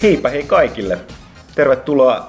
Heipä hei kaikille. Tervetuloa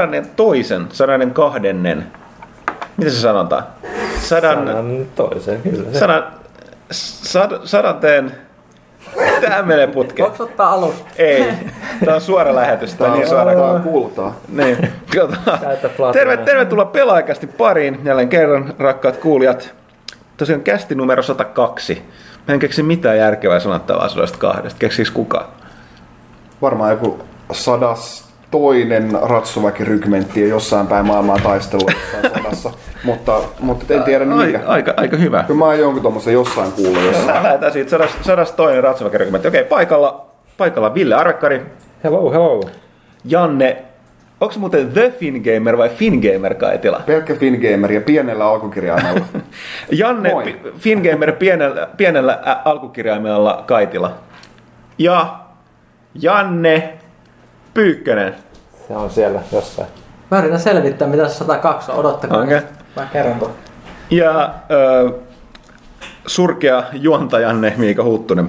102. Miten se sanotaan? 102, kyllä. Sadateen. Tää menee putkeen. Voinko ottaa alusta? Ei. Tää on suora lähetys. Tää niin suora. Kuultaa. Niin. Tervetuloa Pelaajakästi pariin. Jälleen kerran, rakkaat kuulijat. Tosiaan kästi numero 102. Mä en keksi mitään järkevää sanottavaa 102. Keksiks kukaan? Varmaan joku 102. ratsuväkirykmentti jossain päin maailmaa taistellut sodassa, mutta en tiedä mikä. Aika hyvä. Kyllä mä oon jonkun tommosen jossain kuullut jossain. Lähdetään siitä 102. ratsuväkirykmentti. Okei, paikalla Ville Arvekkari. Hello. Janne, onko se muuten The Fingamer vai Fingamer Kaitila? Pelkkä Fingamer ja pienellä alkukirjaimella. Janne, Fingamer pienellä alkukirjaimella Kaitila. Ja Janne Pyykkönen. Se on siellä jossain. Mä yritän selvittää, mitä se 102 on. Odottakaa. Okay. Mä kerron tuon. Ja surkea juontajanne Miika Huttunen.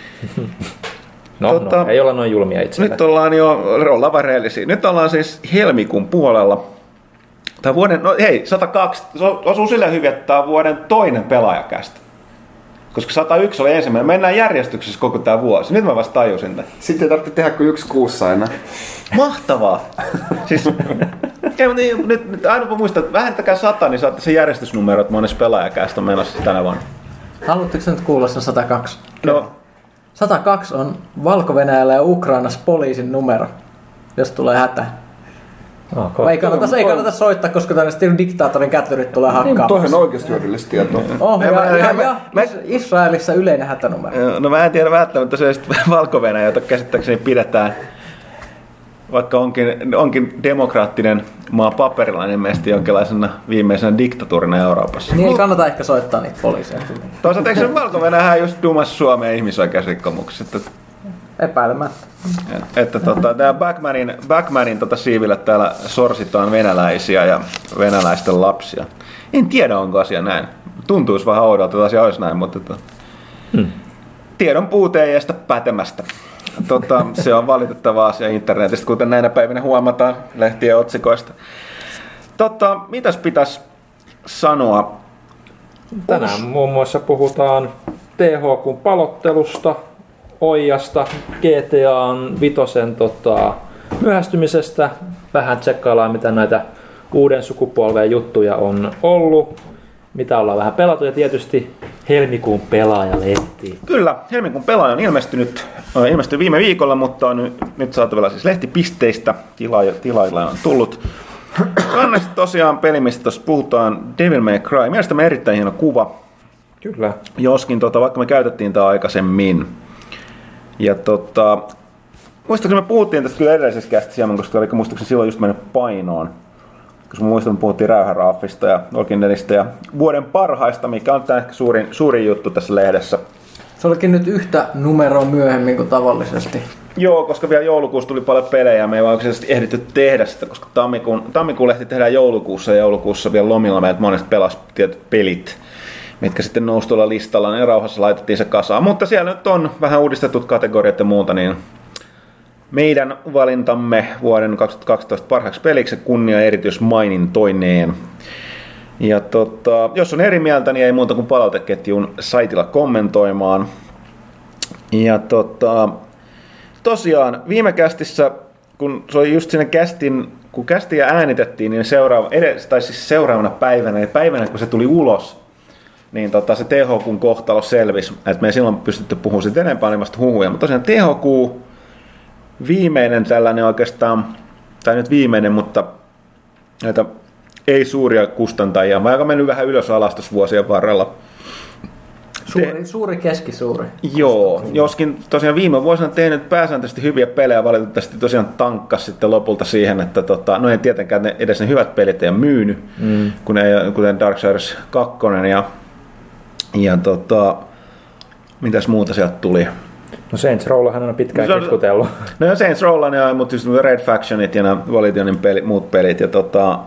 No, ei olla noin julmia itsellä. Nyt ollaan varellisia. Nyt ollaan siis helmikuun puolella. Tää vuoden, 102, se osuu sillä hyvin, että tää on vuoden toinen Pelaajakästä. Koska 101 oli ensimmäinen. Mennään järjestyksessä koko tää vuosi. Nyt mä vasta tajusin tämän. Sitten ei tarvitse tehdä kuin 1 kuussa enää. Mahtavaa! Siis, nyt aina kun muistat, että vähentäkää 100, niin saatte sen järjestysnumero, että monessa Pelaajakästä on menossa tänä vuonna. Haluatteko nyt kuulla sen 102? No. 102 on Valko-Venäjällä ja Ukrainassa poliisin numero, jos tulee hätä. Ei kannata soittaa, koska tänne diktaattorin kätlyrit tulee hakkaamaan. Toihan on oikeasti hyödyllistä tietoa. Israelissa yleinen hätänumero. No mä en tiedä välttämättä se Valko-Venäjä, jota käsittääkseni pidetään, vaikka onkin demokraattinen maa paperilla, niin ilmeisesti jonkinlaisena viimeisenä diktatuurina Euroopassa. Niin ei kannata ehkä soittaa niitä poliiseja. Toisaalta eikö se Valko-Venäjä just dumas Suomeen ihmisoikeusrikkomuksista? Epäilemättä. Että tää Backmanin siivillä täällä sorsitaan venäläisiä ja venäläisten lapsia. En tiedä, onko asia näin. Tuntuisi vähän oudolta, että asia olisi näin, mutta tiedon puute ei estä pätemästä. Se on valitettava asia internetistä, kuten näinä päivinä huomataan lehtien otsikoista. Mitäs pitäisi sanoa? Tänään muun muassa puhutaan THQ:n palottelusta, Oijasta, GTA:n 5 myöhästymisestä. Vähän tsekkaillaan, mitä näitä uuden sukupolven juttuja on ollut, mitä ollaan vähän pelattu, ja tietysti helmikuun pelaajalehti. Kyllä, helmikuun pelaaja on ilmestyi viime viikolla, mutta on nyt saatavilla siis lehtipisteistä. Tilailla on tullut. Kannasti tosiaan peli, mistä tuossa puhutaan, Devil May Cry. Mielestäni erittäin hieno kuva. Kyllä. Joskin vaikka me käytettiin tämä aikaisemmin. Ja muistaakseni me puhuttiin tästä kyllä edellisessä kästissä, koska muistaakseni silloin just mennyt painoon. Koska muistan, me puhuttiin Räyhäraafista ja Walking Deadistä ja vuoden parhaista, mikä on tämä ehkä suurin juttu tässä lehdessä. Se olikin nyt yhtä numeroa myöhemmin kuin tavallisesti. Joo, koska vielä joulukuussa tuli paljon pelejä ja me ei vaan oikeasti ehditty tehdä sitä, koska tammikuun lehti tehdään joulukuussa ja joulukuussa vielä lomilla meiltä monesti pelasi tietyt pelit, mitkä sitten nousi tuolla listalla, niin rauhassa laitettiin se kasaan. Mutta siellä nyt on vähän uudistetut kategoriat ja muuta, niin meidän valintamme vuoden 2012 parhaaksi peliksi kunnia erityismainintoineen. Ja jos on eri mieltä, niin ei muuta kuin palauteketjun saitilla kommentoimaan. Ja tosiaan viime kästissä, kun se oli just siinä kun kästiä äänitettiin, niin seuraavana päivänä, ja päivänä kun se tuli ulos, niin se THQ:n kohtalo selvisi, että me ei silloin pystytty puhumaan siitä enempää animasta huhuja, mutta tosiaan THQ viimeinen tällainen oikeastaan, tai nyt viimeinen, mutta näitä ei suuria kustantajia, vaikka on mennyt vähän ylös alas tuossa vuosien varrella. Suuri, keskisuuri. Joo, joskin tosiaan viime vuosina tehnyt pääsääntöisesti hyviä pelejä, valitettavasti tosiaan tankkas sitten lopulta siihen, että no ei tietenkään edes ne hyvät pelit ei ole myynyt, kuten Darksiders 2 ja mitäs muuta sieltä tuli? No Saints Rowllahan on pitkään ketkutellut. No Saints Rowlla, mutta just Red Factionit ja nämä Volitionin muut pelit. Ja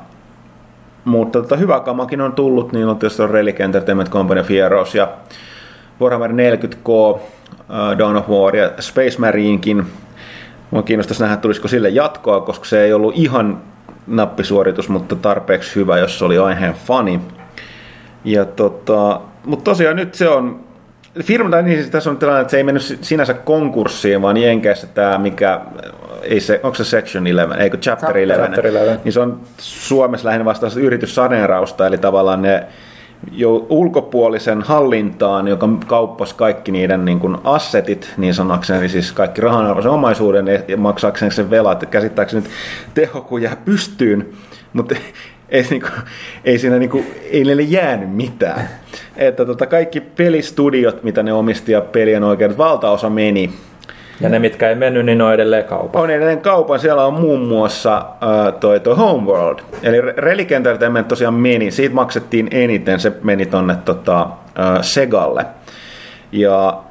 mutta hyvä kamakin on tullut, niin on tietysti Relic Entertainment Company of Heroes ja Warhammer 40K, Dawn of War ja Space Marinekin. Mua kiinnostaisi nähdä, tulisiko sille jatkoa, koska se ei ollut ihan nappisuoritus, mutta tarpeeksi hyvä, jos se oli aiheen fani. Ja mutta tosiaan nyt se on firma, tai niin siis tässä on tilanne, että se ei mennyt sinänsä konkurssiin, vaan Jenkeissä tämä, mikä, ei se, onko se Section 11, eikö Chapter 11, niin se on Suomessa lähinnä vastaavasti yrityssaneerausta, eli tavallaan ne jo ulkopuolisen hallintaan, joka kauppasi kaikki niiden niin kuin assetit, niin sanakseni, siis kaikki rahanarvoisen omaisuuden ja maksaakseni sen velat, käsittääkseni nyt teho kun jää pystyyn, mutta ei siinä ei niille jäänyt mitään. Että kaikki pelistudiot, mitä ne omisti ja pelien oikeudet, valtaosa meni. Ja ne, mitkä ei mennyt, niin on edelleen kaupan. On edelleen kaupan. Siellä on muun muassa toi Homeworld. Eli Relic Entertainment tosiaan meni. Siitä maksettiin eniten. Se meni tonne Segalle. Ja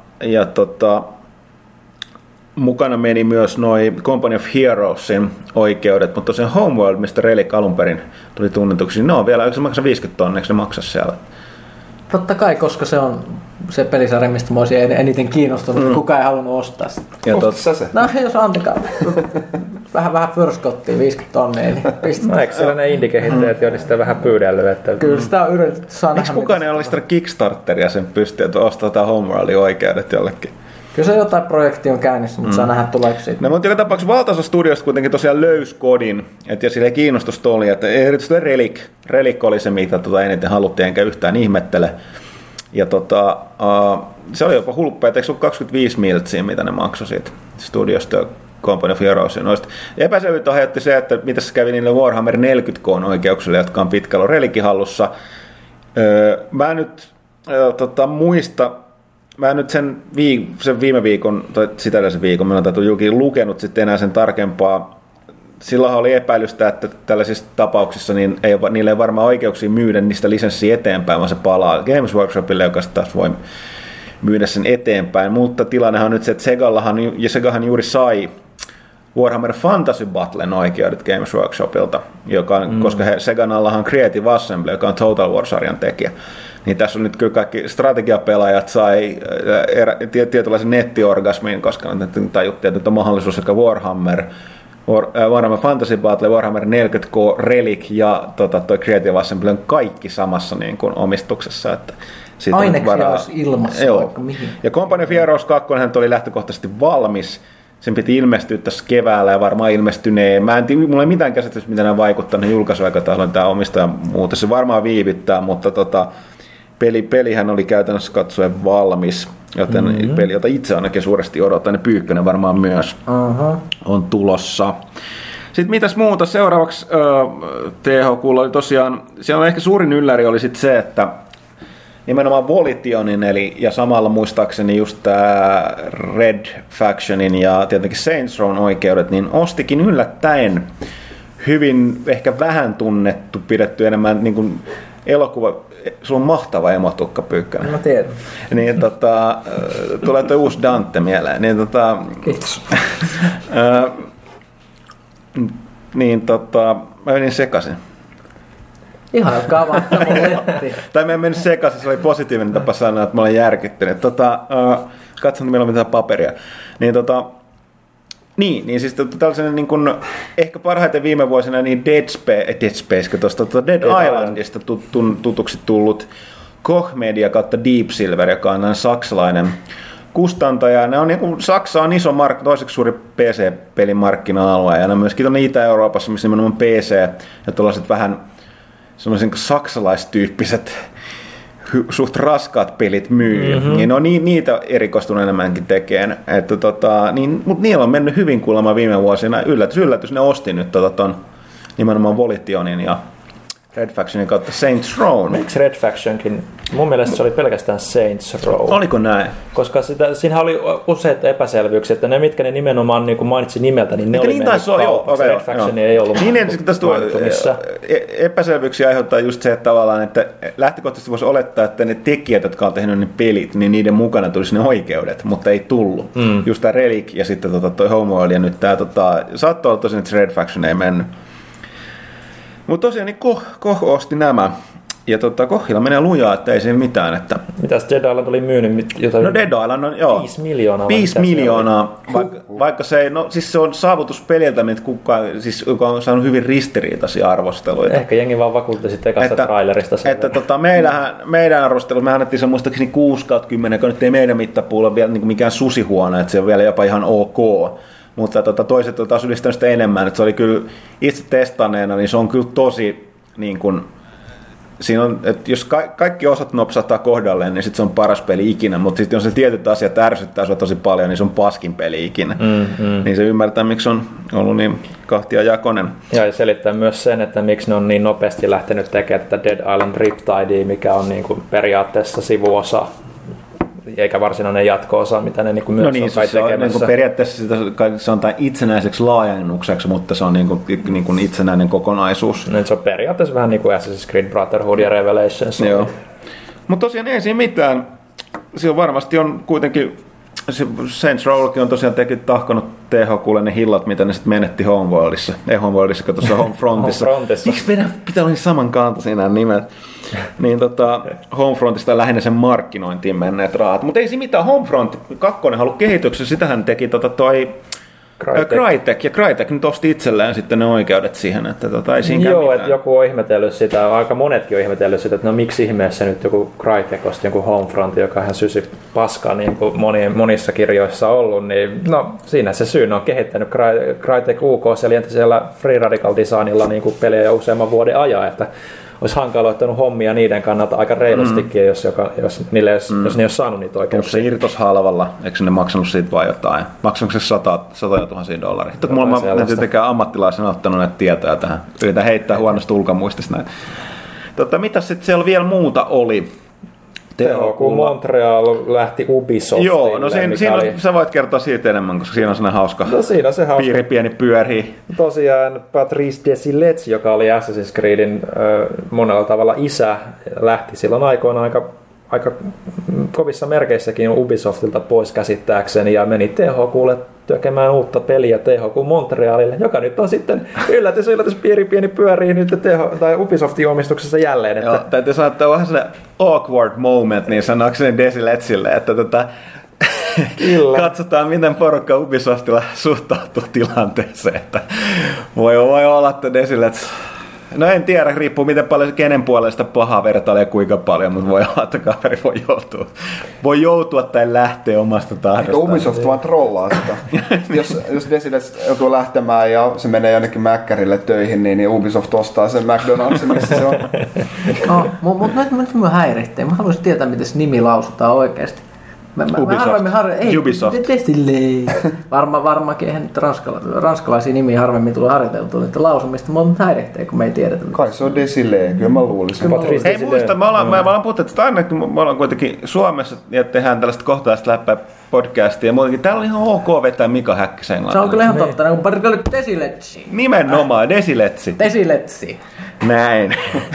mukana meni myös noi Company of Heroesin oikeudet, mutta tosiaan Homeworld, mistä Relic alun perin tuli tunnetuksi, ne on vielä, eikö se maksaa 50 000, eikö se maksaa siellä? Totta kai, koska se on se pelisarja, mistä mä olisin eniten kiinnostunut, kukaan ei halunnut ostaa sitä. Ostassa se? No jos antakaa. vähän förskottiin 50 000, niin pistetään. No eikö sellainen indie-kehittäjät jo sitä vähän pyydellyt? Että... Kyllä sitä on yritetty saada. Eikö kukaan ei ole listanut Kickstarteria sen pystyyn, että ostaa tämä Homeworldin oikeudet jollekin? Kyllä se jotain projekti on käynnissä, mutta saa nähdä tuleeko siitä. No, mutta joka tapauksessa valtaosa studiosta kuitenkin tosiaan löysi kodin, ja sillä kiinnostusta oli, että erityisesti Relic oli se, mitä eniten haluttiin, enkä yhtään ihmettele. Ja se oli jopa hulppea, että eikö se ollut 25 miltsiä, mitä ne maksoi siitä studiosta Company of Heroesin. Epäselvyyttä aiheutti se, että mitä se kävi niille Warhammer 40K oikeuksille, jotka on pitkällä Relicin hallussa. Mä nyt muista, mä nyt sen viime viikon, tai sitä edellisen viikon, mä olen julkiin lukenut sitten enää sen tarkempaa. Silloinhan oli epäilystä, että tällaisissa tapauksissa niin niillä ei varmaan oikeuksia myydä niistä lisenssiä eteenpäin, vaan se palaa Games Workshopille, joka taas voi myydä sen eteenpäin. Mutta tilannehan on nyt se, että Segahan juuri sai Warhammer Fantasy Battlen oikeudet Games Workshopilta, koska Segan allahan on Creative Assembly, joka on Total War-sarjan tekijä. Niin tässä on nyt kyllä kaikki strategiapelaajat sai tietynlaisen nettiorgasmin, koska ne tajuttiin, että on mahdollisuus sekä Warhammer Fantasy Battle, Warhammer 40K, Relic ja toi Creative Assembly on kaikki samassa niin kuin omistuksessa. Että aineksia olisi ilmassa vaikka mihin. Ja Company of Heroes 2 oli lähtökohtaisesti valmis. Sen piti ilmestyä tässä keväällä ja varmaan ilmestyneen. Mulla ei mitään käsitystä, miten nämä vaikuttaa ne julkaisuaikatauluun tämä omistaja muuta. Se varmaan viivyttää, mutta pelihän oli käytännössä katsoen valmis, joten peli, jota itse ainakin suuresti odotan, ja Pyykkönen varmaan myös on tulossa. Sitten mitäs muuta? Seuraavaksi THQlla oli tosiaan, siellä ehkä suurin ylläri oli sitten se, että nimenomaan Volitionin, ja samalla muistaakseni just tämä Red Factionin ja tietenkin Saints Rown oikeudet, niin ostikin yllättäen hyvin ehkä vähän tunnettu, pidetty enemmän niin kuin elokuva. Sulla on mahtava emotukka, Pyykkönen. Mä tiedän. Niin tulee tuo uusi Dante mieleen. Niin kiitos. Mä menin sekaisin. Ihan kavaa, mun letti. Tai mä en mennyt sekaisin, se oli positiivinen tapa sanoa, että mä olen järkyttynyt. Katson, että meillä on mitään paperia. Niin siis tällaisen niin kuin, ehkä parhaiten viime vuosina niin Dead Islandista tutuksi tullut Koch Media kautta Deep Silver, joka on saksalainen kustantaja. Ne on niin kuin, Saksa on iso toiseksi suuri PC-pelin markkina-alue, ja ne on myöskin tuonne Itä-Euroopassa, missä nimenomaan PC ja tuollaiset vähän sellaiset saksalaistyyppiset suht raskaat pelit myy, niin on niitä erikoistunut enemmänkin tekeen. Mutta niillä on mennyt hyvin kuulemma viime vuosina. Yllätys, ne osti nyt ton nimenomaan Volitionin ja Red Factionin kautta Saints Row. Miksi Red Factionkin? Mun mielestä se oli pelkästään Saints Row. Oliko näin? Koska siinä oli useita epäselvyyksiä, että ne mitkä ne nimenomaan niin mainitsi nimeltä, niin ne eikä oli mennyt kaupaksi. Red Faction ei ollut mainittu missään. Epäselvyyksiä aiheuttaa just se, että tavallaan, että lähtökohtaisesti voisi olettaa, että ne tekijät, jotka on tehnyt ne pelit, niin niiden mukana tulisi ne oikeudet, mutta ei tullut. Just tämä Relic ja sitten toi Homeworld ja nyt tämä saattoi olla tosin, että Red Faction ei mennyt. Mutta tosiaan niin Koch osti nämä. Ja Kohila menee lujaa, että ei siinä mitään. Että... Mitäs Dead Island oli myynyt? Jotain no Dead Island on, joo. 5 miljoonaa. 5 miljoonaa, vaikka se ei, no siis se on saavutus peliltä, joka on saanut hyvin ristiriitaisia arvosteluita. Ehkä jengi vaan vakuutti sitten ekasta trailerista. Että meidän arvostelu, me annettiin se muistaakseni 6/10, kun nyt ei meidän mittapuulla vielä niin mikään susihuone, että se on vielä jopa ihan ok. Mutta toiset on taas ylistänyt sitä enemmän, että se oli kyllä itse testanneena, niin se on kyllä tosi niin kuin, siinä on, että jos kaikki osat nopsahtaa kohdalleen, niin sitten se on paras peli ikinä, mutta sitten jos se tietyt asiat ärsyttää sua tosi paljon, niin se on paskin peli ikinä. Niin se ymmärtää, miksi on ollut niin kahtiajakoinen. Ja selittää myös sen, että miksi ne on niin nopeasti lähtenyt tekemään tätä Dead Island Riptidea, mikä on niin kuin periaatteessa sivuosa, eikä varsinainen jatko-osa, mitä ne niin myös no niin, on kai tekemässä. Niin periaatteessa se on itsenäiseksi laajennukseksi, mutta se on niin kuin itsenäinen kokonaisuus. No, se on periaatteessa vähän niin kuin Assassin's Creed Brotherhood ja Revelations. Joo. Mutta tosiaan ei siinä mitään. Siinä varmasti on kuitenkin, Saints Rowkin on tosiaan tahkonut THQlle ne hillat, mitä ne sitten menetti Homeworldissa. Ei Homeworldissa, kun tuossa Homefrontissa. Miksi meidän pitää olla samankaltaisia nämä nimet? Niin Homefrontista lähinnä sen markkinointiin menneet rahat. Mutta ei siinä mitään, Homefront 2 ollut kehityksessä, sitähän teki toi Crytek, ja Crytek nyt osti itselleen sitten ne oikeudet siihen, että ei siinäkään joo, mitään. että joku on ihmetellyt sitä, aika monetkin on ihmetellyt sitä, että no miksi ihmeessä nyt joku Crytek osti joku Homefront, joka hän sysi paskaa niin kuin monissa kirjoissa ollut, niin no siinä se syy, ne on kehittänyt Crytek UK-seljäntä siellä Free Radical Designilla niin kuin pelejä jo useamman vuoden ajan, että olisi hankaloittanut hommia niiden kannalta aika reilustikin, jos ne ei ole saanut niitä oikeuksia. Onko se irtos halvalla? Eikö ne maksanut siitä vai jotain? Maksanko se $100,000? Sitten kun mä olen tietenkään ammattilaisena ottanut näitä tietoja tähän. Yritän heittää huonosta ulkomuistista näin. Mitäs sitten siellä vielä muuta oli? THQ Montreal lähti Ubisoftille. Joo, no sä voit kertoa siitä enemmän, koska siinä on sellainen hauska, piiri pieni pyörii. Tosiaan Patrice Desilets, joka oli Assassin's Creedin monella tavalla isä, lähti silloin aikoina aika kovissa merkeissäkin Ubisoftilta pois käsittääkseni ja meni THQlle tekemään uutta peliä THQ Montrealille, joka nyt on sitten yllätys pieni pyörii nyt Ubisoftin omistuksessa jälleen. Että... Joo, täytyy sanoa, että on vähän sellainen awkward moment, niin sanoakseni Desiletsille, että katsotaan, miten porukka Ubisoftilla suhtautuu tilanteeseen, että voi olla, että Desilets... No en tiedä, riippuu miten paljon kenen puolesta pahaa vertailee kuinka paljon, mutta voi olla, että kaveri voi joutua tai lähteä omasta tahdostaan. Ubisoft vaan trollaa sitä. jos Desilets joutuu lähtemään ja se menee jonnekin Mäkkärille töihin, niin Ubisoft ostaa sen McDonald'sin, missä se on. Mutta nyt minua häiritsee. Mä haluaisin tietää, miten se nimi lausutaan oikeasti. Ubisoft. Varmaankin eihän nyt ranskalaisia nimiä harvemmin tulee harjoiteltua niitä lausumista, mutta häiritsee, kun me ei tiedetä. Kai se on Desilets, kyllä mä luulisin. Ei muista, me ollaan puhuttu, että aina kun me ollaan kuitenkin Suomessa ja tehdään tällaista kohtaista läppää podcastia ja muutenkin, täällä on ihan ok vetää Mika Häkkisen englantia. Se on kyllä ihan totta, kun parikko Desiletsi. Nimenomaan, Desiletsi. Desiletsi. Näin.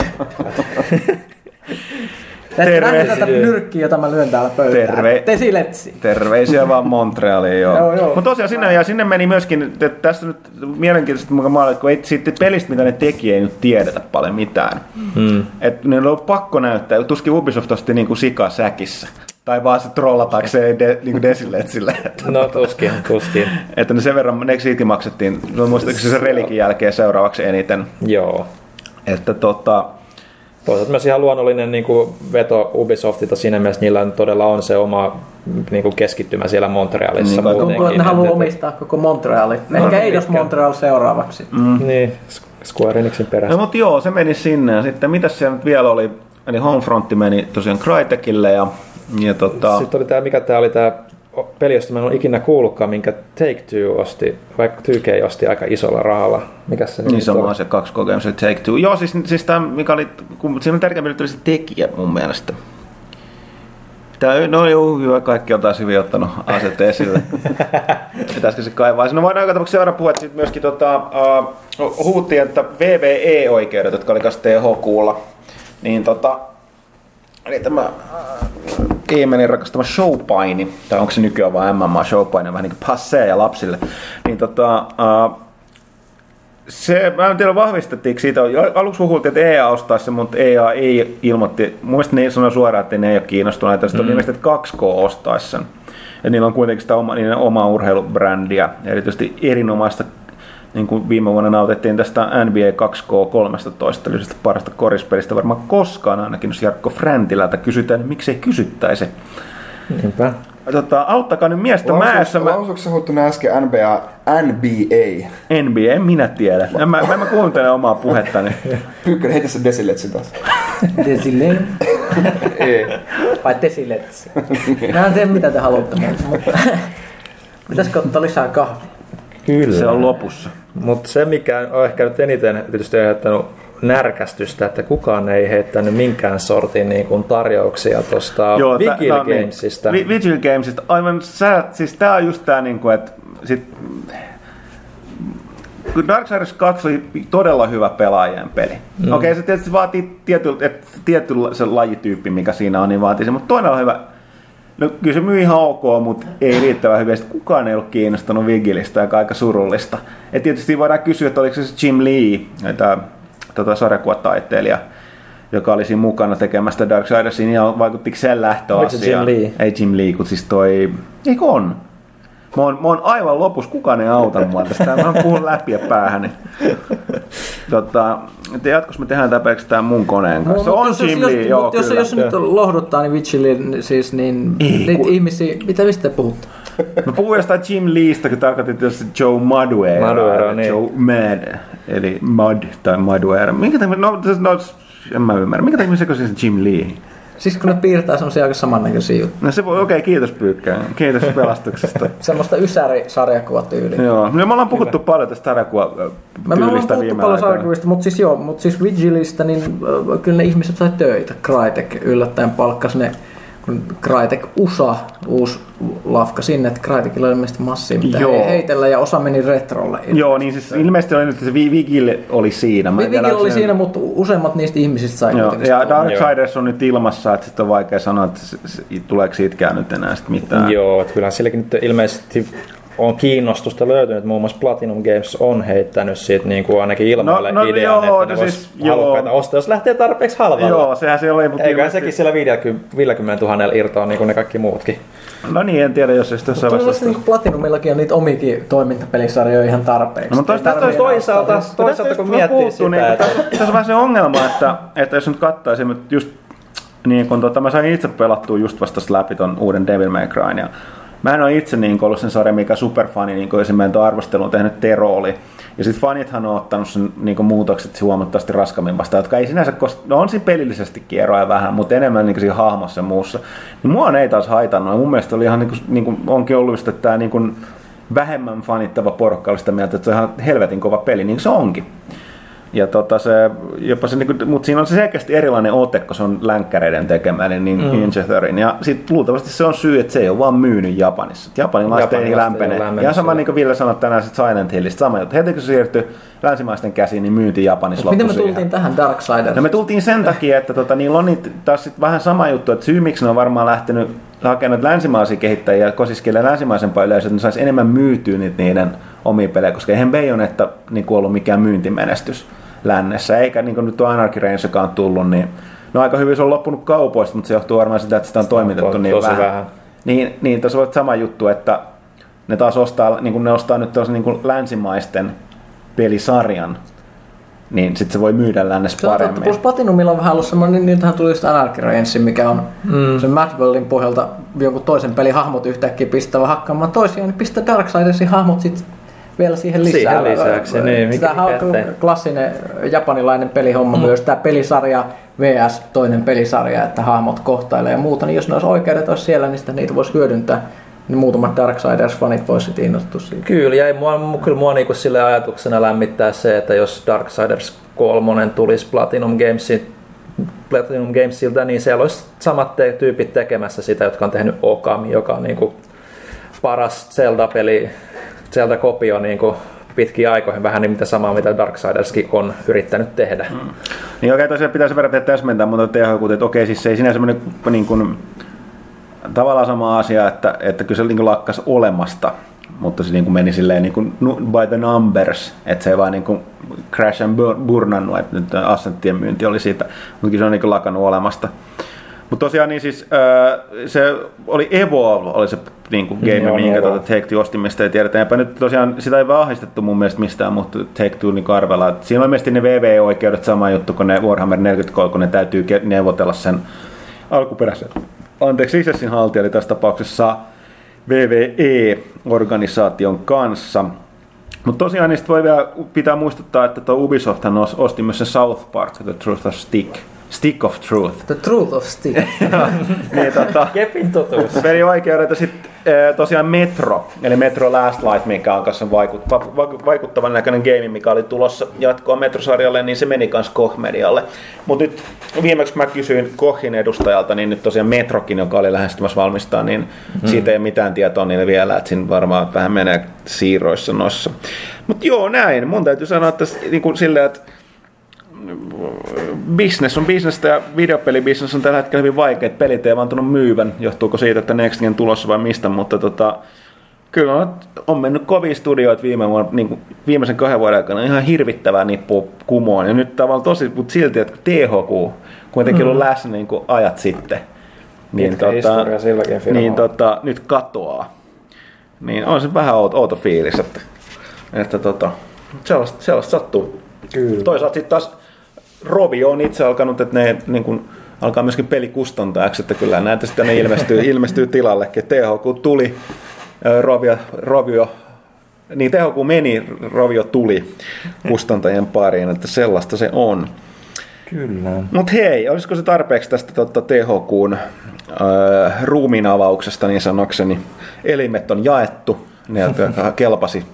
Nähdään tätä nyrkkiä, jota mä lyön täällä pöytään. Desiletsi. Terveisiä vaan Montrealiin, joo. Mutta tosiaan sinne meni myöskin, että tässä nyt mielenkiintoista, kun ei siitä pelistä, mitä ne teki, ei nyt tiedetä paljon mitään. Että ne on ollut pakko näyttää, tuskin Ubisoft osti niin kuin sika säkissä. Tai vaan se trollatakseen niin Desiletsille. No tuskin. Että ne sen verran, ne siitäkin maksettiin, muistaakseni se Relikin jälkeen seuraavaksi eniten. Joo. Että toisaalta myös ihan luonnollinen niin kuin veto Ubisoftilta siinä mielessä, niillä todella on se oma niin kuin keskittymä siellä Montrealissa. Ne haluaa omistaa koko Montreali. Ehkä Eidos Montreal seuraavaksi. Niin, Square Enixin perässä. No mutta joo, se meni sinne. Ja sitten mitäs siellä nyt vielä oli? Eli Homefront meni tosiaan Crytekille ja Sitten oli mikä tämä oli tämä peli, josta mä en ole ikinä kuullutkaan, minkä Take-Two osti, vaikka 2K osti aika isolla rahalla. Mikäs se niin sama asia, 2 kokemus, Take-Two. Joo, siis tämä, mikä oli, kun siinä on tärkeämpi, että oli se tekijä mun mielestä. No joo, hyvä, kaikki on taas hyvin ottanut aset esille. Pitäisikö se kaivaa? No voidaan aika seuraava puhua, että sitten myöskin huuttiin, että VVE-oikeudet, jotka oli kanssa THQlla, niin eli tämä Eemenin rakastama showpaini, tai onko se nykyään vaan MMA showpaini, vähän niin kuin passeja lapsille, niin Mä en tiedä vahvistettiinko siitä. Aluksi huhultiin, että EA ostaisi se, mutta EA ei ilmoitti. Mun mielestä ne ei sano suoraan, että ne ei ole kiinnostuneita. Sitten on ilmeisesti, että 2K ostaisi sen. Ja niillä on kuitenkin sitä omaa urheilubrändiä. Erityisesti erinomaista, niin kuin viime vuonna nautettiin tästä NBA 2K13, eli parasta korispelistä varmaan koskaan, ainakin jos Jarkko Fräntilältä kysytään, niin miksei kysyttäisi. Niinpä. Auttakaa nyt miestä mäessä. Lausuiko sä huuttunut äsken NBA? NBA, en minä tiedä. Mä kuuntelen omaa puhettani. Pyykkönen, heitä se Desiletsi taas. Desilet? Vai Desiletsi? Mä en tiedä mitä te haluatte, mutta pitäisikö ottaa lisää kahvia? Kyllä. Se on lopussa. Mutta se, mikä on ehkä nyt eniten tietysti aiheuttanut närkästystä, että kukaan ei heittänyt minkään sortin niin kuin tarjouksia tuosta Vigil Gamesista. Vigil Gamesista, aivan siis tää on just tää niinku, että Darksiders 2 oli todella hyvä pelaajien peli. Okei, se tietysti vaatii tietty se lajityyppi, mikä siinä on, niin vaatii se, mutta toinen on hyvä. No kyllä se myy ihan ok, mutta ei riittävän hyvin. Sitten kukaan ei ollut kiinnostunut Vigilistä, joka aika surullista. Et tietysti voidaan kysyä, että oliko se Jim Lee, sarjakuvataiteilija, joka oli siinä mukana tekemästä Darksidersin, ja vaikuttiko sen lähtöasiaan? Ei Jim Lee, kun siis toi... Eikö on? Mä oon aivan lopussa, kukaan ei auta mua tästä. Mä puhun läpi ja päähäni. Jatkossa me tehdään pelkästään mun koneen kanssa. On Jim Lee, joo, kyllä. Jos nyt lohduttaa, niin Vigilin siis niitä ihmisiä... Mistä te puhutte? Mä puhuin jostain Jim Leestä, kun tarkoitin tietysti Joe Madureira. Niin. Joe Mad, eli Mud tai Madureira. En mä ymmärrä. Minkä takia se siis Jim Lee? Siis kun ne piirtää semmosia aika samannäköisiä juttuja. No se voi, okei, kiitos Pyykkään. Kiitos pelastuksesta. Semmoista ysäri-sarjakuvatyyliä. Joo, me ollaan puhuttu paljon tästä sarjakuvatyylistä viime paljon sarjakuvista, mutta siis Vigilistä, niin kyllä ne ihmiset sai töitä. Crytek yllättäen palkkasi ne, kun Crytek USA, uusi lafka sinne, että Crytekilla oli ilmeisesti massia, mitä heitellä, ja osa meni retrolle. Joo, niin siis ilmeisesti oli nyt, että se Vigil oli siinä. Vigil oli siinä, mutta useimmat niistä ihmisistä sai kuitenkin. Ja Darksiders on nyt ilmassa, että sitten on vaikea sanoa, että tuleeko siitäkään nyt enää mitään. Joo, että kyllähän silläkin nyt ilmeisesti on kiinnostusta löytynyt. Muun muassa Platinum Games on heittänyt siitä niin kuin ainakin ilmoille idean, että ne vois halukkaita ostaa, jos lähtee tarpeeksi halvalla. Joo, sehän se oli. Eiköhän sekin siellä 50 000 irtoa niin kuin ne kaikki muutkin. No niin, en tiedä, jos ei sitä jossain vaiheessa. Niin Platinumillakin on niitä omikin toimintapelisarjoja ihan tarpeeksi. No, mutta toisaalta kun miettii sitä. Niin, tässä on vähän se ongelma, että jos nyt katsoisi just niin kun mä sain itse pelattua just vasta läpi ton uuden Devil May Cryn, ja mä en ole itse niin ollut sen sarjan mikä superfani, niin kuin esimerkiksi arvostelun tehnyt Terooli. Ja sitten fanithan on ottanut sen niin muutokset huomattavasti raskammin vastaan, jotka ei sinänsä, no on siinä pelillisestikin eroja vähän, mutta enemmän niin siinä hahmossa ja muussa. Niin mua ei taas haitannut, ja mun mielestä oli ihan niin kuin onkin ollut just, että tämä niin vähemmän fanittava porukka oli sitä mieltä, että se on ihan helvetin kova peli, niin se onkin. Ja mutta siinä on se selkeästi erilainen ote, kun se on länkkäreiden tekemä, eli niin Inchetherin. Ja sitten luultavasti se on syy, että se ei ole vaan myynyt Japanissa. Japanilaiset ei lämpene. Ja sama niin kuin Ville sanoi tänään Silent Hillistä, sama juttu. Heti kun se siirtyi länsimaisten käsiin, niin myynti Japanissa loppui. Miten me tultiin tähän Darksiders? No me tultiin sen takia, että niillä on taas sit vähän sama juttu, että syy miksi ne on varmaan lähtenyt hakenut länsimaisia kehittäjiä ja kosiskille länsimaisempaa yleisöä, että ne saisi enemmän myytyä niiden omia pelejä, koska eihän Bayonetta niin ollut mikään myyntimenestys lännessä, eikä niin kuin nyt tuo Anarchy Reignskaan tullut, niin no aika hyvin se on loppunut kaupoista, mutta se johtuu varmaan sitä, että sitä on toimitettu niin vähän. Niin tässä on sama juttu, että ne taas ostaa, niin kuin ne ostaa nyt niin kuin länsimaisten pelisarjan, niin sitten se voi myydä lännessä paremmin. Plus Platinumilla on vähän ollut semmoinen, niin nythän tuli just Anarchy Reigns, mikä on sen Madworldin pohjalta jonkun toisen pelin hahmot yhtäkkiä pistävä hakkaamaan toisiaan, niin pistä Darksidersin hahmot sitten vielä siihen lisää. Siihen lisäksi, niin. Tämä on klassinen japanilainen pelihomma myös, tämä pelisarja vs. toinen pelisarja, että hahmot kohtailee ja muuta, niin jos ne olisi oikeudet olisi siellä, niin niitä voisi hyödyntää. Niin muutamat Darksiders-fanit voisivat innostua siitä. Kyllä, ja mua niinku sille ajatuksena lämmittää se, että jos Darksiders 3 tulisi Platinum Gamesilta, niin siellä olisi samat tyypit tekemässä sitä, jotka on tehnyt Okami, joka on niinku paras Zelda-peli, Zelda-kopio niinku pitkiä aikoihin, vähän niin mitä samaa, mitä Darksiderskin on yrittänyt tehdä. Niin okei, tosiaan pitäisi verran täsmentää, mutta tehdään että okei, siis se ei sinä semmoinen niin kuin tavallaan sama asia, että kyllä se niin lakkas olemasta mutta se niin kuin meni silleen niin kuin by the numbers, että se ei vaan niin kuin crash and burnannut, että nyt Ascenttien myynti oli siitä, mutta se on niin kuin lakannut olemasta. Mutta tosiaan niin siis se oli Evolve, oli se niin kuin game, minkä Take-Two osti, mistä ei tiedetä. Ja nyt tosiaan sitä ei vahvistettu mun mielestä mistään, mutta Take-Two niin arvellaan. Siinä on ilmeisesti ne VV-oikeudet sama juttu kuin ne Warhammer 40K, kun ne täytyy neuvotella sen alkuperäisen lisenssin haltija, eli tässä tapauksessa VVE-organisaation kanssa. Mutta tosiaan niistä voi vielä pitää muistuttaa, että Ubisofthan osti myös sen South Park, The Truth of Stick of Truth. The Truth of Stick. Niin, Kepin totuus. Pelioikeudet ja sitten tosiaan Metro, eli Metro Last Light, mikä on kanssa vaikuttavan näköinen game, mikä oli tulossa jatkoa Metro-sarjalle, niin se meni kanssa Koch-medialle. Mutta nyt viimeksi mä kysyin Kochin edustajalta, niin nyt tosiaan Metrokin, joka oli lähestymässä valmistaa, niin siitä ei ole mitään tietoa niille vielä, että siinä varmaan vähän menee siirroissa noissa. Mutta joo, näin. Mun täytyy sanoa, että niin kuin silleen, että business on business ja videopelibisnes on tällä hetkellä hyvin vaikea, että pelit ei vaan tunnu myyvän, johtuuko siitä, että Next Gen tulossa vai mistä, mutta kyllä on mennyt kovia studioita viimeisen 2 vuoden aikana ihan hirvittävää nippua kumoon, ja nyt tavallaan tosi, mutta silti, että THQ kuitenkin ollut läsnä niin kuin ajat sitten, niin, nyt katoaa, niin on se vähän outo fiilis, että sellaista sattuu. Kyllä. Toisaalta sitten taas Rovio on itse alkanut, että ne niin kun, alkaa myöskin pelikustantajaksi, että kyllä näitä sitten ne ilmestyy tilallekin. THQ tuli, Rovio, niin THQ meni, Rovio tuli kustantajien pariin, että sellaista se on. Kyllä. Mutta hei, olisiko se tarpeeksi tästä THQn ruumiinavauksesta niin sanokseni? Elimet on jaettu, ne kelpasi.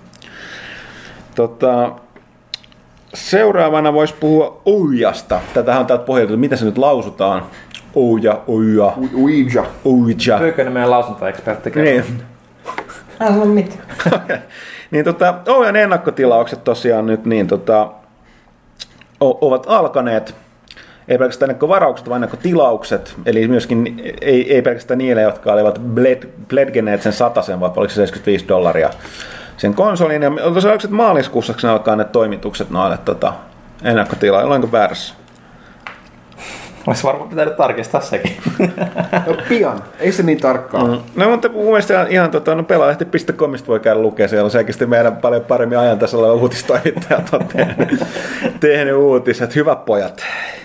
Seuraavana voisi puhua Oujasta. Tätähän on täältä pohjalta, miten se nyt lausutaan. Ouja. Pyykö ne meidän lausuntaekspertti? Niin. Älä sano mitään. Niin Oujan ennakkotilaukset tosiaan nyt niin ovat alkaneet. Ei pelkästään ennakkovaraukset, vaan ennakkotilaukset. Eli myöskin ei pelkästään niille, jotka olivat pledgeneet sen 100, vai oliko se $75 sen konsolin. Ja oliko se maaliskuussa, kun alkaa ne toimitukset noille ennakkotilaa? Ollaanko väärässä? Olisi varmaan pitänyt tarkistaa sekin. No pian, ei se niin tarkkaan. No mutta mun mielestä ihan pelaalehti.comista voi käydä lukea, siellä on selkeästi meidän paljon paremmin ajan tasalla uutistoimittajat on tehnyt uutiset. Hyvät pojat.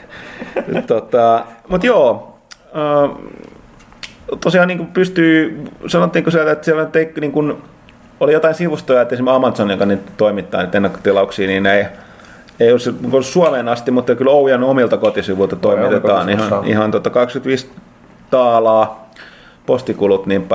Mutta joo, tosiaan niin pystyy, sanottiinko sieltä, että siellä niin kuin, oli jotain sivustoja, että esimerkiksi Amazon, joka nyt toimittaa niitä ennakkotilauksia, niin ei ole Suomeen asti, mutta kyllä Oujan omilta kotisivuilta toimitetaan ihan 25 taalaa postikulut, niin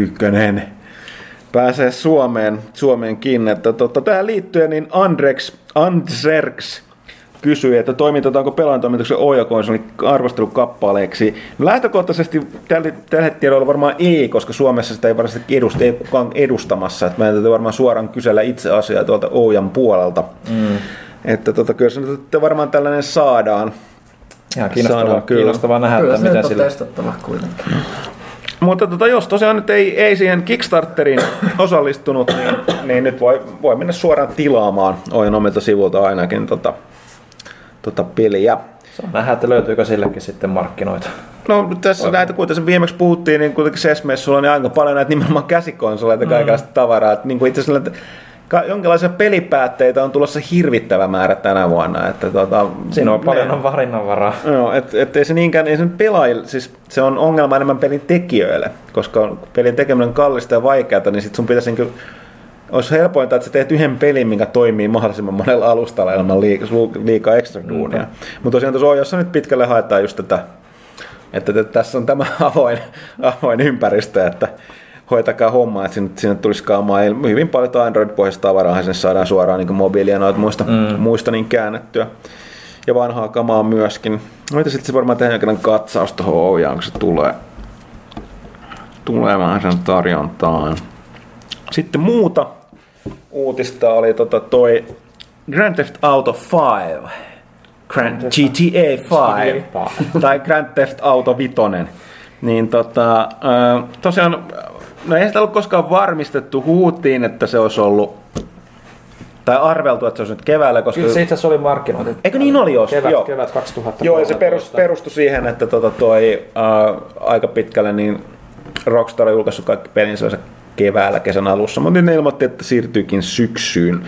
pääsee Suomeenkin. Että tähän liittyen niin Andreks kysyi, että toimitetaanko pelaajatoimituksen Ouja-konsolin arvostelukappaleeksi. Lähtökohtaisesti tällä hetkellä varmaan ei, koska Suomessa sitä ei varsinaisesti ei kukaan edustamassa. Että meidän täytyy varmaan suoraan kysellä itse asiaa tuolta Oujan puolelta. Että kyllä se nyt varmaan tällainen saadaan. Ihan kiinnostavaa nähdä, että miten sillä... testattava kuitenkin. Mutta jos tosiaan nyt ei siihen Kickstarteriin osallistunut, niin nyt voi mennä suoraan tilaamaan Oujan omilta sivuilta ainakin peliä. Se on nähdä, että löytyykö sillekin sitten markkinoita. No tässä näitä, kuten viimeksi puhuttiin, niin kuitenkin SES-messulla on niin aika paljon näitä nimenomaan käsikonsoleita kaikenlaista tavaraa. Että niin itse asiassa jonkinlaisia pelipäätteitä on tulossa hirvittävä määrä tänä vuonna. Että siinä on paljon valinnanvaraa. Joo, ettei se niinkään, ei se pelaajille, siis se on ongelma enemmän pelin tekijöille, koska pelin tekeminen on kallista ja vaikeaa, niin sit sun pitäisi olisi helpointa, että sä teet yhden pelin, mikä toimii mahdollisimman monella alustalla ilman liikaa ekstra duunia. Mutta tosiaan tuossa Oujassa nyt pitkälle haetaan just tätä, että tässä on tämä avoin ympäristö, että hoitakaa hommaa, että sinne tulisi kaamaan hyvin paljon Android-pohjaista tavaraa, sinne saadaan suoraan niin mobiilia noita muista niin käännettyä. Ja vanhaa kamaa myöskin. Mitä sitten se varmaan tehdään jonkinlainen katsaus tuohon Oujaan, kun se tulee vähän sen tarjontaan. Sitten muuta uutista oli toi Grand Theft Auto 5, GTA 5 tai Grand Theft Auto 5. Niin tosiaan No ei sitä ollut koskaan varmistettu. Huuttiin, että se olisi ollut, tai arveltu, että se olisi nyt keväällä. Koska... Kyllä se itse asiassa oli markkinointi. Eikö niin oli jos? Kevät 2000. Joo, ja se perustui siihen, että aika pitkälle niin Rockstar on julkaissut kaikki pelinsä keväällä, kesän alussa, mutta nyt ne ilmoitti, että siirtyykin syksyyn.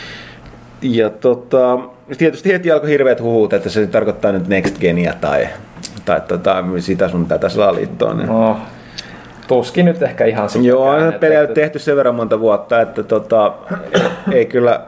Ja tietysti heti alkoi hirveät huhut, että se tarkoittaa nyt Next Genia tai sitä sun tätä salaliittoa. Niin. No, tuskin nyt ehkä ihan sitä. Joo, peliä on tehty sen verran monta vuotta, että ei kyllä,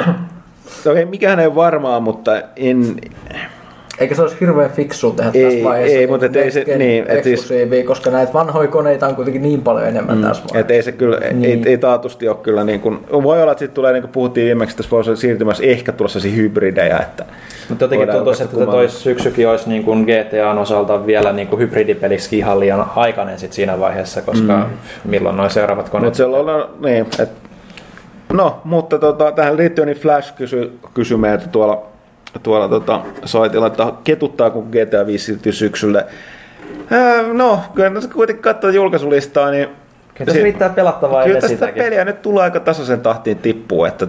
mikään ei varmaa, mutta en... Eikä se olisi hirveän fiksua tehdä tässä vaiheessa ei, mutta ei se, niin, eksklusiivia, koska näitä vanhoja koneita on kuitenkin niin paljon enemmän tässä vaiheessa. Että ei se kyllä, ei taatusti ole kyllä niin kuin, voi olla, että sitten tulee, niin kuin puhuttiin viimeksi, että tässä voisi siirtymässä ehkä tulla sellaisia hybridejä, että... Mutta jotenkin tuntuisi, että toi syksykin olisi niin kuin GTAn osalta vielä niin kuin hybridipeliksi ihan liian aikainen sit siinä vaiheessa, koska milloin noin seuraavat koneet... Mutta siellä on, niin, no, mutta tähän liittyen niin Flash kysyi meiltä tuolla saitilla, että ketuttaa, kun GTA 5 siirtyy syksylle. No, kyllä jos kuitenkin katsoo julkaisulistaa, niin... Kyllä tässä riittää pelattavaa ennen sitäkin. Kyllä tästä peliä nyt tulee aika tasaisen tahtiin tippuu, että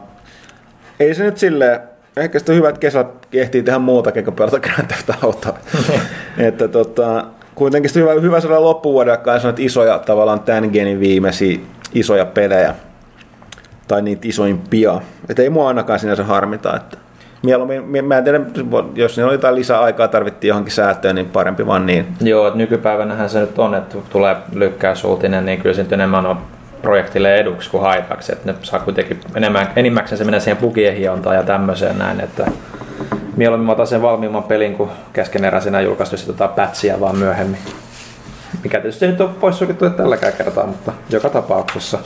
ei se nyt silleen... Ehkä sitten on hyvä, että kesällä ehtii tehdä muutakin, kun pelata Grand Theft Autoa. Että kuitenkin hyvä saada loppuvuoden kanssa noita isoja, tavallaan tämän genin viimeisiä isoja pelejä. Tai niitä isoimpia. Että ei mua ainakaan sinänsä harmita, että... Mieluummin, mä en tiedä, jos ne oli jotain lisäaikaa, tarvittiin johonkin säätöön, niin parempi vaan niin. Joo, että nykypäivänähän se nyt on, että tulee lykkäysuutinen, niin kyllä se nyt enemmän on projektille eduksi kuin haitaksi, että ne saa kuitenkin enimmäkseen se menee siihen bugien hiontaan ja tämmöiseen näin, että mieluummin mä otan sen valmiimman pelin, kun keskeneräisenä julkaistu sitä patchia vaan myöhemmin. Mikä tietysti nyt on poissulkittu tälläkään kertaa, mutta joka tapauksessa.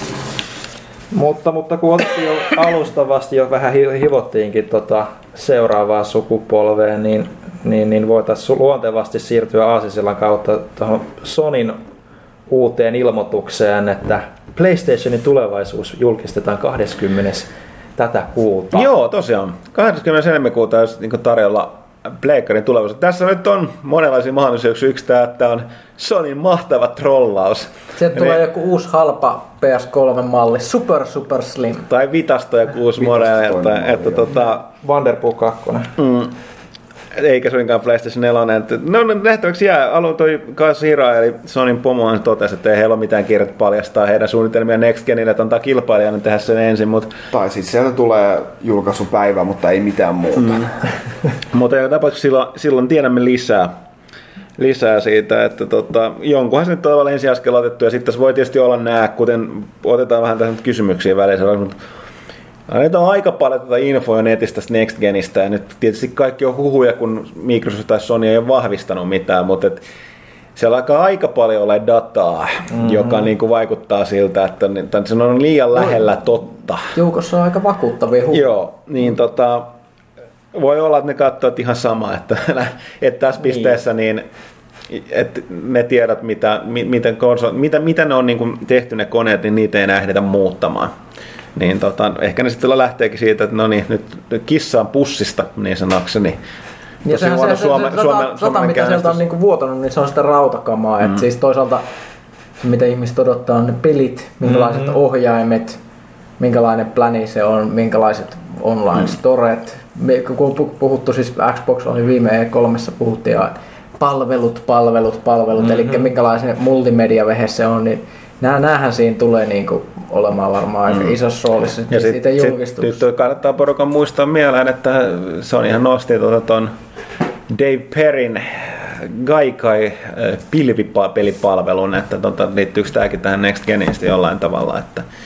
Mutta kun otettiin jo alustavasti, jo vähän hivottiinkin seuraavaa sukupolvea, niin voitaisiin luontevasti siirtyä aasisillan kautta tuohon Sonyn uuteen ilmoitukseen, että PlayStationin tulevaisuus julkistetaan 20. tätä kuuta. Joo, tosiaan. 20. helmikuuta olisi niin tarjolla Pleikkarin tulevaisuus. Tässä nyt on monenlaisia mahdollisuuksia. Yksi tämä on Sonyn mahtava trollaus. Sieltä tulee joku uusi halpa PS3-malli, super slim. Tai Vitasta ja 6 modelia. Wonderpool 2. Eikä suinkaan PlayStation 4. No nähtäväksi jää. Alun toi Kazuhiro eli Sonyn pomohan totesi, että ei heillä ole mitään kiirettä paljastaa heidän suunnitelmia Next Genille, että antaa kilpailijana tehdä sen ensin. Tai siis sieltä tulee julkaisupäivä, mutta ei mitään muuta. Mutta joka tapauksessa silloin tiedämme lisää siitä, että jonkunhan se nyt on tavallaan ensiaskel otettu, ja sitten tässä voi tietysti olla nämä, kuten otetaan vähän tässä kysymyksiä välissä, mutta nyt on aika paljon tätä infoa netistä tästä Next Genistä, ja nyt tietysti kaikki on huhuja, kun Microsoft tai Sony ei ole vahvistanut mitään, mutta siellä alkaa aika paljon olla dataa, joka niin kuin vaikuttaa siltä, että se on liian lähellä totta. Joukossa on aika vakuuttavia huhuja. Joo, niin voi olla, että ne katsovat ihan samaa, että tässä pisteessä niin, että ne tiedot, mitä ne on niin kuin tehty ne koneet, niin niitä ei nähdetä muuttamaan. Niin ehkä ne sitten lähteekin siitä, että no niin, nyt kissa on pussista niin sanaksi, niin ja sehän se mitä sieltä on niinku vuotanut, niin se on sitä rautakamaa. Et siis toisaalta se, mitä ihmiset odottaa, on ne pelit, minkälaiset ohjaimet, minkälainen pläni se on, minkälaiset online-storet. Kun puhuttu, siis Xbox oli viime E3:ssa, puhuttiin palvelut, eli minkälainen multimedia-vehe se on, niin näähän siinä tulee niinku olemaan varmaan isossa roolissa ja siitä julkistuksessa. Nyt kannattaa porukan muistaa mieleen, että Sonyhan nosti ton Dave Perrin Gaikai pilvipelipalvelun, että liittyykö tämäkin tähän Next Geniin jollain tavalla,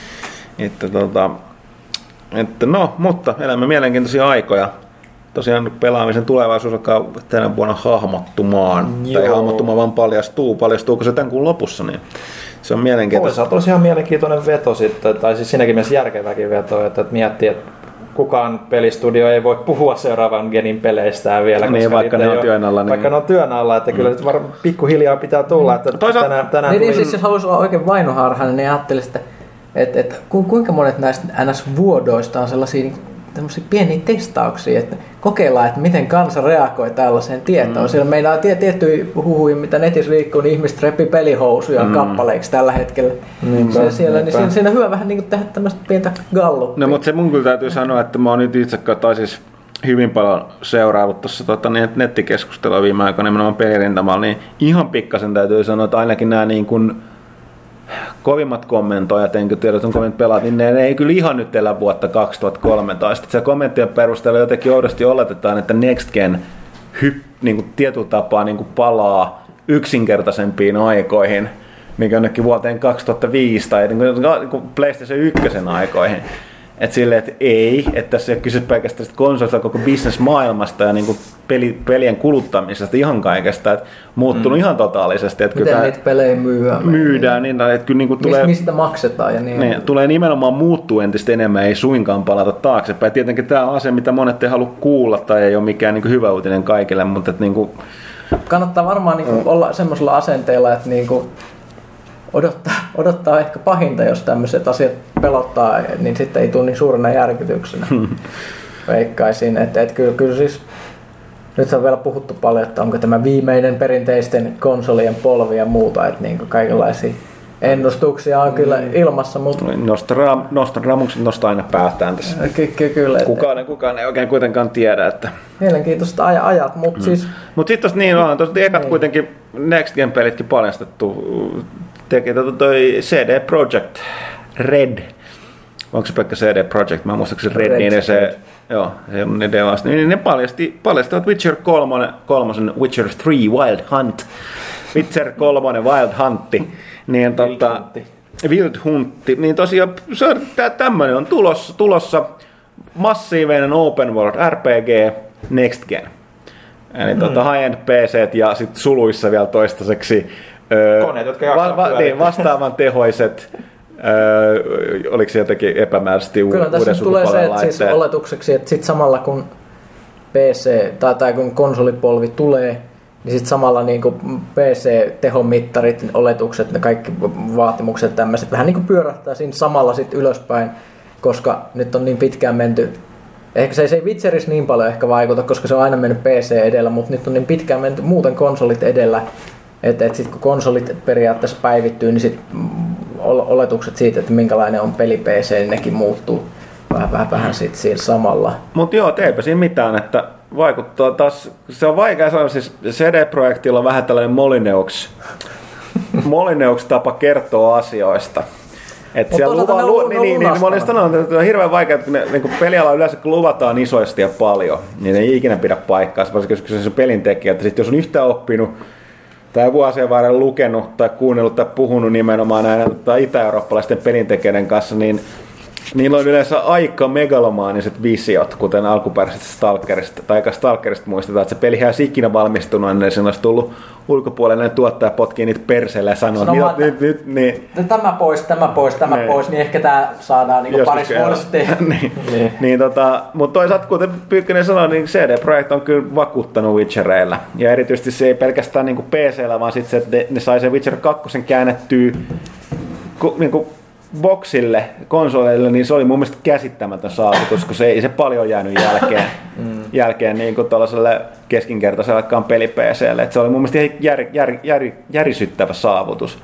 että no, mutta elämme mielenkiintoisia aikoja. Tosiaan pelaamisen tulevaisuus alkaa tänä vuonna hahmottumaan. Joo. Tai hahmottumaan vaan paljastuuko se tämän kuun lopussa, niin se on mielenkiintoista. Se on tosiaan mielenkiintoinen veto sitten, tai siis siinäkin mielessä järkeväkin veto, että miettii, että kukaan pelistudio ei voi puhua seuraavan genin peleistään vielä. Niin, vaikka ne on työn alla. Vaikka ne on työn alla, että kyllä nyt pikkuhiljaa pitää tulla. Että tänään niin siis jos haluaisi olla oikein vainoharhainen, niin ajattelisi, että kuinka monet näistä NS-vuodoista on sellaisia tämmöisiä pieniä testauksia, että kokeillaan, että miten kansa reagoi tällaiseen tietoon. Siellä meillä on tiettyjä huhuja, mitä netissä liikkuu, niin ihmiset repii pelihousuja kappaleiksi tällä hetkellä. Niin siinä on hyvä vähän niin kuin tehdä tämmöistä pientä gallupia. No, mutta se mun kyllä täytyy sanoa, että mä oon nyt itse siis hyvin paljon seuraillut tuossa nettikeskustelua viime aikoina nimenomaan pelirintamalla, niin ihan pikkasen täytyy sanoa, että ainakin nämä niin kuin kovimmat kommentoijat, enkä tiedä, että on kovimmat pelaat, niin ne ei kyllä ihan nyt elä vuotta 2013. Se kommenttien perusteella jotenkin oudosti oletetaan, että Next Gen niin kuin tietyllä tapaa niin kuin palaa yksinkertaisempiin aikoihin, mikä jonnekin vuoteen 2005 tai niin kuin PlayStation 1 aikoihin. Että silleen, että ei, että tässä ei ole kyse pelkästään konsolista, koko business-maailmasta ja niinku pelien kuluttamisesta, ihan kaikesta, että muuttunut ihan totaalisesti. Että miten niitä pelejä myydään, niin että kyllä niinku tulee, mistä maksetaan ja niin. Tulee nimenomaan muuttuu entistä enemmän, ei suinkaan palata taaksepäin. Tietenkin tämä on asia, mitä monet ei halua kuulla tai ei ole mikään niinku hyvä uutinen kaikille, mutta että niinku kannattaa varmaan niinku olla semmoisella asenteella, että niinku odottaa ehkä pahinta, jos tämmöiset asiat pelottaa, niin sitten ei tule niin suurena järkytyksenä. Veikkaisin, että kyllä siis nyt on vielä puhuttu paljon, että onko tämä viimeinen perinteisten konsolien polvi ja muuta, että niin kaikenlaisia ennustuksia on kyllä ilmassa. Mutta Nostradamukset nostaa aina päätään tässä. Kyllä. Kukaan ei oikein kuitenkaan tiedä. Että mielenkiintoiset ajat, mutta siis Mutta sitten tuossa niin on, tuossa ekat kuitenkin Next Gen pelitkin paljastettu. Teki toi CD Projekt Red. Onko se pelkkä CD Projekt? Mä muistan, se Red, niin se niin ne paljastavat Witcher 3, Witcher 3 Wild Hunt. Witcher 3 Wild Huntti. Niin Wild Huntti. Niin tosiaan tämmönen on tulossa massiivinen open world RPG Next Gen. Eli high-end PC:t ja sit suluissa vielä toistaiseksi koneet, jotka vastaavan tehoiset, oliko se jotenkin epämääräisesti uuden sukupuolen laitteet? Kyllä tässä tulee se, että siis oletukseksi, että sit samalla kun PC tai kun konsolipolvi tulee, niin sit samalla niin kuin PC-tehomittarit, oletukset, ne kaikki vaatimukset tämmöiset vähän niin kuin pyörähtää siinä samalla sit ylöspäin, koska nyt on niin pitkään menty. Ehkä se ei Witcherissa niin paljon ehkä vaikuta, koska se on aina mennyt PC edellä, mutta nyt on niin pitkään menty muuten konsolit edellä, että sitten kun konsolit periaatteessa päivittyy, niin sit oletukset siitä, että minkälainen on peli PC, niin nekin muuttuu vähän sitten siinä samalla. Mutta joo, eipä siinä mitään, että vaikuttaa taas, se on vaikea sanoa, siis CD-projektilla on vähän tällainen Molineux-tapa kertoa asioista. Että siellä mä olin sanonut, että on hirveän vaikea, että niin peliala yleensä kun luvataan isoisesti ja paljon, niin ei ikinä pidä paikkaa, varsinkin jos se on pelintekijä, että sitten jos on yhtään oppinut tai vuosien varrella lukenut tai kuunnellut tai puhunut nimenomaan näiden itä-eurooppalaisten pelintekijöiden kanssa, niin niillä on yleensä aika megalomaaniset visiot, kuten alkuperäisestä Stalkerista, tai Stalkerista muistetaan, että se peli ei olisi ikinä valmistunut, niin siinä olisi tullut ulkopuolinen tuottaja potkii niitä perseille ja sanoo, että nyt niin. Tämä pois, niin ehkä tämä saadaan niin parissa vuodessa tehdä. Mutta toisaalta, kuten Pyykkönen sanoi, niin CD Projekt on kyllä vakuuttanut Witchereillä. Ja erityisesti se ei pelkästään niin PC:llä, vaan sitten se, että ne sai sen Witcher 2 käännettyä niin boxille, konsoleille, niin se oli mun mielestä käsittämätön saavutus, koska se ei se paljon jäänyt jälkeen niin kuin tuollaiselle keskinkertaisellekaan peli-PC:lle. Se oli mun mielestä järisyttävä saavutus.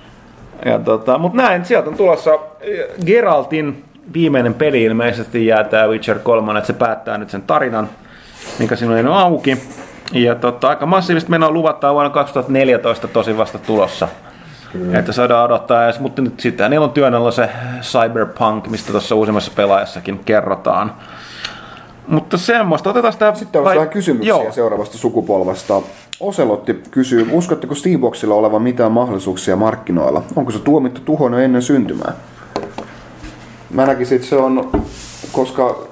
Mutta näin, sieltä on tulossa Geraltin viimeinen peli ilmeisesti jää tää Witcher 3, että se päättää nyt sen tarinan, mikä siinä on auki. Ja aika massiivisesti menoa luvataan vuonna 2014 tosi vasta tulossa. Että saadaan odottaa, mutta nyt sitten niillä on työn alla se Cyberpunk, mistä tuossa uusimmassa pelaajassakin kerrotaan. Mutta semmoista, otetaan sitä. Sitten on vähän kysymyksiä seuraavasta sukupolvesta. Oselotti kysyy, uskotteko Steamboxilla olevan mitään mahdollisuuksia markkinoilla? Onko se tuomittu tuhoon jo ennen syntymää? Mä näkisin, että se on, koska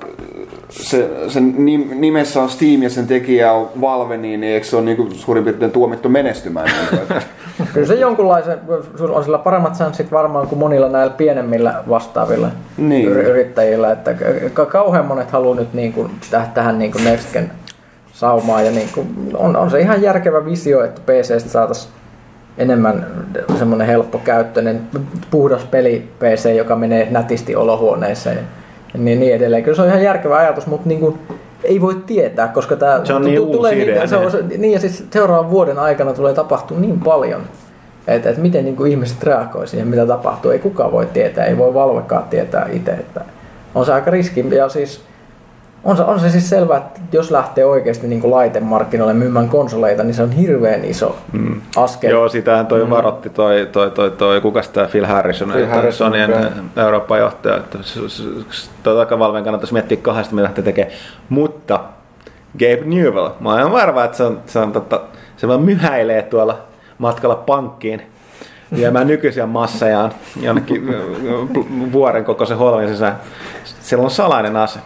sen nimessä on Steam ja sen tekijä on Valve, niin eikö se ole niin suurin piirtein tuomittu menestymään? Kyllä se jonkunlaisen, on sillä paremmat chanssit varmaan kuin monilla näillä pienemmillä vastaavilla yrittäjillä. Että kauhean monet haluaa nyt niin kuin tähän niin kuin Next Gen saumaan. Ja niin kuin on se ihan järkevä visio, että PC:stä saataisiin enemmän semmoinen helppokäyttöinen, puhdas peli PC, joka menee nätisti olohuoneeseen niin edelleen. Kyllä se on ihan järkevä ajatus, mutta niin kuin, ei voi tietää, koska tämä se on niin uusi idea. Niin ja siis seuraavan vuoden aikana tulee tapahtua niin paljon, että miten niin kuin ihmiset reagoi siihen, mitä tapahtuu. Ei kukaan voi tietää, ei voi Valvekaan tietää itse. Että on se aika riski. Ja siis, on se siis selvää, että jos lähtee oikeasti niin kuin laitemarkkinoille myymään konsoleita, niin se on hirveän iso askel. Joo, sitähän toi varotti toi kukas tää Phil Harrison Sonyn Euroopan johtaja. Että Valven kannattaisi miettiä kahdesta, mitä lähtee tekemään. Mutta Gabe Newell, mä oon varma, että se vaan myhäilee tuolla matkalla pankkiin viemään nykyisiä massajaan jonnekin vuoren kokoisen holvin sisään. Siellä on salainen ase.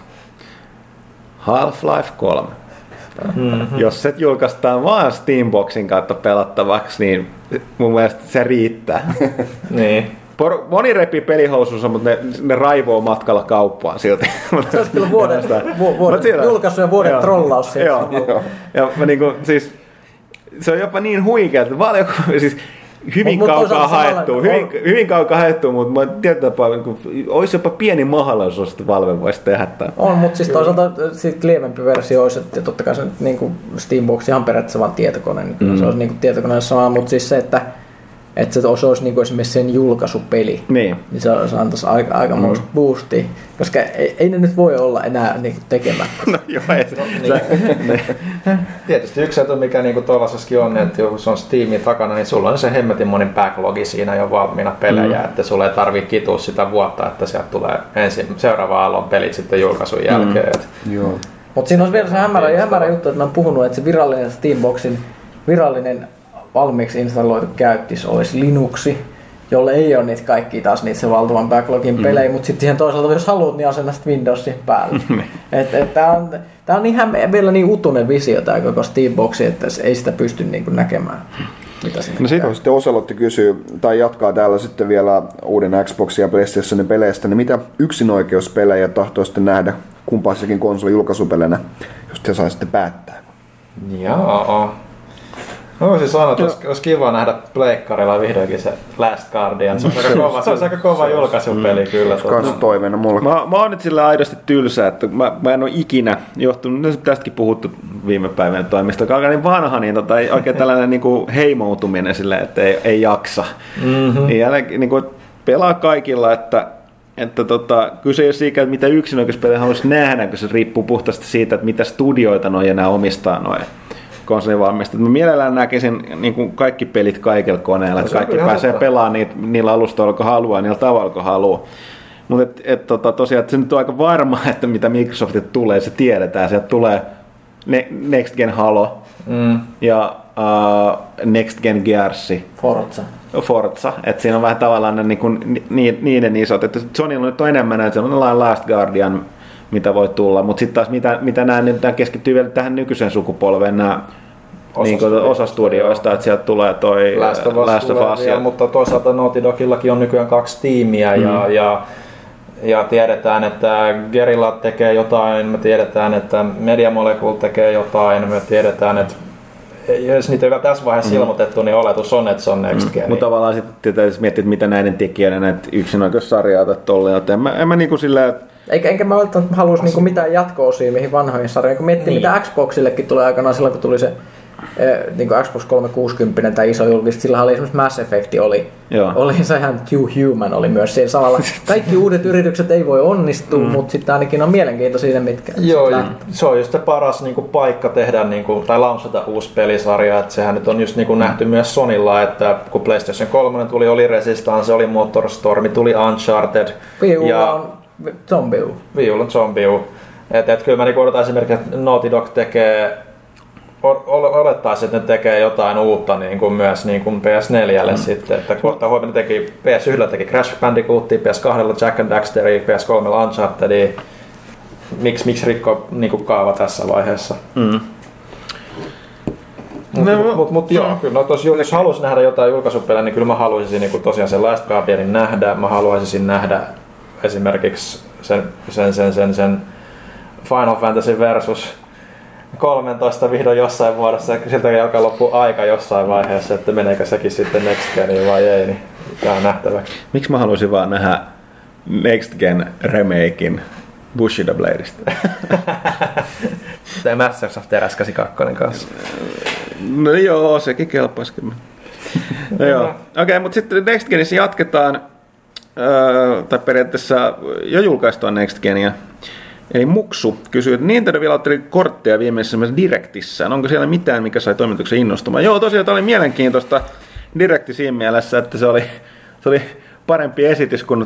Half-Life 3. Jos se julkaistaan vaan Steamboxin kautta pelattavaksi, niin mun mielestä se riittää. Niin. Moni repii pelihousunsa, mutta ne raivoo matkalla kauppaan silti. Se olisi kyllä vuoden julkaisu ja vuoden trollaus. Joo. Ja niinku, siis, se on jopa niin huikea, että siis hyvin kaukaa haettu, mutta mä tietyllä tapaa, olisi jopa pieni mahdollisuus, että Valve voisi tehdä tämän. On, mutta siis toisaalta lievempi versio olisi, että totta kai se nyt niin kuin Steambox ihan periaatteessa vaan tietokone, niin se olisi niin kuin tietokoneen sama, mutta siis se, että se olisi niin kuin esimerkiksi sen julkaisupeli, niin se antaisi aikamoista boostia, koska ei ne nyt voi olla enää niin kuin tekemättä. No joo, ei se. Tietysti yksi etu, mikä niin tuollaisessakin on, että jos on Steamin takana, niin sulla on se hemmetin monin backlogi siinä jo valmiina pelejä, että sulla ei tarvitse kitua sitä vuotta, että sieltä tulee seuraava aallon pelit sitten julkaisun jälkeen. Joo. Mutta siinä on vielä se hämärä juttu, että mä oon puhunut, että se virallinen Steamboxin virallinen valmiiksi installoitu käyttis olisi Linuxi, jolle ei ole niitä kaikkia taas niitä se valtavan backlogin pelejä, mutta sitten siihen toisaalta jos haluat, niin asenna sitten Windowsin päälle. Tämä on vielä niin utunen visio tämä koko Steamboxi, että ei sitä pysty niin kuin näkemään. Mitä no sitten Oselotti kysyy, tai jatkaa täällä sitten vielä uuden Xboxin ja PlayStationin peleistä, niin mitä yksinoikeuspelejä tahtoisitte nähdä kumpaissakin konsolin julkaisupelejä, jos te saisitte päättää? Joo. Mä voisin sanoa, että olisi kiva nähdä pleikkarilla vihdoinkin se Last Guardian. Se on aika kova julkaisupeli kyllä. Kans toiveena mulla. Mä oon nyt sillä aidosti tylsä, että mä en ole ikinä johtunut, tästäkin puhuttu viime päivänä toimista, joka on niin vanha, niin ei oikein tällainen niinku heimoutuminen silleen, että ei jaksa. Niin jälleen niinku pelaa kaikilla, että kyse ei ole siitä, että mitä yksinäköispelejä haluaisi nähdä, kun se riippuu puhtaasti siitä, että mitä studioita noin enää omistaa noin konsolivalmistajat. Mä mielellään näkisin niin kuin kaikki pelit kaikilla koneilla, että kaikki pääsee pelaamaan niillä alustoilla, kun haluaa, niillä tavalla, kun haluaa. Mutta tosiaan se nyt on aika varma, että mitä Microsoftilta tulee, se tiedetään. Sieltä tulee Next Gen Halo ja Next Gen Gears. Forza. Että siinä on vähän tavallaan niiden isot. Että Sonylla nyt on enemmän, että se on Last Guardian, mitä voi tulla, mutta sitten taas mitä nämä nyt keskittyy vielä tähän nykyiseen sukupolveen nämä osastudioista, että sieltä tulee toi Last of Us. Mutta toisaalta Naughty Dogillakin on nykyään 2 tiimiä ja tiedetään, että Guerrilla tekee jotain, me tiedetään, että Media Molecule tekee jotain, me tiedetään, että jos niitä ei vielä tässä vaiheessa ilmoitettu, niin oletus on, että se on Next Gen. Mutta tavallaan sitten täytyisi miettiä, mitä näiden tekijöiden näitä yksinoikeussarjaa tai tolleen, en mä niinku silleen, Enkä mä välttämättä haluaisi niinku mitään jatko-osia mihin vanhoihin sarjoihin. Kun miettii, mitä Xboxillekin tulee aikanaan silloin, kun tuli se niinku Xbox 360 tai iso julkis, sillä oli esimerkiksi Mass Effect oli se ihan Too Human oli myös siinä samalla. Kaikki uudet yritykset ei voi onnistua, mutta sitten ainakin on mielenkiintoisia mitkä. Joo, se on just se paras niinku paikka tehdä niinku, tai launchata uusi pelisarja, että sehän nyt on just niinku nähty myös Sonylla, että kun PlayStation 3 tuli, oli Resistance, oli Motorstorm, tuli Uncharted. Viulla Zombie. Et kyllä mä niin odotan esimerkiksi, että Naughty Dog tekee, olettaisiin, että ne tekee jotain uutta niin kuin myös niin kuin PS4:lle sitten. Että kohta huomenna teki, PS1 teki Crash Bandicootia, PS2 Jack and Daxteria, PS3 Unchartedia. Miksi rikko niin kuin kaava tässä vaiheessa? Mutta joo, kyllä jos haluaisin nähdä jotain julkaisupelejä, niin kyllä mä haluaisin niin kuin tosiaan sen Last Guardianin nähdä. Mä haluaisin nähdä esimerkiksi sen Final Fantasy versus 13 vihdoin jossain muodossa, ja siltä alkaa loppua aika jossain vaiheessa, että meneekö sekin sitten Next Geniin vai ei, niin tämä on nähtäväksi. Miksi mä haluaisin vaan nähdä Next Gen remakein Bushido Bladeista. Tai Masters of Teräskäsi 2 kanssa. No joo, sekin kelpaisi kyllä. No joo. Okei, mutta sitten Next Genissä jatketaan, tai periaatteessa jo julkaistua Next Genia. Eli Muksu kysyy, että Nintendo vielä otteli kortteja viimeisessä Directissään. Onko siellä mitään, mikä sai toimituksen innostumaan? Joo, tosiaan tämä oli mielenkiintoista Directi siinä mielessä, että se oli parempi esitys kuin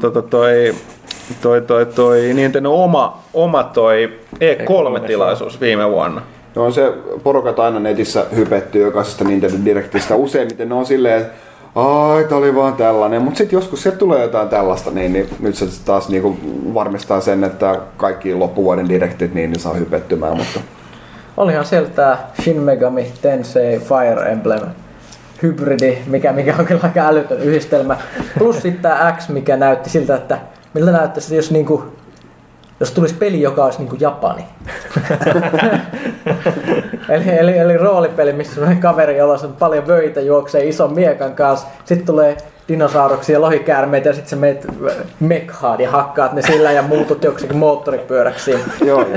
toi Nintendo oma toi E3-tilaisuus viime vuonna. No on se porukat aina netissä hypetty jokaisesta Nintendo Directistä. Useimmiten ne on silleen, että ai, tää oli vaan tällainen. Mutta sitten joskus sieltä tulee jotain tällaista, niin nyt se taas niinku varmistaa sen, että kaikki loppuvuoden Directit niin saa hypettymään. Mutta Olihan siellä tää Shin Megami Tensei Fire Emblem hybridi, mikä on kyllä aika älytön yhdistelmä. Plus sitten tää X, mikä näytti siltä, että miltä näyttäisi, jos tulisi peli, joka olisi niinku Japani. eli roolipeli, missä on kaveri, jolla on paljon vöitä, juoksee ison miekan kanssa. Sitten tulee dinosauruksia ja lohikäärmeitä ja sitten sä menet mekhaan ja hakkaat ne sillä ja muutut joksikin moottoripyöräksiin. Joo.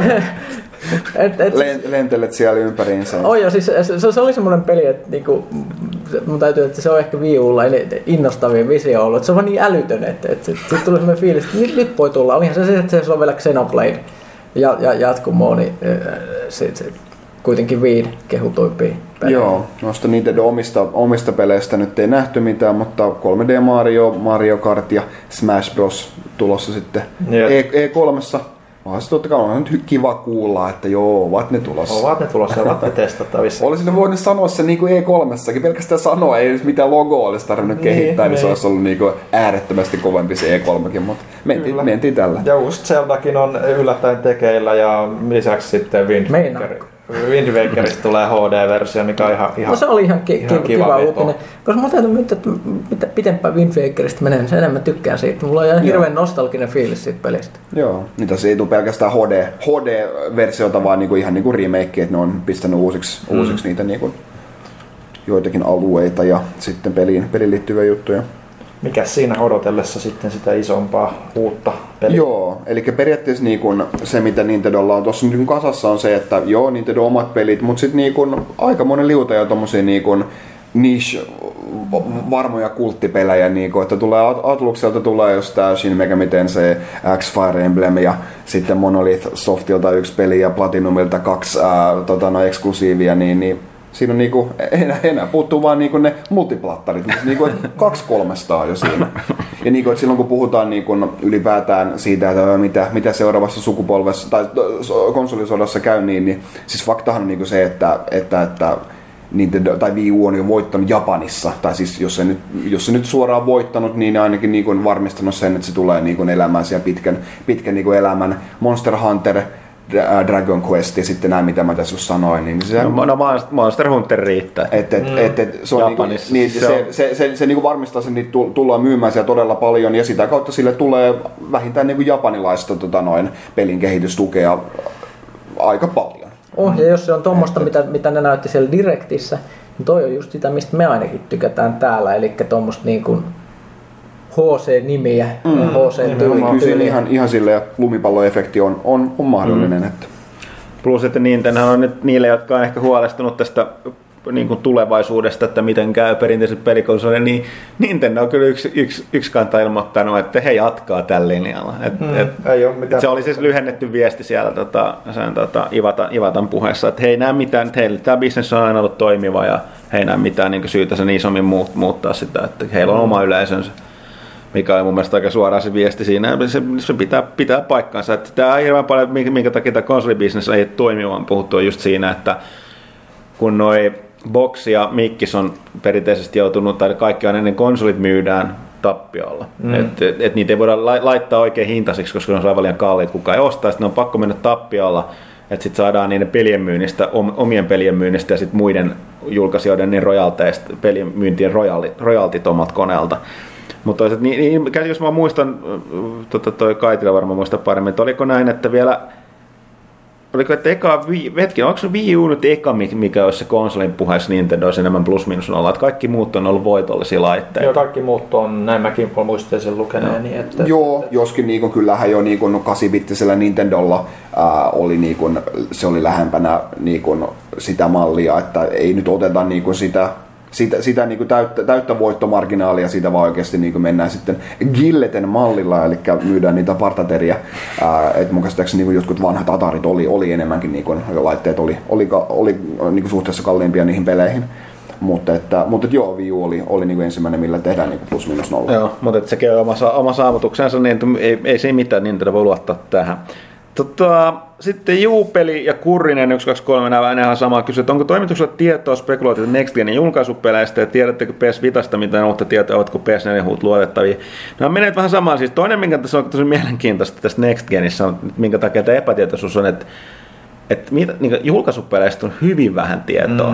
Lentelet siellä ympäriinsä. Ja siis se oli semmoinen peli, että niinku, mun täytyy, että se on ehkä Wii Ulla innostavin visio ollut. Se on vaan niin älytön, että sitten tuli semmoinen fiilis, että nyt voi tulla. Olihan se, että se on vielä Xenoblade ja jatkumoa, niin se kuitenkin Wiin kehutuimpia pelejä. Joo, noista Nintendo omista peleistä nyt ei nähty mitään, mutta 3D Mario Kart ja Smash Bros. Tulossa sitten E3:ssa. Se totta kai on nyt kiva kuulla, että joo, ovat ne tulossa. Ovat ne testattavissa. Olisin ne voinut sanoa se niin kuin E3:ssakin, pelkästään sanoa, ei edes mitään logoa olisi tarvinnut kehittää, niin se olisi ollut niin kuin äärettömästi kovempi se E3:kin, mutta mentiin tällä. Ja uusi Zeldakin on yllättäen tekeillä ja lisäksi sitten Wind Wakerista tulee HD-versio, mikä on ihan no se oli ihan kiva uutinen. Koska mä täytyy nyt, että mitä pitempään Wind Wakerista menee, niin sen enemmän tykkään siitä. Mulla on ihan hirveän nostalginen fiilis siitä pelistä. Joo, niitä se ei tule pelkästään HD-versiota, vaan niinku ihan niinku remake, että ne on pistänyt uusiksi niitä niinku joitakin alueita ja sitten peliin liittyviä juttuja. Mikä siinä odotellessa sitten sitä isompaa uutta peliä? Joo, eli periaatteessa niin kun se mitä Nintendolla on tuossa niin kasassa on se, että joo, Nintendo omat pelit, mutta sitten niin aika monen liuta jo tommosia niin kun niche varmoja kulttipelejä, niin kun, että tulee Atlukselta tulee just tää Shin Megami Tensei, X Fire Emblem ja sitten Monolith Softilta 1 peli ja Platinumilta 2 eksklusiivia, niin siinä on niinku, enää puuttuu vaan niinku ne multiplattarit, niinku 200-300 jo siinä. Ja niinku, silloin kun puhutaan niinku ylipäätään siitä, että mitä seuraavassa sukupolvessa tai konsolisodassa käy, niin siis faktahan on niinku se, että Nintendo tai Wii U on jo voittanut Japanissa, tai siis jos se nyt suoraan voittanut, niin ainakin niinku on varmistanut sen, että se tulee niinku elämään siellä pitkän niinku elämän Monster Hunter, Dragon Quest ja sitten nämä, mitä mä tässä just sanoin. Niin se, Monster Hunter riittää. Se on Japanissa. Se niinku varmistaa sen, että tullaan myymään siellä todella paljon ja sitä kautta sille tulee vähintään niinku japanilaista pelin kehitystukea aika paljon. Ja jos se on tuommoista, mitä ne näytti siellä Directissä, niin toi on just sitä, mistä me ainakin tykätään täällä, eli tuommoista niin kuin HC-nimiä, HC-tyyliä. Kyllä ihan silleen lumipalloefekti on mahdollinen. Että. Plus, että Nintendo on nyt niille, jotka on ehkä huolestunut tästä niin kuin tulevaisuudesta, että miten käy perinteiselle pelikonsolille, niin Nintendo on kyllä yksi kantaa ilmoittanut, että he jatkaa tällä linjalla. Se oli siis lyhennetty viesti siellä Ivatan puheessa, että he ei näe mitään, että heille tämä business on aina ollut toimiva ja he ei näe mitään niin syytä sen isommin muuttaa sitä, että heillä on oma yleisönsä. Mikä oli mun mielestä aika suoraan se viesti siinä. Se pitää paikkansa. Että tämä on hirveän paljon, minkä takia tämä konsolibisnes ei toimi, vaan puhuttu on just siinä, että kun noi Box ja Mikkis on perinteisesti joutunut, tai kaikki on ennen konsolit myydään tappiolla. Et niitä ei voida laittaa oikein hintaisiksi, koska ne on aivan liian kalliit, kukaan ei ostaa. Sitten ne on pakko mennä tappiolla, että sitten saadaan niiden pelien myynnistä, omien pelien myynnistä ja sitten muiden julkaisijoiden niin rojalteista, pelien myyntien rojaltit omat koneelta. Mutta jos mä muistan, toi Kaitila varmaan muistaa paremmin, että oliko näin, että vielä oliko, että onko se Wii U nyt eka, mikä olisi se konsolin puheessa Nintendo olisi enemmän plus minus nolla, että kaikki muut on ollut voitollisia laitteita? Joo, kaikki muut on, näin mäkin muistin sen lukeneeni. Että, joo, joskin niin kyllähän jo niin 8-bittisellä Nintendolla oli, niin kuin, se oli lähempänä niin kuin, sitä mallia, että ei nyt oteta niin kuin sitä niin kuin täyttä voittomarginaalia, siitä vaan oikeasti niin kuin mennään sitten Gilleten mallilla, eli myydään niitä partateriä. Että mun käsittääkseni niin jotkut vanhat Atarit oli enemmänkin, niin kuin, laitteet oli niin kuin suhteessa kalliimpia niihin peleihin. Mutta joo, Wii U oli niin kuin ensimmäinen, millä tehdään niin kuin plus minus nolla. Joo, mutta sekin on oma saavutuksensa, niin ei se mitään, niin tätä voi luottaa tähän. Sitten Juupeli ja Kurrinen 123 nämä ihan samaa kysyä, että onko toimituksella tietoa spekuloitu Next Genin julkaisupeleistä ja tiedättekö PS Vitasta mitään uutta tietoa, ovatko PS4-huut luotettavia? Nämä menee vähän samaan, siis toinen minkä tässä on tosi mielenkiintoista tässä Next Genissä on, minkä takia tämä epätietoisuus on, että niin julkaisupeleistä on hyvin vähän tietoa.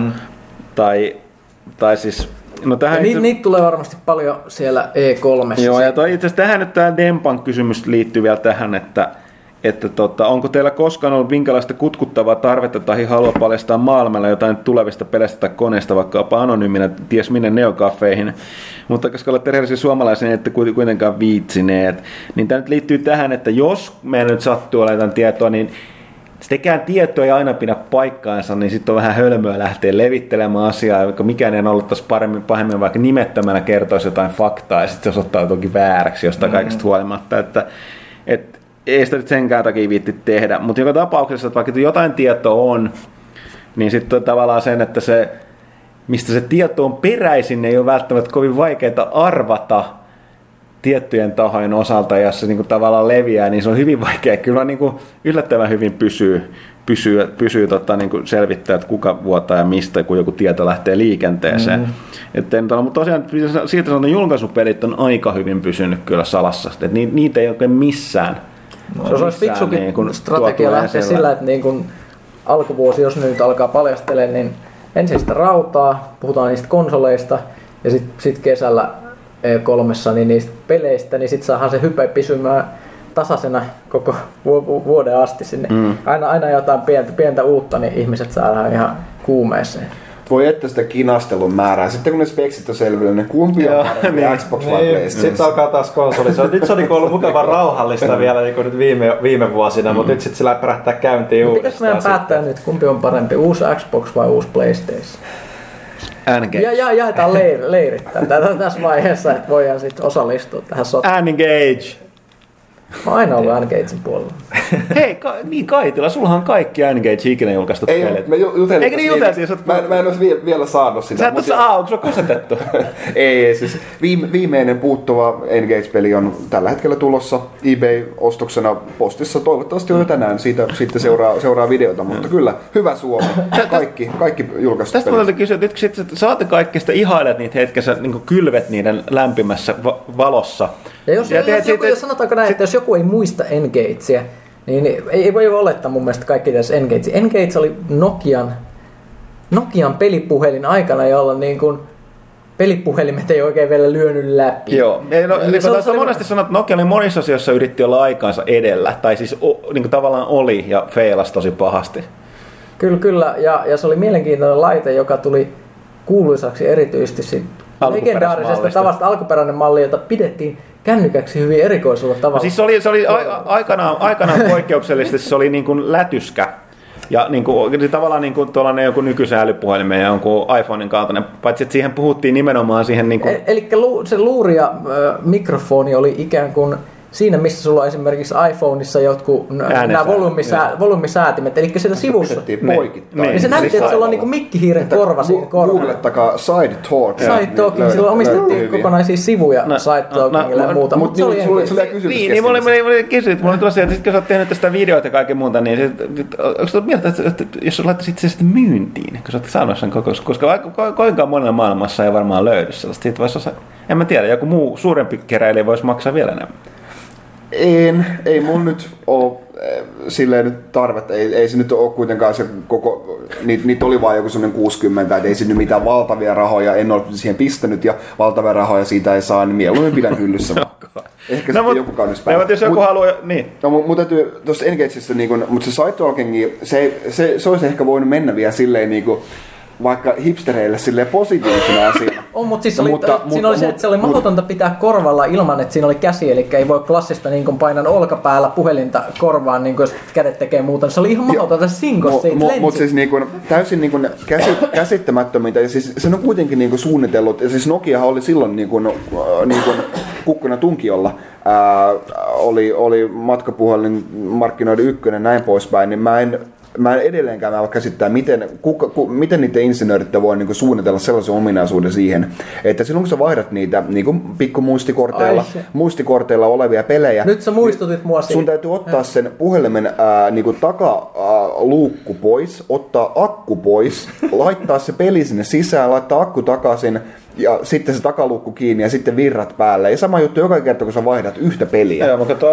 Tai siis no tähän niitä tulee varmasti paljon siellä E3. Joo, ja itse asiassa tähän nyt tämä Dempan kysymys liittyy vielä tähän, että onko teillä koskaan ollut minkälaista kutkuttavaa tarvetta tai halua paljastaa maailmalla jotain tulevista peleistä tai koneista, vaikkapa anonyyminä ties minne neokaffeihin, mutta koska olette rehellisiä suomalaisia, ette kuitenkaan viitsineet, niin tämä nyt liittyy tähän, että jos meillä nyt sattuu olemaan tietoa, niin sitäkään tietoa ei aina pidä paikkaansa, niin sitten on vähän hölmöä lähteä levittelemään asiaa, vaikka mikään ei ollut taas pahemmin vaikka nimettömänä kertoisi jotain faktaa, ja sitten se osoittautuukin vääräksi jostain kaikesta huolimatta, että ei sitä nyt senkään takia viitti tehdä, mutta joka tapauksessa, että vaikka jotain tietoa on, niin sitten tavallaan sen, että se, mistä se tieto on peräisin, ei ole välttämättä kovin vaikeaa arvata tiettyjen tahojen osalta, ja jos se niin kuin tavallaan leviää, niin se on hyvin vaikea. Kyllä niin kuin yllättävän hyvin pysyy niin kuin selvittää, että kuka vuotaa ja mistä, kun joku tieto lähtee liikenteeseen. Mutta tosiaan siitä sanotaan, että julkaisupelit on aika hyvin pysynyt kyllä salassa, että niitä ei oikein missään. Se olisi fiksukin niin strategia lähteä sillä, että niin kun alkuvuosi, jos nyt alkaa paljastelemaan, niin ensin sitä rautaa, puhutaan niistä konsoleista, ja sitten kesällä E3 niin niistä peleistä, niin sitten saadaan se hype pysymään tasaisena koko vuoden asti sinne. Aina jotain pientä uutta, niin ihmiset saadaan ihan kuumeeseen. Voi että sitä kinastelun määrää. Sitten kun ne speksit on selvinnyt, niin kumpi on parempi, niin, Xbox vai PlayStation? Sitten alkaa taas konsoli. Nyt se on ollut mukavan rauhallista vielä niin nyt viime vuosina, mutta nyt sitten sillä pärähtää käyntiin uudestaan. Pitäisikö meidän päättää nyt, kumpi on parempi, uusi Xbox vai uusi PlayStation? N-Gage. Jaetaan leirittää tässä vaiheessa, että voidaan sitten osallistua tähän sotaan. N-Gage. Mä oon aina ollut N-Gagen puolella. Hei, niin Kaitila, sullahan on kaikki N-Gage ikinä julkaistut pelit. Eikö niin juteltiin? Mä en ole vielä saanut sitä. Sä et onko sulla kusetettu? ei, siis viimeinen puuttuva N-Gage-peli on tällä hetkellä tulossa eBay-ostoksena postissa. Toivottavasti jo tänään siitä sitten seuraa videota, mutta kyllä, hyvä Suomi. Kaikki julkaistut tästä pelit. Tästä kysyä, että nyt sit saatte kaikki sitä ihailet niitä hetkessä, niin kylvet niiden lämpimässä valossa. Ja jos sanotaanko näin, että jos joku ei muista N-Gagea, niin ei voi olettaa mun mielestä kaikki tässä N-Gage. N-Gage oli Nokian pelipuhelin aikana, jolla niin kuin pelipuhelimet ei oikein vielä lyönyt läpi. Joo, monesti sanoo, että Nokia oli monissa asioissa yritti olla aikaansa edellä, tai siis niin kuin tavallaan oli ja feilasi tosi pahasti. Kyllä, ja se oli mielenkiintoinen laite, joka tuli kuuluisaksi erityisesti legendaarisesta tavasta, alkuperäinen malli, jota pidettiin kännykäksi hyvin erikoisella tavalla. No siis se oli aikanaan poikkeuksellisesti, se oli niin kuin lätyskä. Ja niin kuin, tavallaan niin kuin tuollainen joku nykyisen älypuhelimen ja jonkun iPhonein kaltainen, paitsi että siihen puhuttiin nimenomaan siihen... Niin kuin... Eli se luuri ja mikrofoni oli ikään kuin siinä, missä sulla on esimerkiksi iPhoneissa jotkut nämä volyymisäätimet, eli siellä sivussa. Niin se näytti, että sulla on niinku mikkihiiren korva siinä korvalla. Googlettakaa Side Talk. Side Talking, sillä omistettiin kokonaisia sivuja Side Talkingille ja muuta. Mutta sulla oli kysymys. Niin, mulla oli kysynyt, mulla oli tuossa, että kun sä oot tehnyt tästä videoita ja kaiken muuta, niin onko sä mieltä, että jos sä laittaisit sen sitten myyntiin, kun sä oot saanut sen kokous, koska kuinka monella maailmassa ei varmaan löydy sellaista. En mä tiedä, joku muu suurempi keräilijä voisi maksaa vielä enemmän. Ei mun nyt ole silleen nyt tarvetta, ei se nyt ole kuitenkaan se koko, niitä oli vaan joku sellainen 60, että ei se nyt mitään valtavia rahoja, en ole siihen pistänyt ja valtavia rahoja siitä ei saa, niin mieluummin pidän hyllyssä. Ehkä sitten joku kaunis päivä. Jos joku haluaa, niin. No, mun täytyy tuossa Engageista, mutta se side-talkingi, se olisi ehkä voinut mennä vielä silleen vaikka hipstereille silleen positiivisena asiana. Mutta siis siinä oli se, että se oli mahdotonta pitää korvalla ilman, että siinä oli käsi, eli ei voi klassista niin painan olkapäällä puhelinta korvaan, niin jos kädet tekee muuta. Se oli ihan mahdotonta sinkos siitä lensi. Mutta siis täysin käsittämättömintä, ja siis se on kuitenkin suunnitellut, ja siis Nokiahan oli silloin kukkuna tunkiolla, oli matkapuhelin markkinoiden ykkönen näin poispäin, niin mä en edelleenkään voi käsittää, miten niiden insinöörit voi suunnitella sellaisen ominaisuuden siihen, että silloin kun sä vaihdat niitä muistikorteilla olevia pelejä, nyt sä muistutit mua siitä. Sun täytyy ottaa sen puhelimen takaluukku pois, ottaa akku pois, laittaa se peli sinne sisään, laittaa akku takaisin, ja sitten se takaluukku kiinni ja sitten virrat päälle. Ja sama juttu joka kerta, kun sä vaihdat yhtä peliä. Joo, mutta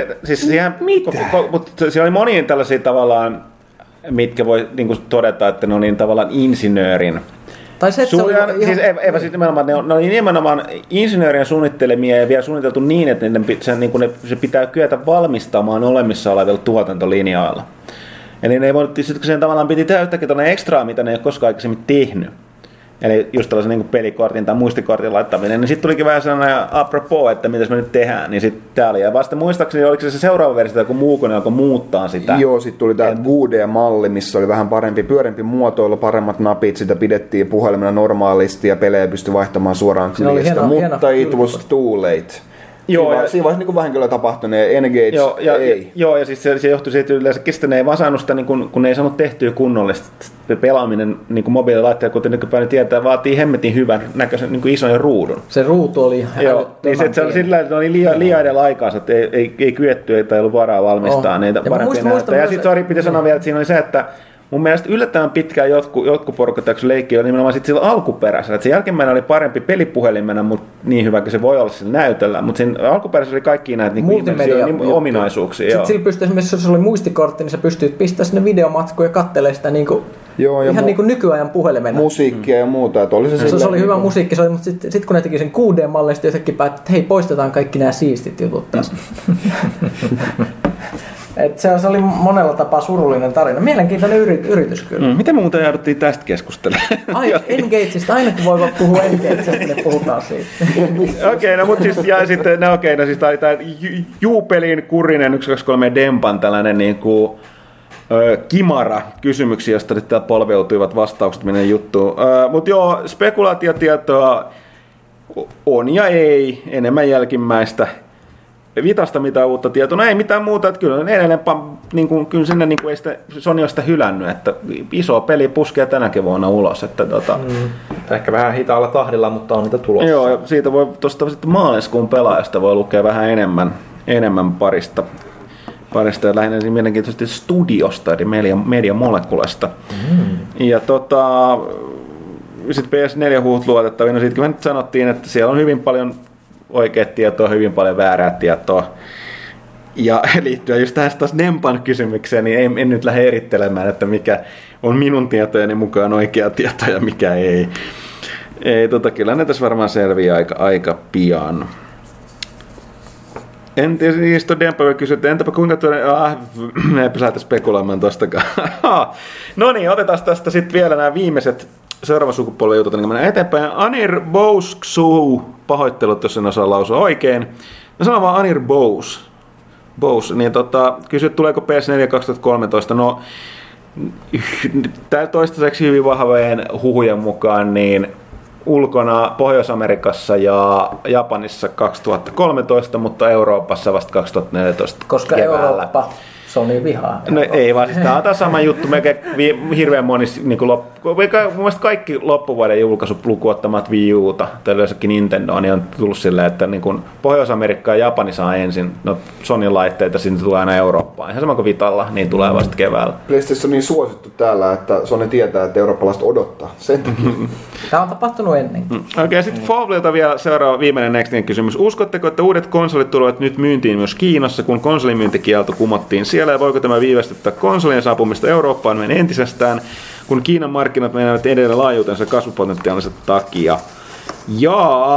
siellä oli monia tällaisia tavallaan, mitkä voi todeta, että ne on niin tavallaan insinöörin. Tai se, ne oli nimenomaan insinöörien suunnittelemia ja vielä suunniteltu niin, että se pitää kyetä valmistamaan olemissa olevilla tuotantolinjoilla. Eli ne ei voinut, kun sen tavallaan piti täyttäkin tällainen ekstraa, mitä ne ei ole koskaan aikaisemmin tehnyt. Eli just tällaisen pelikortin tai muistikortin laittaminen, niin sitten tulikin vähän sellainen apropos, että mitäs me nyt tehdään, niin sitten tää oli. Ja vasta muistaakseni, oliko se seuraava versio, joku muu kone alkoi muuttaa sitä. Joo, sitten tuli tämä GUD-malli, missä oli vähän pyörempi muotoilu, paremmat napit, sitä pidettiin puhelimena normaalisti ja pelejä pystyi vaihtamaan suoraan kyljestä, mutta it was too late. Joo, siinä vaiheessa vähän kyllä tapahtui, ne Engage ei. Joo, ja siis se johtui siitä yleensäkin, että ne ei vaan saanut sitä, kun ne ei saanut tehtyä kunnollista. Pelaaminen mobiililaitteella, kuten nykypäivänä tietää, vaatii hemmetin hyvän näköisen isojen ruudun. Se ruutu oli niin se oli sillä että oli liian edellä aikaansa, että ei kyetty, tai ei ollut varaa valmistaa niitä parempia näyttöjä. Ja sitten piti sanoa vielä, että siinä oli se, että mun mielestä yllättävän pitkään jotkut porukat leikki oli nimenomaan sillä alkuperäisellä. Että se jälkimmäinen oli parempi pelipuhelimena, mutta niin hyvä kuin se voi olla sillä näytöllä. Mutta siinä alkuperäisellä oli kaikki näitä ominaisuuksia. Sitten sillä pystyi esimerkiksi, jos oli muistikortti, niin sä pystyt pistämään sinne videomatkuun ja katselemaan sitä ihan niin kuin nykyajan puhelimena. Musiikkia ja muuta. Että oli se oli hyvä musiikki, mutta sitten kun ne teki sen 6D-mallin, sitten jotenkin päätti, että hei, poistetaan kaikki nämä siistit jutut tässä. Et se oli monella tapaa surullinen tarina. Mielenkiintoinen yritys kyllä. Miten me muuten jouduttiin tästä keskustelemaan? Engageista, aina kun voi puhua Engageista, niin puhutaan siitä. Okei, no mutta siis, ja sitten, tämä Juupelin Kurinen 123 Dempan tällainen kimara kysymyksiä, josta nyt täällä polveutuivat vastaukset minne juttuun. Mutta joo, spekulaatiotietoa on ja ei, enemmän jälkimmäistä. Vitasta mitään uutta tietoa, no ei mitään muuta, että kyllä edelleen kyllä sinne ei sitä Sony ole sitä hylännyt, että iso peli puskee tänäkin vuonna ulos. Että Ehkä vähän hitaalla tahdilla, mutta on niitä tulossa. Joo, ja siitä voi tuosta maaliskuun pelaajasta voi lukea vähän enemmän parista ja lähinnä mielenkiintoisesti studiosta, eli Media Moleculasta. Ja sitten PS4 huut luotettavia, no siitäkin me nyt sanottiin, että siellä on hyvin paljon oikeat tietoa, hyvin paljon väärää tietoa. Ja liittyen just tähän taas Nempan kysymykseen, niin en nyt lähde erittelemään, että mikä on minun tietojeni mukaan oikea tieto ja mikä ei. Kyllä ne tässä varmaan selviää aika pian. En tiedä, niistä Dempa kysyi, että entäpä kuinka me ei lähdetä spekuloimaan tostakaan. No niin, otetaan tästä sitten vielä nämä viimeiset seuraavan sukupolven jutut, niin mennään eteenpäin. Anir Bousksu, pahoittelut, jos en osaa lausua oikein. No sanon vaan Anir Bous, niin kysyt, tuleeko PS4 2013? No, toistaiseksi hyvin vahvojen huhujen mukaan, niin ulkona Pohjois-Amerikassa ja Japanissa 2013, mutta Euroopassa vasta 2014 koska keväällä. Eurooppa Sony vihaa. No ei vaan, siis tämä on taas sama juttu. Hirveän moni, mun mielestä kaikki loppuvuoden julkaisut lukuottamat Wii Uta, tai yleensäkin Nintendo, niin on tullut silleen, että Pohjois-Amerikka ja Japani saa ensin Sony-laitteita, sitten tulee aina Eurooppaan. Ihan sama kuin Vitalla, niin tulee vasta keväällä. PlayStation on niin suosittu täällä, että Sony tietää, että eurooppalaiset odottaa. Sen takia. Tämä on tapahtunut ennen. Okei, sitten Favlilta vielä seuraava viimeinen Nextin kysymys. Uskotteko, että uudet konsolit tulevat nyt myyntiin myös Kiinassa, kun konsolimyyntikielto kumottiin siellä, ja voiko tämä viivästyttää konsolien saapumista Eurooppaan entisestään, kun Kiinan markkinat menevät edelleen laajuutensa kasvupotentiaalisen takia? Jaa,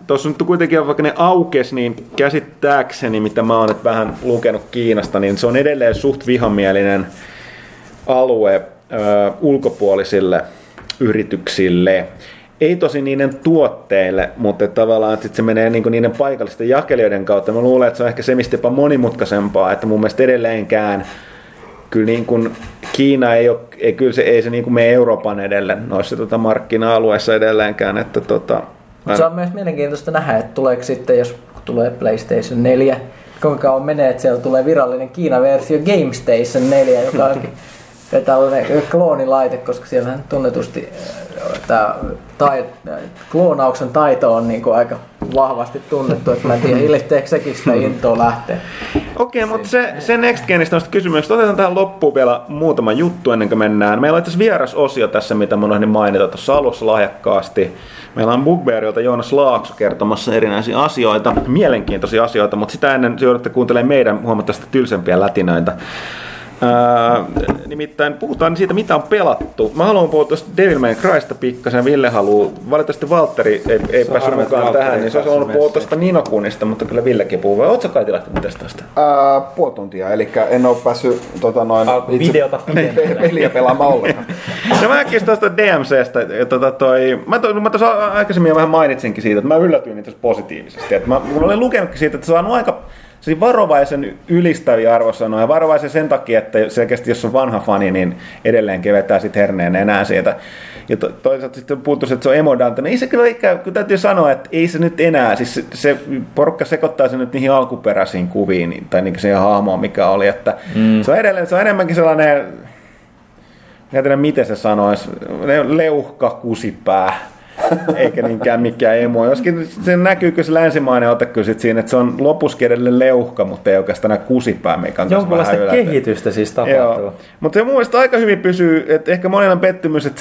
tuossa nyt kuitenkin vaikka ne aukesi, niin käsittääkseni, mitä mä oon nyt vähän lukenut Kiinasta, niin se on edelleen suht vihamielinen alue ulkopuolisille yrityksille. Ei tosi niiden tuotteille, mutta tavallaan että se menee niin niiden paikallisten jakelijoiden kautta. Mä luulen, että se on ehkä se, mistä jopa monimutkaisempaa, että mun mielestä edelleenkään kyllä niin kuin Kiina ei se niin kuin mene Euroopan edelle noissa markkina-alueissa edelleenkään. Että se on myös mielenkiintoista nähdä, että tuleeko sitten, jos tulee PlayStation 4, kuinka kauan menee, että siellä tulee virallinen Kiina-versio GameStation 4, joka onkin tällainen kloonilaite, koska siellähän tunnetusti tämä kloonauksen taito on niin kuin aika vahvasti tunnettu, että mä en tiedä, ilmeisesti sekin sitä intoa lähtee. Okei, mutta se Next Genistä on kysymys. Otetaan tähän loppuun vielä muutama juttu ennen kuin mennään. Meillä on itse asiassa vierasosio tässä, mitä mä unohdin mainita tuossa alussa lahjakkaasti. Meillä on Bugbearilta Joonas Laakso kertomassa erinäisiä asioita, mielenkiintoisia asioita, mutta sitä ennen joudutte kuuntelemaan meidän huomattavasti tylsempiä lätinöitä. Nimittäin puhutaan siitä, mitä on pelattu. Mä haluan puhua tuosta Devil May Crysta pikkasen. Ville haluaa. Valitettavasti Valtteri ei päässyt mukaan tähän, niin se olisi ollut puhua tuosta Ninokunista, mutta kyllä Villekin puhuu. Vai ootko Kaiti lähtenyt tästä tästä? Puoli tuntia, eli en ole päässyt videota peliä pelaamaan ollenkaan. No mä äkkiä tuosta DMCstä. Mä tuossa aikaisemmin vähän mainitsinkin siitä, että mä yllätyin itse positiivisesti. Mä olen lukenutkin siitä, että se on aika varovaisen ylistäviä arvosanoja ja varovaisen sen takia, että selkeästi jos on vanha fani, niin edelleen vetää sit herneen enää siitä. Ja toisaalta sitten puuttuisi, että se on emodante. No ei se kyllä täytyy sanoa, että ei se nyt enää, siis se porukka sekoittaa se nyt niihin alkuperäisiin kuviin tai niin siihen hahmoon, mikä oli. Että se on edelleen, se on enemmänkin sellainen, en tiedä miten se sanoisi, leuhka kusipää. Eikä niinkään mikään emo. Joskin se näkyykö se länsimainen ote kyllä sit siinä, että se on lopuskin edelleen leuhka, mutta ei oikeastaan enää kusipää, mikä on jonkunlaista kehitystä siis tapahtuu. Mutta se mun mielestä aika hyvin pysyy, että ehkä monella on pettymys, että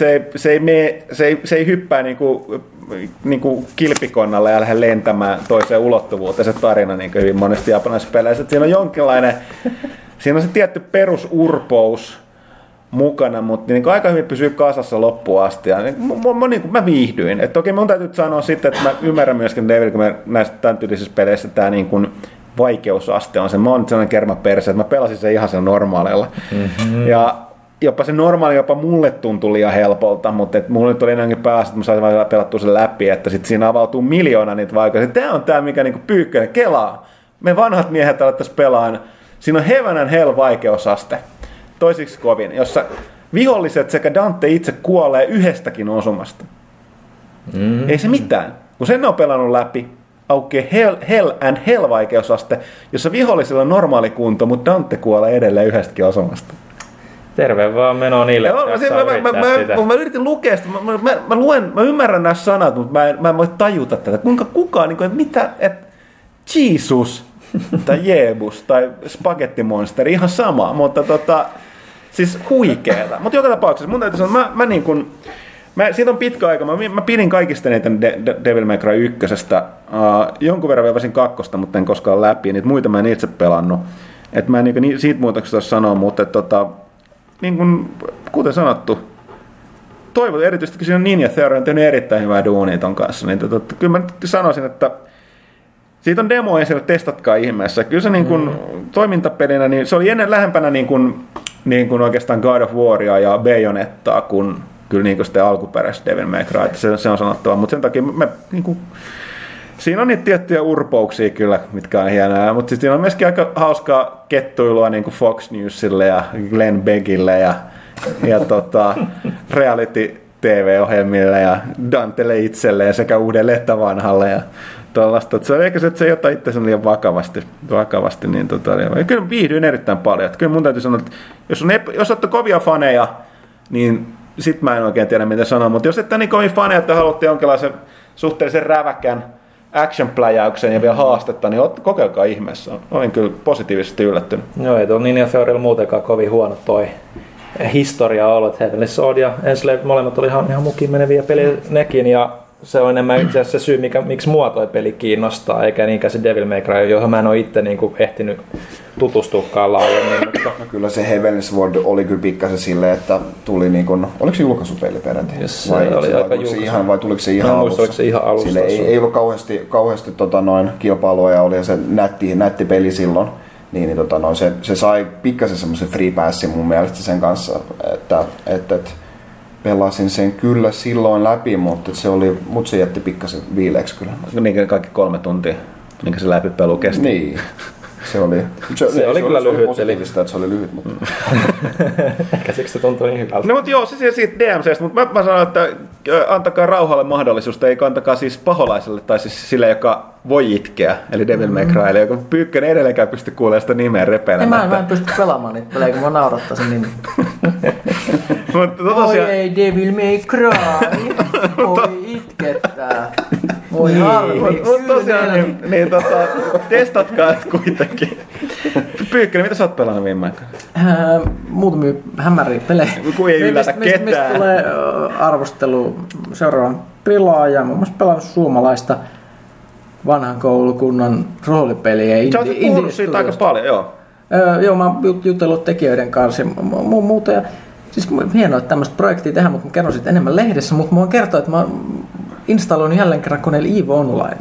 se ei hyppää niinku kilpikonnalle ja lähde lentämään toiseen ulottuvuuteen se tarina niin hyvin monesti japanilaisissa peleissä. Siinä on jonkinlainen, siinä on se tietty perusurpous mukana, mutta niin aika hyvin pysyy kasassa loppuun asti. Ja mä viihdyin. Et toki mun täytyy sanoa sitten, että mä ymmärrän myöskin David, kun näistä tämän tyylisissä peleissä tämä niin kuin vaikeusaste on se. Mä oon nyt sellainen kermaperse, että mä pelasin sen ihan sen normaalilla. Mm-hmm. Ja jopa se normaali jopa mulle tuntui liian helpolta, mutta mulle tuli enemmänkin päästä, että mä saisin vaan pelattua sen läpi, että sitten siinä avautuu miljoona niitä vaikeuksia. Tämä on tämä, mikä niinku pyykkönen kelaa. Me vanhat miehet alettaisiin pelaan. Siinä on heaven and hell vaikeusaste. Toisiksi kovin, jossa viholliset sekä Dante itse kuolee yhdestäkin osumasta. Ei se mitään. Kun sen on pelannut läpi, aukeaa hell and hell vaikeusaste, jossa vihollisilla on normaali kunto, mutta Dante kuolee edelleen yhdestäkin osumasta. Terve vaan menoa niille, mä yritin lukea sitä, mä ymmärrän nämä sanat, mutta mä en voi tajuta tätä. Kuinka kukaan, niin kuin, mitä, että Jesus tai Jeebus tai Spagettimonsteri, ihan sama, mutta siis huikeeta. Mutta joka tapauksessa mun täytyy sanoa, siitä on pitkä aika, mä pidin kaikista niitä Devil May Cry 1:stä, jonkun verran vevasin 2, mutta en koskaan läpi, niitä muita mä en itse pelannut. Et mä en siitä muutoksesta sanoa, mutta niin kuin, kuten sanottu, toivon erityisesti, kun siinä on Ninja Theory on tehnyt erittäin hyvää duunia ton kanssa, niin kyllä mä nyt sanoisin, että siitä on demo esille, testatkaa ihmeessä. Kyllä se niin kuin, toimintapelinä, niin se oli ennen lähempänä niin kuin oikeastaan God of Waria ja Bayonettaa kuin kyllä niin kuin sitten alkuperäistä Devil May Cry. Se on sanottava, mutta sen takia niin kuin, siinä on niitä tiettyjä urpouksia kyllä, mitkä on hienoja, mutta siinä on myöskin aika hauskaa kettuilua niin kuin Fox Newsille ja Glenn Beckille ja reality TV-ohjelmille ja Dantelle itselleen sekä uudelle että vanhalle ja tuollaista. Se on ehkä se, että se ei ota itse liian vakavasti niin kyllä viihdyin erittäin paljon. Että kyllä mun täytyy sanoa, että jos olette kovia faneja, niin sit mä en oikein tiedä mitä sanoa, mutta jos ette niin kovin faneja, että haluatte jonkinlaisen suhteellisen räväkän action-pläjäyksen ja vielä haastetta, niin kokeilkaa ihmeessä. Olin kyllä positiivisesti yllättynyt. Joo, ei tuolla Ninja Theorylla muutenkaan kovin huono toi historia ollut, että Heavenly Sword ja Enslaved molemmat oli ihan mukiin meneviä peliä nekin, ja se on enemmän itse asiassa se syy, miksi mua toi peli kiinnostaa, eikä niinkään se Devil May Cry, johon mä en ole itse niin kuin ehtinyt tutustukaan laajemmin. Mutta... No kyllä se Heaven's Sword oli kyllä pikkasen silleen, että tuli niin kuin, oliko se julkaisupeli peräti? Yes, vai vai tuliko se ihan alusta? Oliko se ihan alusta? Sille ei ollut kauheasti kilpailua ja oli se nätti peli silloin. Se sai pikkasen semmoisen free passin mun mielestä sen kanssa, että pelasin sen kyllä silloin läpi, mutta se jätti pikkasen viileeksi kyllä. Niin kaikki 3 tuntia, minkä se läpipelu kesti. Niin. Se oli kyllä lyhyt. Positiivista, että se oli lyhyt. Mutta... Ehkä siksi se tuntui niin hyvältä. No mutta joo, se siitä DMCstä, mutta mä sanon, että antakaa rauhalle mahdollisuutta, eikä antakaa siis paholaiselle tai siis sille, joka voi itkeä, eli Devil May Crylle, joka Pyykkönen edelleenkään pysty kuulemaan sitä nimeä repeilemättä. Mä en pysty pelaamaan niitä pelejä, kun mä naurattaa sen nimi. Oi ei, Devil May Cry, voi itkettää. Voi harmi. Mutta tosiaan, testatkaa kuitenkin. Pyykkönen, mitä sä oot pelannut viime aikoina? Muutamia hämäriä pelejä. Kun ei yllätä ketään. Mistä tulee arvostelu seuraavan pelaajan. Mä oon pelannut suomalaista vanhan koulukunnan roolipeliä. Sä oot puhunut siitä aika paljon, joo. Joo, mä oon jutellut tekijöiden kanssa ja muuta. Ja siis hienoa, että tämmöistä projektia tehdään, mutta mä kerron siitä enemmän lehdessä. Mutta mä voin kertoa, että mä installoin jälleen kerran koneella EVE Online.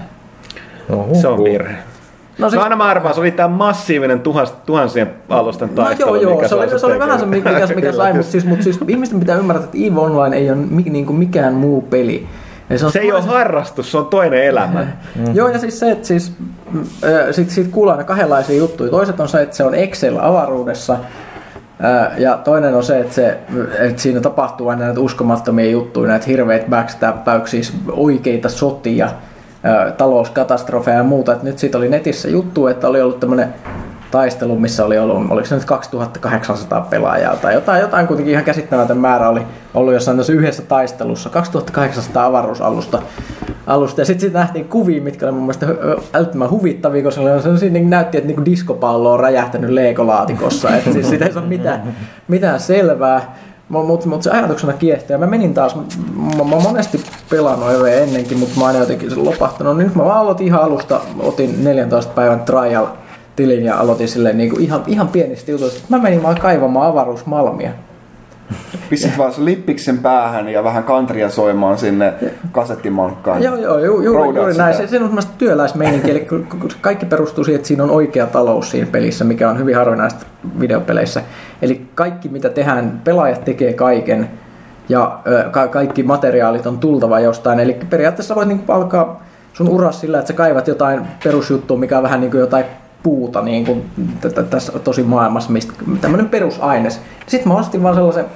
Se on virhe. No siis, aina mä arvaan, se oli tämä massiivinen tuhansien alusten taistelu. Joo, se oli vähän se, mikä sai, mutta siis ihmisten pitää ymmärtää, että EVE Online ei ole niinku mikään muu peli. Se ei ole harrastus, se on toinen elämä. Joo, ja siis se, että siitä kuulee aina kahdenlaisia juttuja. Toiset on se, että se on Excel-avaruudessa, ja toinen on se, että siinä tapahtuu aina näitä uskomattomia juttuja, näitä hirveitä backstabpäyksiä, oikeita sotia, talouskatastrofeja ja muuta. Et nyt siitä oli netissä juttu, että oli ollut tämmöinen taistelu, missä oli ollut, oliko se nyt 2800 pelaajaa tai jotain kuitenkin ihan käsittämätön määrä oli ollut jossain yhdessä taistelussa, 2800 avaruusalusta. Ja sitten nähtiin kuvia, mitkä oli mun mielestä älyttömän huvittavia, koska siinä näytti, että niinku diskopallo on räjähtänyt Lego-laatikossa, että siis siitä ei ole mitään selvää. Mutta se ajatuksena kiehtoo. Mä menin taas, mä monesti pelannut ennenkin, mutta mä oon jotenkin sen lopahtanut. Nyt mä vaan aloitin ihan alusta, otin 14 päivän trial-tilin ja aloitin silleen niinku ihan pienistä jutuista. Mä menin vaan kaivamaan avaruusmalmia. Pistit vaan lippiksen päähän ja vähän kantria soimaan sinne kasettimankkaan. Joo, juuri näin. Se on mielestäni työläismeininki, eli kaikki perustuu siihen, että siinä on oikea talous siinä pelissä, mikä on hyvin harvinaista videopeleissä. Eli kaikki mitä tehdään, pelaajat tekee kaiken ja kaikki materiaalit on tultava jostain. Eli periaatteessa voit niinku alkaa sun uras sillä, että sä kaivat jotain perusjuttua, mikä on vähän niin kuin jotain puuta niin kuin tässä tosi maailmassa, tämmöinen perusaines. Sitten mä ostin vaan sellaisen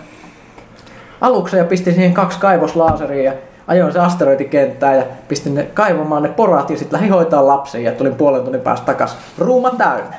aluksen ja pistin siihen 2 kaivoslaaseria ja ajoin se asteroidikenttään ja pistin ne kaivamaan ne porat ja sitten lähdin hoitaa lapsen ja tulin puolen tunnin päästä takas. Ruuma täynnä.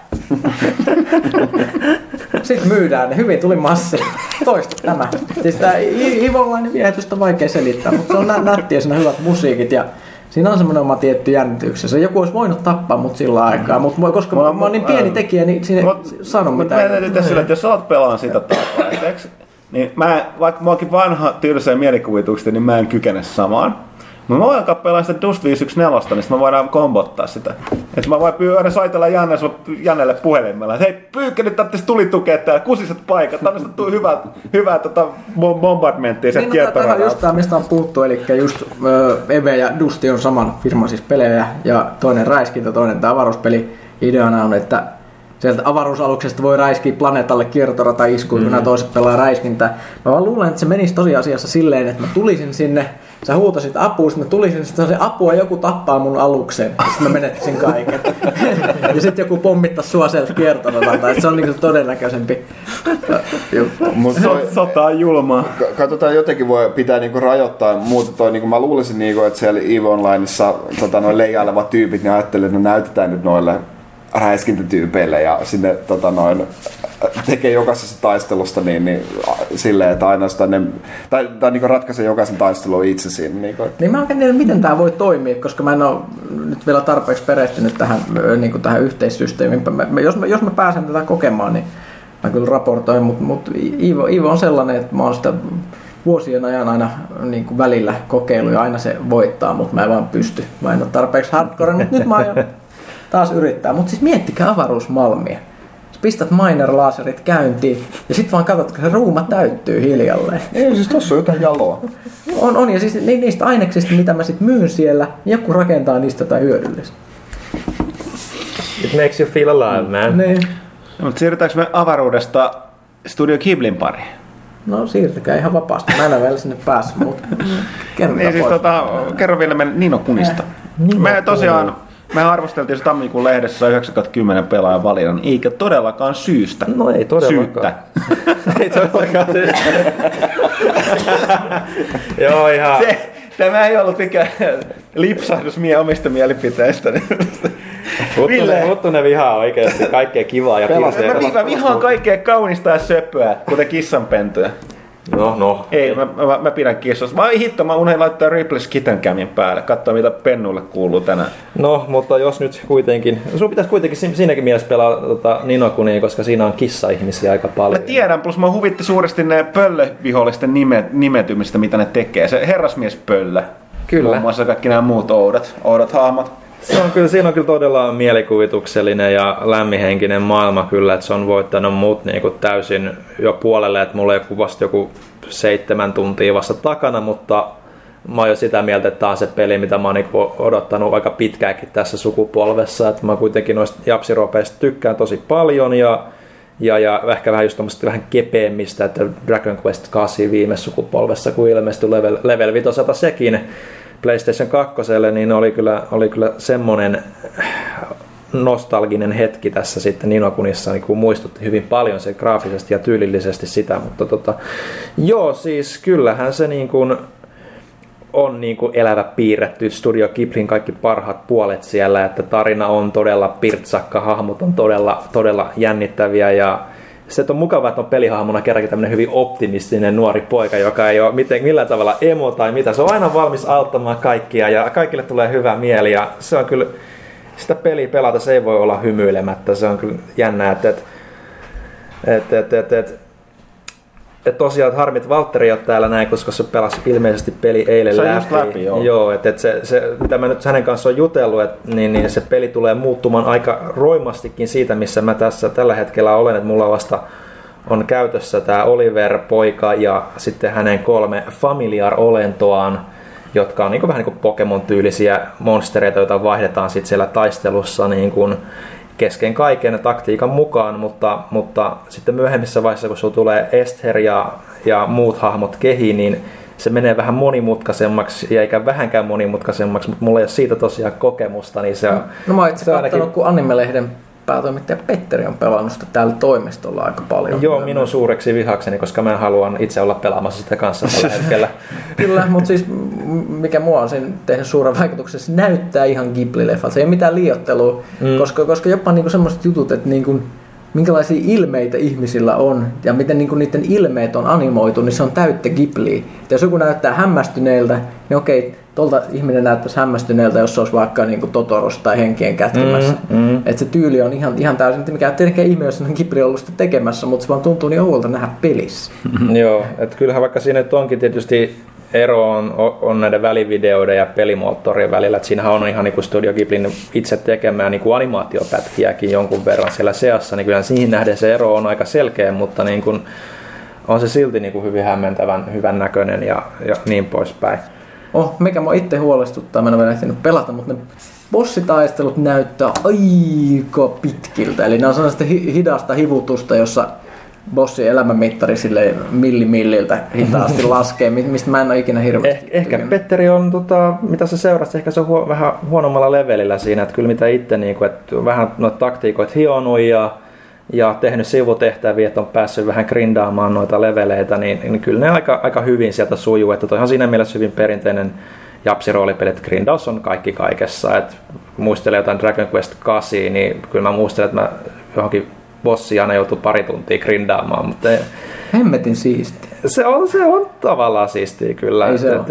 Sitten myydään ne. Hyvin tuli massi. Toista tämä. Siis tää EVE Online viehätystä on vaikea selittää, mutta se on nättiä ja siinä on hyvät musiikit ja siinä on semmoinen oma tietty jännityksensä. Joku olisi voinut tappaa mut sillä aikaa, mutta koska mä oon niin pieni tekijä, niin siinä ei sano mitään. Mä mietin sillä, että jos sä oot pelaan sitä tappaiseksi, niin vaikka mä oonkin vanha tylsä mielikuvituksesta, niin mä en kykene samaan. Mutta mä voin alkaa pelaa sitä Dust 514, niin mä voidaan kombottaa sitä. Että mä voin aina soitella Jannelle puhelimella, että hei Pyykkä, nyt tarvitsisi tulitukea täällä, kusiset paikat, tämmöistä hyvää bombardmenttia sieltä kiertoradalta. Tämä on just tämä, mistä on puhuttu, eli just Eve ja Dusti on saman firman siis pelejä, ja toinen räiskintä, toinen tämä avaruuspeli. Ideana on, että sieltä avaruusaluksesta voi räiskiä planeetalle kiertorata-iskuun, kun nämä toiset pelaa räiskintää. Mä vaan luulen, että se menisi tosiasiassa silleen, että mä tulisin sinne, sä huutasit apua, sitten mä tulisin, sitten se apua joku tappaa mun aluksen, sitten mä menettäisin kaiken. Ja sitten joku pommittaisi sua sieltä kiertoradalta, että se on niinku todennäköisempi juttu. Sota on julmaa. Katsotaan, jotenkin voi pitää niinku rajoittaa muuta toi, niinku mä luulisin, niinku, että siellä EVE Onlineissa leijailevat tyypit, niin ajattelee, että näytetään nyt noille räiskintätyypeille ja sinne tekee jokaisessa taistelusta niin silleen, että ainoastaan ne, tai niin ratkaisee jokaisen taistelun itse siinä. Niin mä en tiedä, miten tämä voi toimia, koska mä en ole nyt vielä tarpeeksi perehtynyt tähän yhteissysteemiin. Jos mä pääsen tätä kokemaan, niin mä kyllä raportoin, mutta EVE on sellainen, että mä oon sitä vuosien ajan aina niin kuin välillä kokeillut ja aina se voittaa, mutta mä en vaan pysty. Mä en ole tarpeeksi hardcore, mutta nyt mä aion taas yrittää. Mutta siis miettikää avaruusmalmia. pistät miner-laserit käyntiin ja sit vaan katsot, kun se ruuma täyttyy hiljalleen. Ei, siis tossa on jotain jaloa. On, ja siis niistä aineksista, mitä mä sit myyn siellä, joku rakentaa niistä jotain hyödyllistä. It makes you feel alive, man. Niin. No, mutta siirrytäänkö me avaruudesta Studio Ghiblin pariin? No siirtykää ihan vapaasti. Mä en ole vielä sinne päässyt, mutta kerrotaan Niin siis pois. kerro vielä meidän Nino Kunista. Me tosiaan, me arvosteltiin se tammikuun lehdessä 9/10 pelaajan valinnan, eikä todellakaan syystä. No ei todellakaan. Ei todellakaan syystä. Joo ihan. Tämä ei ollut mikään lipsahdus omista mielipiteistä. Huttunen vihaa oikeasti kaikkea kivaa ja pirteä. Mä vihaan kaikkea kaunista ja söpöä, kuten kissanpentyä. No. Ei, mä pidän kissasta. Mä unohdin laittaa Ripley's Kitten Camin päälle. Katsoa mitä pennuille kuuluu tänään. No, mutta jos nyt kuitenkin... Sun pitäisi kuitenkin siinäkin mielessä pelaa Nino Kunia, koska siinä on kissa-ihmisiä aika paljon. Mä tiedän, plus mä huvitti suuresti ne pöllövihollisten nimetymistä, mitä ne tekee. Se herrasmiespöllö. Kyllä. Muun muassa kaikki nämä muut oudat hahmot. Siinä on kyllä todella mielikuvituksellinen ja lämminhenkinen maailma kyllä, että se on voittanut mut niinku täysin jo puolelle, että mulla ei vasta joku 7 tuntia vasta takana, mutta mä oon jo sitä mieltä, että tää on se peli, mitä mä oon niinku odottanut aika pitkäänkin tässä sukupolvessa, että mä kuitenkin noista japsiropeista tykkään tosi paljon ja ehkä vähän just tommosista vähän kepeämmistä, että Dragon Quest 8 viime sukupolvessa, kun ilmestyi Level 5 sekin PlayStation 2, niin oli kyllä semmoinen nostalginen hetki tässä sitten Nino Kunissa, niin kun muistutti hyvin paljon se graafisesti ja tyylillisesti sitä, mutta joo, siis kyllähän se niin kuin on niin kuin elävä piirretty Studio Ghiblin kaikki parhaat puolet siellä, että tarina on todella pirtsakka, hahmot on todella jännittäviä ja se on mukava, että on pelihahmona kerrankin tämmöinen hyvin optimistinen nuori poika, joka ei ole millään tavalla emo tai mitä. Se on aina valmis auttamaan kaikkia ja kaikille tulee hyvä mieli ja se on kyllä, sitä peliä pelata se ei voi olla hymyilemättä. Se on kyllä jännää, että tosiaan harmit Valtteri ei ole täällä näin, koska se pelasi ilmeisesti peli eilen läpi. Joo, että se, mitä mä nyt hänen kanssaan on jutellut, niin se peli tulee muuttumaan aika roimastikin siitä, missä mä tässä tällä hetkellä olen. Että mulla vasta on käytössä tämä Oliver-poika ja sitten hänen 3 familiar-olentoaan, jotka on vähän niin kuin Pokemon-tyylisiä monstereita, joita vaihdetaan sitten siellä taistelussa niin kuin kesken kaiken taktiikan mukaan, mutta sitten myöhemmissä vaiheissa, kun sulla tulee Esther ja muut hahmot kehiin, niin se menee vähän monimutkaisemmaksi, ja eikä vähänkään monimutkaisemmaksi, mutta mulla ei ole siitä tosiaan kokemusta. Niin se on, no mä oon itse katsonut, kun Anime-lehden päätoimittaja Petteri on pelannut sitä täällä toimistolla aika paljon. Joo, minun suureksi vihakseni, koska mä haluan itse olla pelaamassa sitä kanssa tällä hetkellä. Kyllä, mutta siis mikä mua on sen tehnyt suuren vaikutuksen, se näyttää ihan Ghibli-leffalta. Se ei ole mitään liioittelua, koska jopa niinku semmoiset jutut, että niinku, minkälaisia ilmeitä ihmisillä on ja miten niinku niiden ilmeet on animoitu, niin se on täyttä Ghiblia. Jos joku näyttää hämmästyneeltä, niin okei, tuolta ihminen näyttäisi hämmästyneeltä, jos se olisi vaikka niinku Totorosta tai Henkien kätkemässä. Että se tyyli on ihan täysin, mikä tietenkään ihme, jos on Ghibli ollut sitä tekemässä, mutta se vaan tuntuu niin oudolta nähdä pelissä. Joo, että kyllähän vaikka siinä nyt onkin tietysti ero on näiden välivideoiden ja pelimoottorien välillä, että siinähän on ihan niin kuin Studio Ghiblin itse tekemään niin kuin animaatiopätkiäkin jonkun verran siellä seassa, niin kyllähän siihen nähden se ero on aika selkeä, mutta niin kuin on se silti niin kuin hyvin hämmentävän hyvän näköinen ja niin poispäin. Mikä mua itse huolestuttaa, mä en ole ehtinyt pelata, mutta ne bossitaistelut näyttää aika pitkiltä, eli ne on sellaista hidasta hivutusta, jossa bossin elämänmittari silleen milliltä hitaasti laskee, mistä mä en ole ikinä hirveästi. Ehkä Petteri on, mitä sä seurasit, ehkä se on vähän huonommalla levelillä siinä, että kyllä mitä itse, niin kuin, että vähän noita taktiikoita hionut ja tehnyt sivutehtäviä, että on päässyt vähän grindaamaan noita leveleitä, niin kyllä ne aika hyvin sieltä sujuu, että toihan siinä mielessä hyvin perinteinen japsiroolipeli, että grindaus on kaikki kaikessa, että kun muistelee jotain Dragon Quest 8, niin kyllä mä muistelen, että mä johonkin bossi aina joutuu pari tuntia grindaamaan, mutta hemmetin siistiä. Se on tavallaan siistiä kyllä. Ei se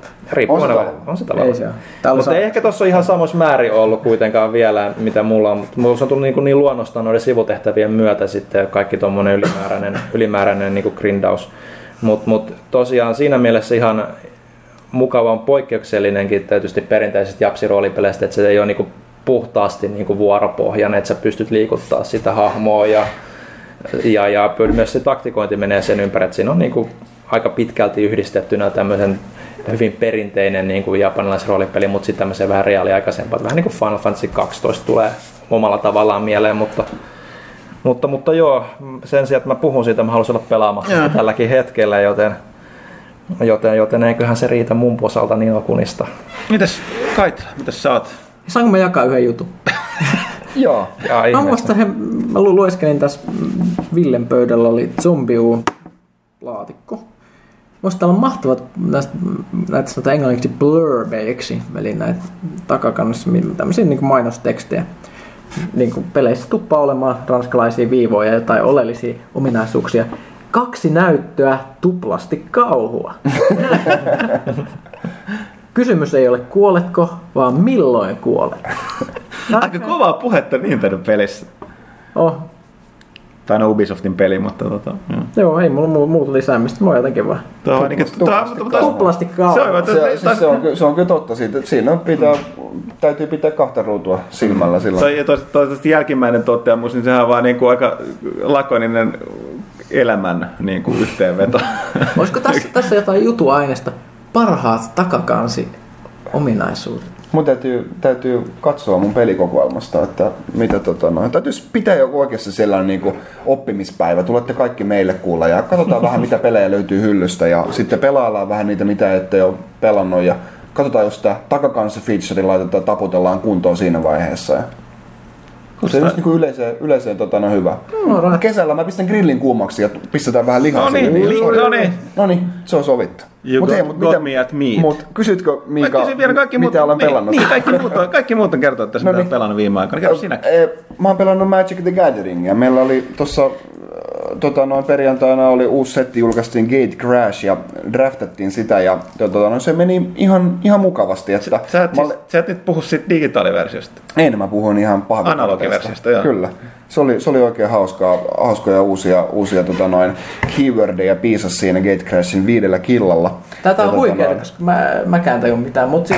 on se tavallaan. Mutta ei ehkä tuossa ihan samoissa määrin ollut kuitenkaan vielä, mitä mulla on. Mutta mulla on tullut niin luonnostaan noiden sivutehtävien myötä sitten kaikki tuommoinen ylimääräinen niin grindaus. Mutta tosiaan siinä mielessä ihan mukavan poikkeuksellinenkin tietysti perinteisistä japsiroolipeleistä, että se ei ole niin puhtaasti niin kuin vuoropohjainen, että sä pystyt liikuttaa sitä hahmoa ja myös se taktikointi menee sen ympäri, että siinä on niin kuin aika pitkälti yhdistettynä tämmöisen hyvin perinteinen niin kuin japanilaisroolipeli, mutta sitten tämmöisen vähän reaaliaikaisempaa. Vähän niin kuin Final Fantasy 12 tulee omalla tavallaan mieleen, mutta joo, sen sijaan, että mä puhun siitä, mä haluaisin olla pelaamassa tälläkin hetkellä, joten eiköhän se riitä mun osalta Ninokunista. Mitäs Kaitila, mitäs sä oot? Saanko mä jakaa yhden jutun? Joo. Mä lueskelin tässä Villen pöydällä oli Zombiu laatikko. Musta täällä on mahtavat näitä sanotaan englanniksi blurbeiksi, eli näitä takakannassa tämmöisiä niin kuin mainostekstejä. Niin kuin peleissä tuppaa olemaan ranskalaisia viivoja ja jotain oleellisia ominaisuuksia. 2 näyttöä, tuplasti kauhua. Kysymys ei ole kuoletko, vaan milloin kuolet. Aika kovaa puhetta Nintendo-pelissä. Oh. Tai no Ubisoftin peli, mutta Joo, ei mulla muuta lisäämistä. Mä jotenkin vaan tuplasti kauan. Se on kyllä totta. Siinä täytyy pitää 2 ruutua silmällä silloin. Toivottavasti jälkimmäinen toteamus, niin sehän on vaan niinku aika lakoninen elämän niinku yhteenveto. Olisiko tässä jotain jutuaineesta? Parhaat takakansi ominaisuudet. Mun täytyy katsoa mun pelikokoelmasta, että mitä täytyisi pitää joku oikeasti sellainen niin oppimispäivä. Tulette kaikki meille kuulla ja katsotaan vähän mitä pelejä löytyy hyllystä ja sitten pelaillaan vähän niitä mitä ette ole pelannut ja katsotaan jos tämä takakansi feature laitetaan taputellaan kuntoon siinä vaiheessa. Se on just niin yleiseen hyvä. Kesällä mä pistän grillin kuumaksi ja pistetään vähän lihaa. No niin, se on sovittu. Mut kysytkö Miika, mitä olen pelannut? Niin, kaikki muut on kertonut, että mitä olet pelannut viime aikoina. Kerro sinäkin. Mä oon pelannut Magic the Gatheringia. Meillä oli tuossa perjantaina oli uusi setti, julkaistiin Gate Crash ja draftattiin sitä ja se meni ihan mukavasti. Että sä et nyt puhu siitä digitaaliversiosta. En, mä puhun ihan analogiversiosta, joo. Kyllä. Se oli oikein hauskoja uusia keywordeja piisasi siinä Gate Crashin 5 killalla. Tätä on huikea, koska mäkään tajun mitään, mutta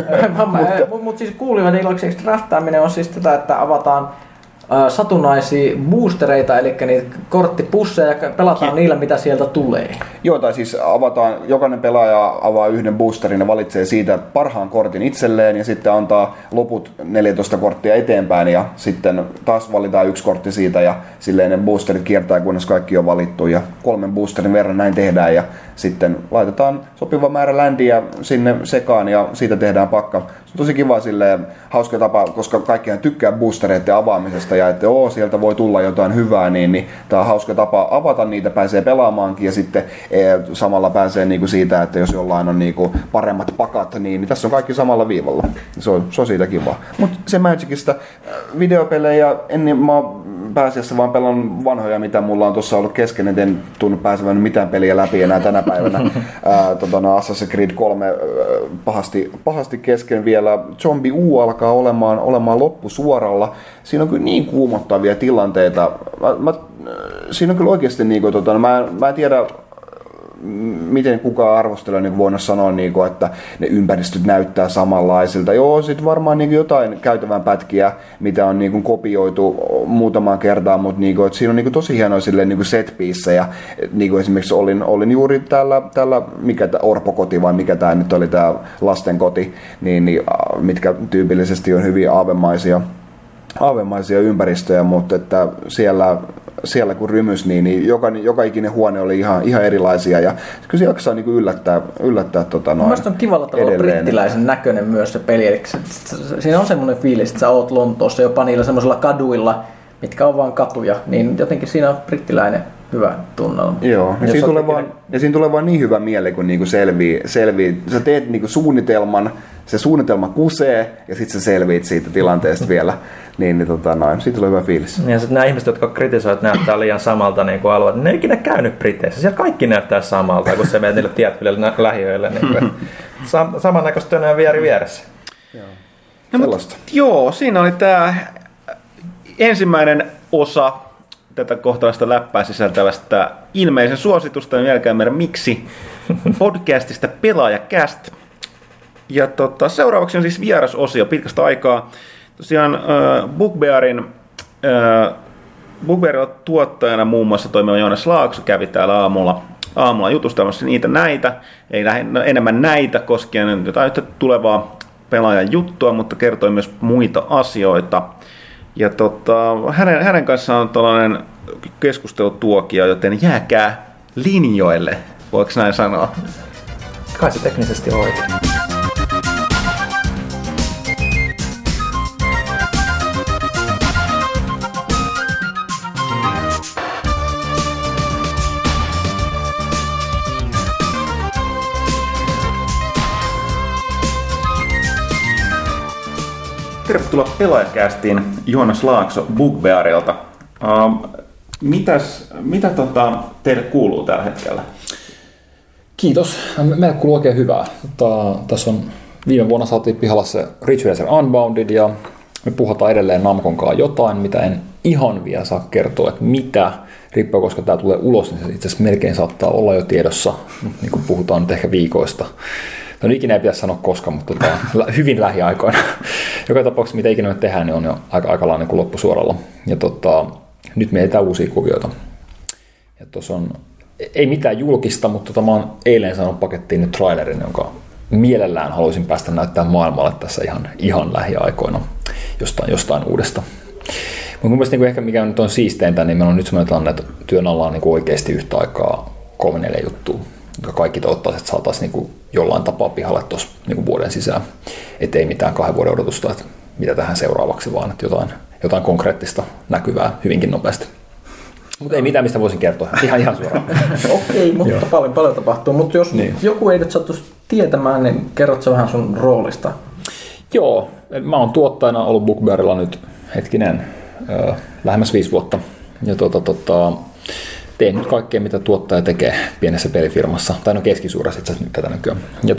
siis kuulivat iloiseksi draftaaminen on siis tätä, että avataan satunnaisia boostereita, eli niitä korttipusseja ja pelataan niillä, mitä sieltä tulee. Joo, tai siis jokainen pelaaja avaa yhden boosterin ja valitsee siitä parhaan kortin itselleen ja sitten antaa loput 14 korttia eteenpäin ja sitten taas valitaan 1 kortti siitä ja silleen ne boosterit kiertää, kunnes kaikki on valittu ja 3 boosterin verran näin tehdään ja sitten laitetaan sopiva määrä ländiä sinne sekaan ja siitä tehdään pakka. Se on tosi kiva silleen hauska tapa, koska kaikkihan tykkää boostereiden avaamisesta ja että sieltä voi tulla jotain hyvää, niin tämä on hauska tapa avata niitä, pääsee pelaamaankin ja sitten samalla pääsee niinku siitä, että jos jollain on niinku paremmat pakat, niin tässä on kaikki samalla viivalla. Se on siitä kiva. Mutta se Magicista videopelejä, mä oon pääasiassa vaan pelan vanhoja, mitä mulla on tuossa ollut kesken, et en tunnu pääsevän mitään peliä läpi enää tänä päivänä. Assassin's Creed 3 pahasti kesken vielä. Zombie U alkaa olemaan loppusuoralla. Siinä on kyllä niin kuumottavia tilanteita. Siinä on kyllä oikeasti, mä en tiedä, miten kukaan arvostelee niin voinut sanoa, niin että ne ympäristöt näyttää samanlaisilta. Joo, sitten varmaan niin jotain käytävän pätkiä, mitä on niin kopioitu muutamaan kertaan, mutta niin että siinä on niin tosi hienoja niin set-piecejä. Niin esimerkiksi olin juuri täällä mikä orpokoti vai mikä tämä nyt oli, tämä lastenkoti, niin, mitkä tyypillisesti on hyvin aavemaisia ympäristöjä, mutta että siellä kun rymys, niin joka ikinen huone oli ihan erilaisia ja kyllä se jaksaa niin yllättää Mielestäni on kivalla tavalla brittiläisen näköinen myös se peli, eli siinä on semmoinen fiilis, että sä oot Lontoossa jopa niillä semmoisilla kaduilla, mitkä on vaan katuja, niin jotenkin siinä on brittiläinen hyvä tunnelma. Joo, ja siinä tulee vaan niin hyvä mieli, kun niinku selvii. Sä teet niinku suunnitelman, se suunnitelma kusee ja sitten sä selviit siitä tilanteesta vielä. Siitä tulee hyvä fiilis. Ja sitten nämä ihmiset, jotka kritisoivat, näyttää liian samalta niin kuin alueella, ne ei ikinä käynyt Briteissä. Siellä kaikki näyttää samalta, kun se menee niille tietyille lähiöille. Niin samannäköistä tönöä vieressä. Joo, siinä oli tämä ensimmäinen osa tätä kohtalaista läppää sisältävästä ilmeisen suositusta ja jälkeen meidän miksi podcastista Pelaajakäst. Ja seuraavaksi on siis vierasosio pitkästä aikaa. Tosiaan Bugbearilla tuottajana muun muassa toimiva Joonas Laakso kävi täällä aamulla jutustamassa näitä, ei enemmän näitä koskien jotain tulevaa pelaajan juttua, mutta kertoi myös muita asioita. Ja hänen kanssaan on tällainen keskustelutuokio, joten jääkää linjoille, voiko näin sanoa? Kai se teknisesti oikein. Tervetuloa Pelaajakästiin Joonas Laakso Bugbearilta. Mitä teille kuuluu tällä hetkellä? Kiitos. Meille kuuluu oikein hyvää. Tässä on viime vuonna saatiin pihalla se Ridge Racer Unbounded ja me puhutaan edelleen Namconkaan jotain, mitä en ihan vielä saa kertoa, että mitä riippuu, koska tämä tulee ulos, niin se itse asiassa melkein saattaa olla jo tiedossa, niin kuin puhutaan nyt ehkä viikoista. No ikinä ei pitäisi sanoa koska, mutta hyvin lähiaikoina. Joka tapauksessa mitä ikinä me tehdään, niin on jo aika lailla niin loppusuoralla. Ja nyt me etään uusia kuvioita. Ja tuossa on, ei mitään julkista, mutta mä oon eilen saanut pakettiin nyt trailerin, jonka mielellään haluaisin päästä näyttämään maailmalle tässä ihan lähiaikoina jostain uudesta. Mutta mun mielestä niin ehkä mikä nyt on siisteintä, niin meillä on nyt sellainen tilanne, että työn alla on niin oikeasti yhtä aikaa 3-4 juttua, jotka kaikki toivottaisiin, että saataisiin niin jollain tapaa pihalle tuossa niin vuoden sisään. Että ei mitään 2 vuoden odotusta, että mitä tähän seuraavaksi, vaan että jotain konkreettista näkyvää hyvinkin nopeasti. Mutta ei mitään, mistä voisin kertoa. Ihan suoraan. Okei, mutta paljon tapahtuu. Mutta jos joku ei nyt sattuisi tietämään, niin kerrotko vähän sun roolista? Joo, mä oon tuottajana ollut Bugbearilla nyt lähemmäs 5 vuotta. Ja teen nyt kaikkea, mitä tuottaja tekee pienessä pelifirmassa. Tai no keskisuurassa itse asiassa nyt tätä nykyään. Ja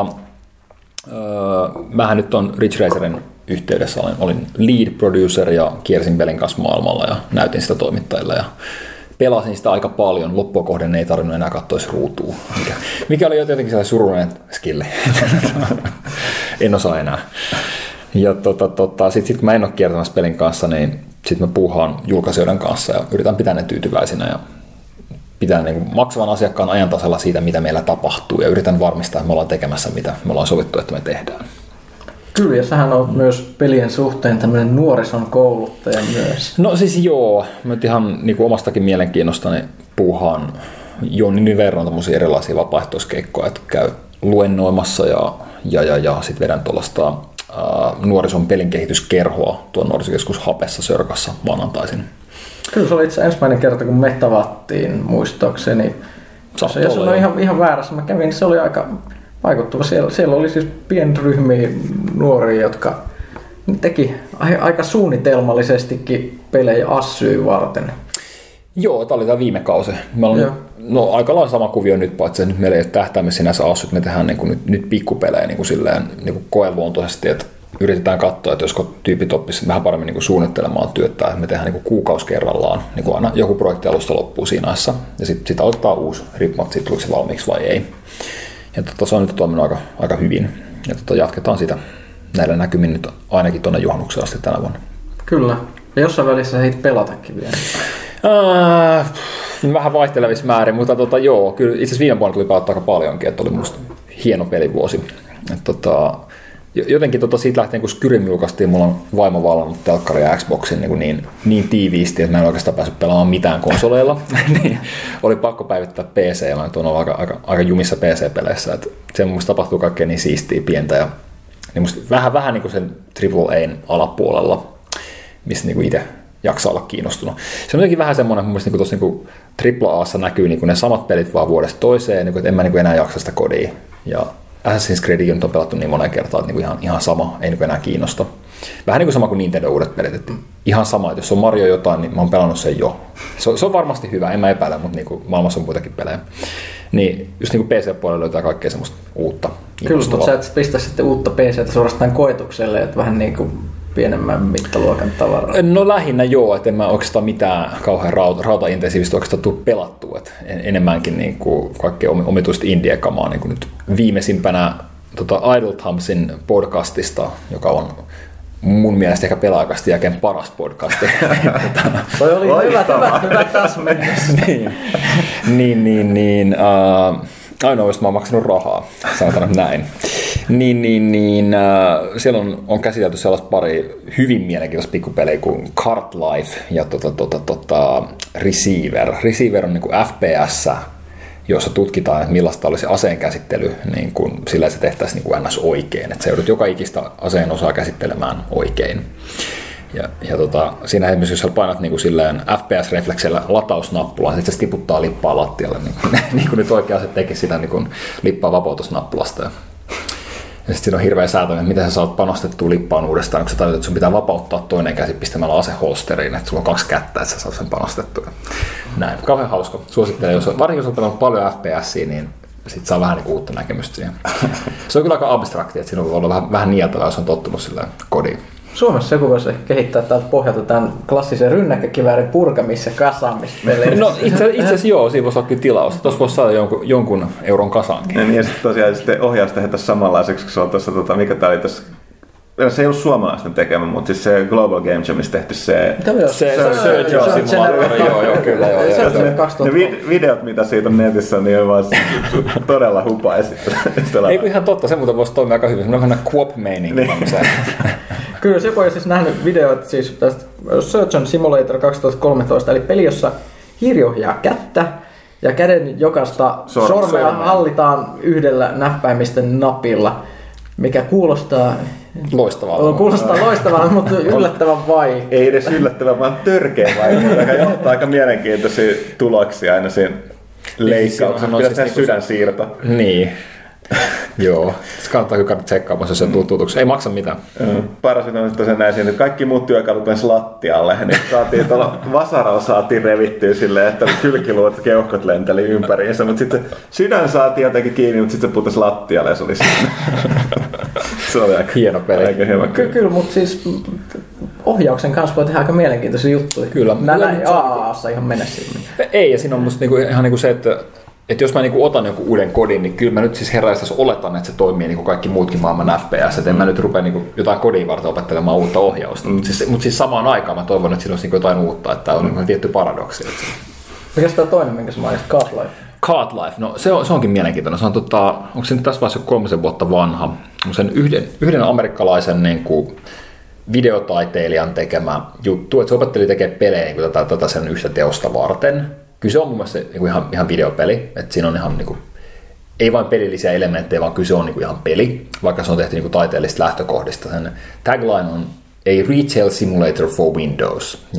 mähän nyt on Ridge Racerin yhteydessä. Olin lead producer ja kiersin pelin kanssa maailmalla ja näytin sitä toimittajille. Ja pelasin sitä aika paljon. Loppua kohden ei tarvinnut enää katsoa ruutua. Mikä oli jotenkin sellainen surullinen skilli. En osaa enää. Ja sitten kun mä en ole kiertämässä pelin kanssa, niin sitten mä puuhaan julkaisijoiden kanssa ja yritän pitää ne tyytyväisinä ja pitää niin maksavan asiakkaan ajan tasalla siitä, mitä meillä tapahtuu ja yritän varmistaa, että me ollaan tekemässä, mitä me ollaan sovittu, että me tehdään. Kyllä, ja sähän on myös pelien suhteen tämmöinen nuorison kouluttaja myös. No siis joo, mä ihan niin kuin omastakin mielenkiinnostani puuhaan jo niin verran tämmöisiä erilaisia vapaaehtoiskeikkoja, että käy luennoimassa ja sitten vedän tuollaista nuorison pelin kehityskerhoa tuon nuorisokeskus Hapessa Sörkassa maanantaisin. Kyllä se oli itse ensimmäinen kerta, kun me tavattiin muistaakseni. Ja se on ihan väärässä. Mä kävin, se oli aika vaikuttava. Siellä oli siis pienryhmiä nuoria, jotka teki aika suunnitelmallisestikin pelejä assyä varten. Joo, tämä oli tämä viime kausi. Aika lailla sama kuvio nyt, paitsi että nyt meillä ei ole tähtäimessä sinänsä assyt. Me tehdään nyt pikkupelejä koeluontoisesti, että yritetään katsoa, että josko tyypit oppisivat vähän paremmin suunnittelemaan työtä, että me tehdään kuukausi kerrallaan, aina joku projekti alusta loppuu siinä ajassa, ja sitten aloittaa uusi, riippumatta siitä, tuliko se valmiiksi vai ei. Ja se on nyt toiminut aika hyvin, ja jatketaan sitä näillä näkymin nyt ainakin tuonne juhannukseen asti tänä vuonna. Kyllä, ja jossain välissä heitä pelatakin vielä. Vähän vaihtelevissa määrin, mutta joo, kyllä itse asiassa viime vuonna tuli pelattua aika paljonkin, että oli musta hieno pelivuosi. Jotenkin siitä lähtien, kun Skyrim julkaistiin, mulla on vaimo vallannut telkkari ja Xboxin niin tiiviisti, että mä en oikeastaan päässyt pelaamaan mitään konsoleilla. Niin oli pakko päivittää PC, ja mä nyt on ollut aika jumissa PC-peleissä. Että se mun mielestä tapahtuu kaikkea niin siistiä pientä, ja niin musta vähän niin kuin sen AAA:n alapuolella, missä niin itse jaksaa olla kiinnostunut. Se on jotenkin vähän semmoinen, mun mielestä tuossa AAA:ssa näkyy ne samat pelit vaan vuodesta toiseen, että en mä enää jaksa sitä kodia. Ja Assassin's Creed nyt on pelattu niin monen kertaan, että ihan sama, ei enää kiinnosta. Vähän niin kuin sama kuin Nintendo uudet pelit, että ihan sama, että jos on Mario jotain, niin mä oon pelannut sen jo. Se on varmasti hyvä, en mä epäile, mutta niin kuin maailmassa on muitakin pelejä. Niin just niin kuin PC-puolella löytää kaikkea semmoista uutta. Kyllä, mutta sä et pistä sitten uutta PC:tä suorastaan koetukselle, että vähän niin kuin pienemmän mittaluokan tavaraa. No lähinnä joo, että en mä oikeastaan mitään kauhean rautaintensiivistä oikeastaan tule pelattua. Että enemmänkin niin kuin kaikkea omituista indie-kamaa niin kuin nyt viimeisimpänä Idle Thumbsin podcastista, joka on mun mielestä ehkä pelaajakasti jälkeen paras podcasti. Toi oli hyvä täsmennys. Ainoa, josta mä oon maksanut rahaa, sanotaan näin. Siellä on käsitelty sellaista pari hyvin mielenkiintoista pikkupelejä kuin Cart Life ja Receiver. Receiver on niin kuin FPS, jossa tutkitaan, että millaista olisi aseen käsittely, niin kuin sillä se tehtäisiin niin kuin ns. Oikein. Että sä joudut joka ikistä aseen osaa käsittelemään oikein. Siinä esimerkiksi, jos sä painat niin kuin silleen FPS-refleksellä latausnappulaa, niin se tiputtaa lippaa lattialle, niin kuin nyt oikein aset tekisi sitä niin kuin lippaa vapautusnappulasta. Ja sitten siinä on hirveä säätö, että miten sä saat panostettua lippaan uudestaan, kun sä tajut, että sun pitää vapauttaa toinen käsi pistämällä aseholsteriin, että sulla on 2 kättä, että sä saat sen panostettua. Näin, kauhean hauska. Suosittelen, varsinkin jos on pelannut paljon FPSiä, niin sit saa vähän niin uutta näkemystä siihen. Se on kyllä aika abstrakti, että siinä on ollut vähän nieltävää, jos on tottunut silleen kodiin. Suomessa joku voisi kehittää täältä pohjalta tämän klassisen rynnäkkökiväärin purkamis- ja kasaamispelejä. No itse asiassa joo, siinä voisi olla kyllä tilaus. Tuossa voisi saada jonkun euron kasaankin. Ja sitten tosiaan ohjaus tehdään samallaiseksi, kun se on tuossa, mikä tää oli tässä, se ei ollut suomalaisten tekemä, mutta siis se Global Game Jamissa tehty se Surgeon Simulator, joo, kyllä. Ne videot, mitä siitä on netissä, niin on vaan todella hupaisit. Ei kun ihan totta, se muuten voisi toimia aika hyvin. Se on vähän Coop-meininki. Kyllä, se voi siis nähnyt videoita siis tästä Surgeon Simulator 2013, eli peli, jossa hiiri ohjaa kättä ja käden jokaista sormea hallitaan yhdellä näppäimistön napilla, mikä kuulostaa loistavalta, mutta yllättävän vaikea. Ei edes yllättävän, vaan törkeä vaikea, joka johtaa aika mielenkiintoisia tuloksia aina siinä leikkauksessa. Pitää tehdä sydänsiirto. Niin. Joo, se kannattaa kyllä tsekkaamaan, jos se tuu tutuksi. Ei maksa mitään. Paras on tosiaan näin siinä, että kaikki muut työkalut mennessä lattialle. Niin saatiin tuolla vasaralla revittyä silleen, että kylkiluot ja keuhkot lenteli ympäriinsä, mutta sitten sydän saatiin jotenkin kiinni, mutta sitten se putosi lattialle ja se oli siinä. Se oli aika hieno peli. Aika hyvä. Kyllä, mutta siis ohjauksen kanssa voi tehdä aika mielenkiintoisia juttuja. Kyllä. Näin AA:ssa ihan mennä siinä. Ei, ja siinä on musta ihan niinku se, että jos mä niinku otan joku uuden kodin, niin kyllä mä nyt siis herraistas oletan, että se toimii niin kuin kaikki muutkin maailman FPS. Et en mä nyt rupea niinku jotain kodin varten opettelemaan uutta ohjausta. Mutta siis samaan aikaan mä toivon, että siinä olisi niinku jotain uutta, että on niinku tietty paradoksi. Mikäs tämä toinen, minkä sä mainitsit? Cart Life? Cart Life, no se onkin mielenkiintoinen. Se on onko se nyt tässä vaiheessa 3 vuotta vanha? On sen yhden amerikkalaisen niinku videotaiteilijan tekemä juttu, että se opetteli tekemään pelejä niin tätä sen yhtä teosta varten. Kyllä se on mun mielestä niin ihan videopeli, että siinä on ihan niin kuin, ei vain pelillisiä elementtejä, vaan kyse on niin kuin ihan peli, vaikka se on tehty niin kuin taiteellisista lähtökohdista. Sen tagline on a retail simulator for Windows. Ja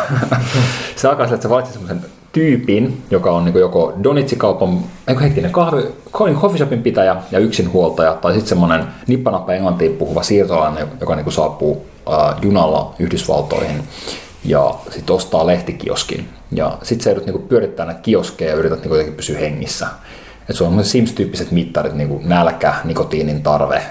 se alkaa sille, että sä valitset semmoisen tyypin, joka on niin kuin joko donitsikaupan, coffeeshopin pitäjä ja yksinhuoltaja, tai sitten semmoinen nippanappa englantiin puhuva siirtolainen, joka niin kuin saapuu junalla Yhdysvaltoihin ja sitten ostaa lehtikioskin. Ja sitten sä joudut niinku pyörittää näitä kioskeja ja yrität niinku jotenkin pysyä hengissä. Et sulla on Sims-tyyppiset mittarit, niinku nälkä, nikotiinin tarve,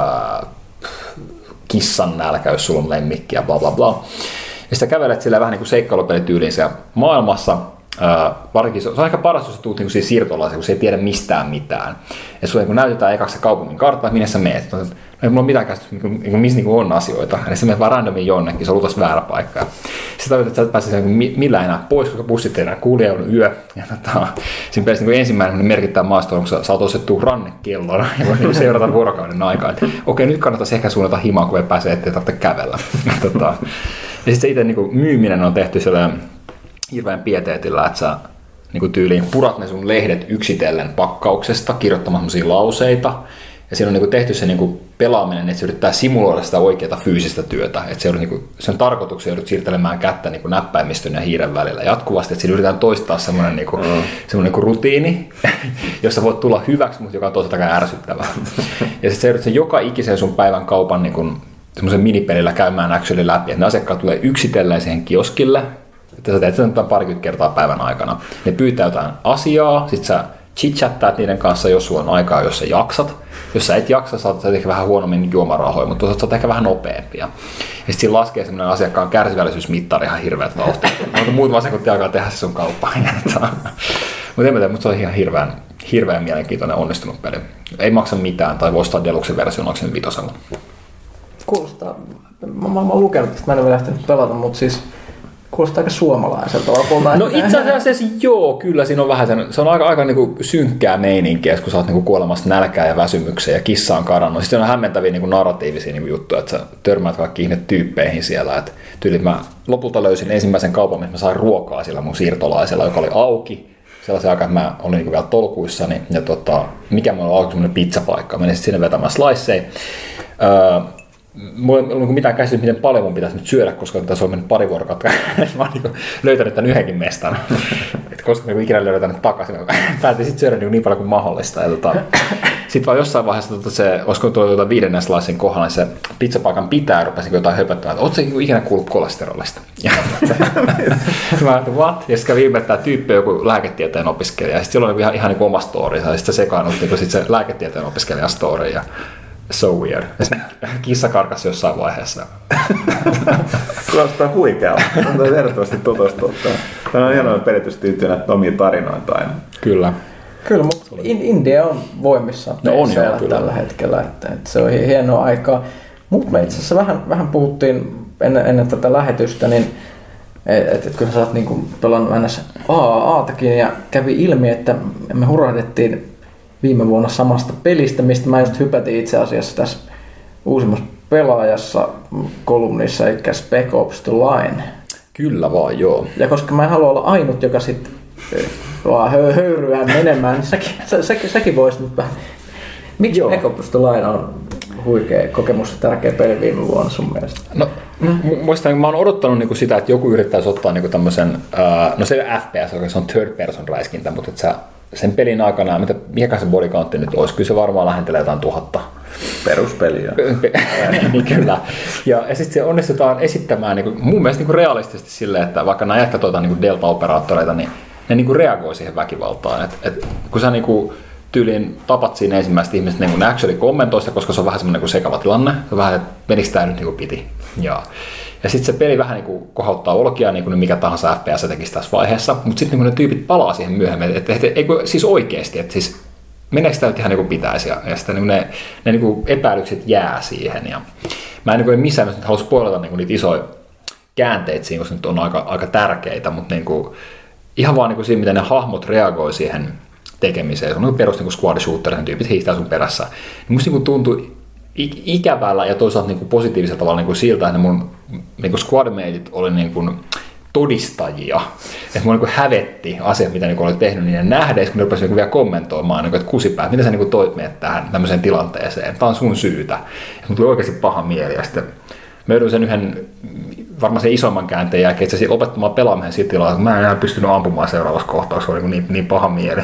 kissan nälkä, jos sulla on lemmikki ja bla bla bla. Ja sitten kävelet sillä vähän niinku seikkailupelityyliin maailmassa. Varsinkin se on aika paras, jos sä tuut niinku siirtolaiseen, kun se ei tiedä mistään mitään. Ja sulle näytetään ekaksi se kaupungin kartta, minne sä meet. No ei mulla ole mitään käsitystä, missä niinku on asioita. Ja sitten menet vaan randomiin jonnekin, se on luultavasti väärä paikka. Sitten tarvitset, että sä et pääse millään enää pois, koska bussit ei enää kuule, on yö. Ja siinä pelissä niin ensimmäinen merkittävä maasto on, kun sä saat osettua rannekellon ja voit niin seurata vuorokauden aikaa. Okei, nyt kannattaisi ehkä suunnata himaa, kun ei pääse, ettei tarvitse kävellä. Ja sitten se itse niin myyminen on tehty sellainen hirveän pieteetillä, että sä niin tyyliin purat ne sun lehdet yksitellen pakkauksesta, kirjoittamaan sellaisia lauseita. Ja siinä on niin tehty se niin pelaaminen, että se yrittää simuloida sitä oikeaa fyysistä työtä. Että se on niin sen tarkoituksena joudut siirtelemään kättä niin näppäimistön ja hiiren välillä jatkuvasti. Että siinä yritetään toistaa semmoinen niin rutiini, jossa voit tulla hyväksi, mutta joka on toisaalta ärsyttävää. Ja sitten sä joudut sen joka ikisen sun päivän kaupan niin semmoisen minipelillä käymään actually läpi. Että ne asiakkaat tulee yksitellen siihen kioskille. Että sä teet sen parikymmentä kertaa päivän aikana. Ne pyytää jotain asiaa, sit sä chit-chattaat niiden kanssa, jos sulla on aikaa, jos sä jaksat. Jos sä et jaksa, saatat ehkä vähän huonommin juomarahoja, mutta toisaalta sä oot ehkä vähän nopeampia. Ja sitten siinä laskee semmoinen asiakkaan kärsivällisyysmittari ihan hirveät vauhtia. Mutta muutama sekuntia alkaa tehdä se sun kauppaan. Mutta en tiedä, mutta se on ihan hirveän mielenkiintoinen onnistunut peli. Ei maksa mitään, tai voi ostaa Deluxe-version, onko sen 5. Kuulostaa mä oon lukenut, että mä en ole lähtenyt pelata, mutta siis kuulostaa aika suomalaiselta lopulta. No itse asiassa joo, kyllä siinä on vähän se on aika niinku synkkää meininkiä, kun sä oot niinku kuolemassa nälkää ja väsymykseen ja kissa on karannut. Sitten on hämmentäviä niinku narratiivisia niinku juttuja, että sä törmäät kaikki ihme tyyppeihin siellä. Et tyylit mä lopulta löysin ensimmäisen kaupan, missä mä sain ruokaa sillä mun siirtolaisella, joka oli auki. Sellaisen aikaan, että mä olin niinku vielä tolkuissani ja mikä mulla oli auki semmoinen pizzapaikka. Menin sitten sinne vetämään sliceja. Mulla ei ollut mitään käsitystä, miten paljon mun pitäisi nyt syödä, koska tässä on mennyt pari vuorokautta. Mä oon niin löytänyt tämän yhdenkin mestan. Koska mä ikinä löytänyt takaisin. Mä päätin sitten syödä niin paljon kuin mahdollista. Sitten vaan jossain vaiheessa se, olisiko tuolla 5. slicen kohdalla, niin se pizzapaikan pitää rupesi jotain höpöttämään, että ootko sä ikinä kuullut kolesterolista? Ja mä ajattelin, what? Ja sitten kävi ilme, että tämä tyyppi on joku lääketieteen opiskelija. Ja sitten silloin oli ihan niin kuin oma story. Ja sitten se sekaannut niin se lääketieteen opiskelijan story. Ja so weird. Kissa karkasi jossain vaiheessa. Kuulostaa huikealta. On toi ehdottomasti tutustua. Tämä on hienoa peritystyyttyä näitä omia tarinoita aina. Kyllä. Kyllä, mutta India on voimissa tällä hetkellä. Että se on hienoa aikaa. Mutta me itse asiassa vähän puhuttiin ennen tätä lähetystä, niin että kyllä sä oot niinku pelannut ns. AAAtakin ja kävi ilmi, että me hurahdettiin viime vuonna samasta pelistä, mistä mä just hypätin itse asiassa tässä uusimmassa pelaajassa kolumnissa, eli Spec Ops The Line. Kyllä vaan, joo. Ja koska mä en halua olla ainut, joka sitten vaan höyryää menemään, niin säkin voisit nyt vähän. Miksi Spec Ops The Line on huikea kokemus ja tärkeä peli viime vuonna sun mielestä? No, muistan, mä oon odottanut niinku sitä, että joku yrittäisi ottaa niinku tämmöisen, no se ei ole FPS, se on third person räiskintä, mutta että sen pelin aikana, mikä se body countti nyt olisi, kyllä se varmaan lähentelee jotain 1000. Peruspeliä. Niin kyllä. Ja sitten se onnistutaan esittämään niin kuin, mun mielestä niin kuin realistisesti silleen, että vaikka nämä jätkät niin Delta-operaattoreita, niin ne niin kuin reagoi siihen väkivaltaan. Kun sä niin kuin, tyyliin tapat siinä ensimmäistä ihmistä, niin kuin ne actually kommentoi sitä, koska se on vähän semmoinen niin sekava tilanne. Se on vähän, että menikö tämä nyt niin kuin piti. Ja sitten se peli vähän niin kuin kohauttaa olkia, niin kuin mikä tahansa FPS tekisi tässä vaiheessa, mutta sitten niin ne tyypit palaa siihen myöhemmin. Siis oikeasti, että siis meneekö tämä nyt ihan niin kuin pitäisi, ja sitten niin ne niin kuin epäilykset jää siihen. Ja mä en niin missään mielessä halua spoilata niin niitä isoja käänteitä siinä, koska nyt on aika tärkeitä, mutta niin kuin, ihan vaan niin kuin siinä, miten ne hahmot reagoi siihen tekemiseen. Se on niin perus niin squad shooter, sen tyypit hiihtää sun perässä. Niin musta niin tuntui ikävällä ja toisaalta niin kuin positiivisella tavalla niin kuin siltä, että mun niin kuin squadmateit oli niin kuin todistajia. Että mua niin hävetti asiat, mitä niin oli tehnyt niiden nähdessä, kun ne rupesivat vielä kommentoimaan, niin että kusipäät, miten sä niin toit meidät tähän tämmöiseen tilanteeseen. Tämä on sun syytä. Ja mulla tuli oikeasti paha mieli. Ja sitten mä joudun sen yhden, varmaan sen isomman käänteen jälkeen, että se lopettamaan pelaamisen siitä tilalla, kun mä en enää pystynyt ampumaan seuraavassa kohtauksessa, se oli niin paha mieli.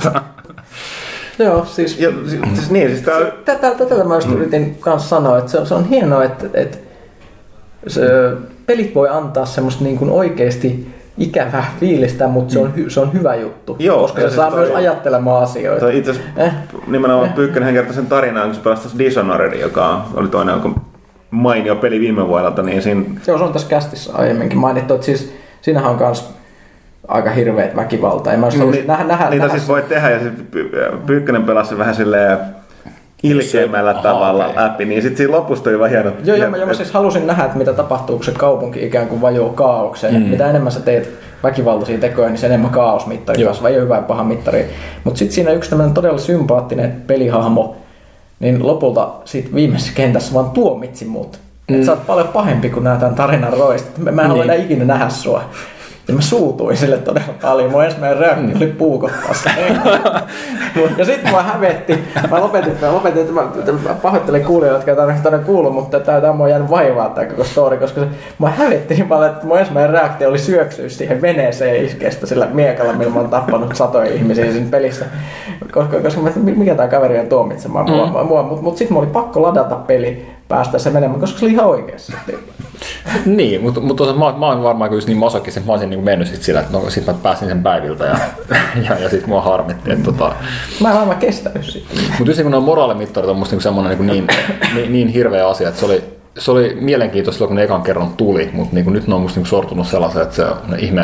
Joo, siis tätä mä just yritin kanssa sanoa, että se on hienoa, että se pelit voi antaa semmoista niin kuin oikeasti ikävää fiilistä, mutta se on hyvä juttu, joo, koska se saa myös ajattelemaan asioita. Itse asiassa nimenomaan Pyykkönen kertoi sen tarinaan, kun se pelasi Dishonored, joka oli toinen mainio peli viime vuodelta. Niin siinä... Joo, se on tässä kästissä aiemminkin mainittu, että siis siinähän on myös aika hirveät väkivaltaa. Niitä siis voi tehdä, ja Pyykkönen pelasi vähän silleen ilkeämmällä tavalla läpi, niin sitten siinä lopussa tuli vaan hieno. Joo, mä siis halusin nähdä, että mitä tapahtuu, kun se kaupunki ikään kuin vajoo kaaukseen. Mitä enemmän sä teet väkivaltaisia tekoja, niin se enemmän kaosmittari kasvaa, ei ole hyvä ja paha mittari. Mutta sitten siinä yksi tämmöinen todella sympaattinen pelihahmo, niin lopulta sit viimeisessä kentässä vaan tuomitsi mut. Että sä oot paljon pahempi kuin nää tämän tarinan roistit. Mä en halua enää ikinä nähdä sua. Ja mä suutuin sille todella paljon. Mun ensimmäinen reaktio oli puukottaa sitä. Ja sitten mua hävetti. Mä lopetin, että mä pahoittelin kuulijoille, jotka ei tarvitse kuulla, mutta tää on mua jäänyt vaivaa tää koko story, koska mua hävetti niin paljon, että mun ensimmäinen reaktio oli syöksyä siihen veneeseen iskestä sillä miekalla, millä mä oon tappanut satoja ihmisiä siinä pelissä. Koska mikä tää kaveri on tuomitsemaan mua. Mutta sit mulla oli pakko ladata peli päästä se menemään, koska se oli ihan oikeassa. Niin, mutta mä olen varmaan just niin masokkisen, mä olisin niin mennyt sillä, että no, sit mä pääsin sen päiviltä ja sit mua harmitti. Että, Mä en aivan kestänyt sitten. Mutta just kun nuo moraalimittarit on musta niin semmoinen niin hirveä asia, että se oli mielenkiintoista silloin, kun ne ekan kerran tuli, mutta niin nyt ne on musta niin sortunut sellaisen, että se on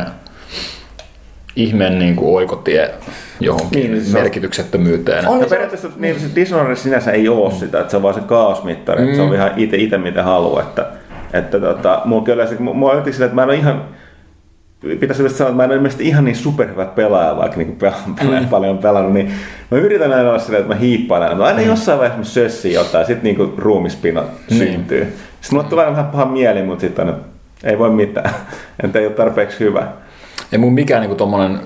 ihme niin kuin oikotie johonkin niin, merkityksettömyyteen. On periaatteessa niin, Dishonored sinänsä ei ole sitä, että se on vaan se kaosmittari, että se on ihan itse mitä haluaa. Että Että mulla kyllä mua jotenkin sillä, että mä en ole ihan, pitäisi yleensä sanoa, että mä en ole ilmeisesti ihan niin superhyvä pelaaja, vaikka niin paljon pelannut, niin mä yritän aina olla silleen, että mä hiippailen, aina jossain vaiheessa mä sössin jotain, ja sitten niin ruumispino syntyy. Sitten mulle tulee vähän paha mieli, mutta sitten ei voi mitään, että ei ole tarpeeksi hyvä. Ei mun mikään niinku tommonen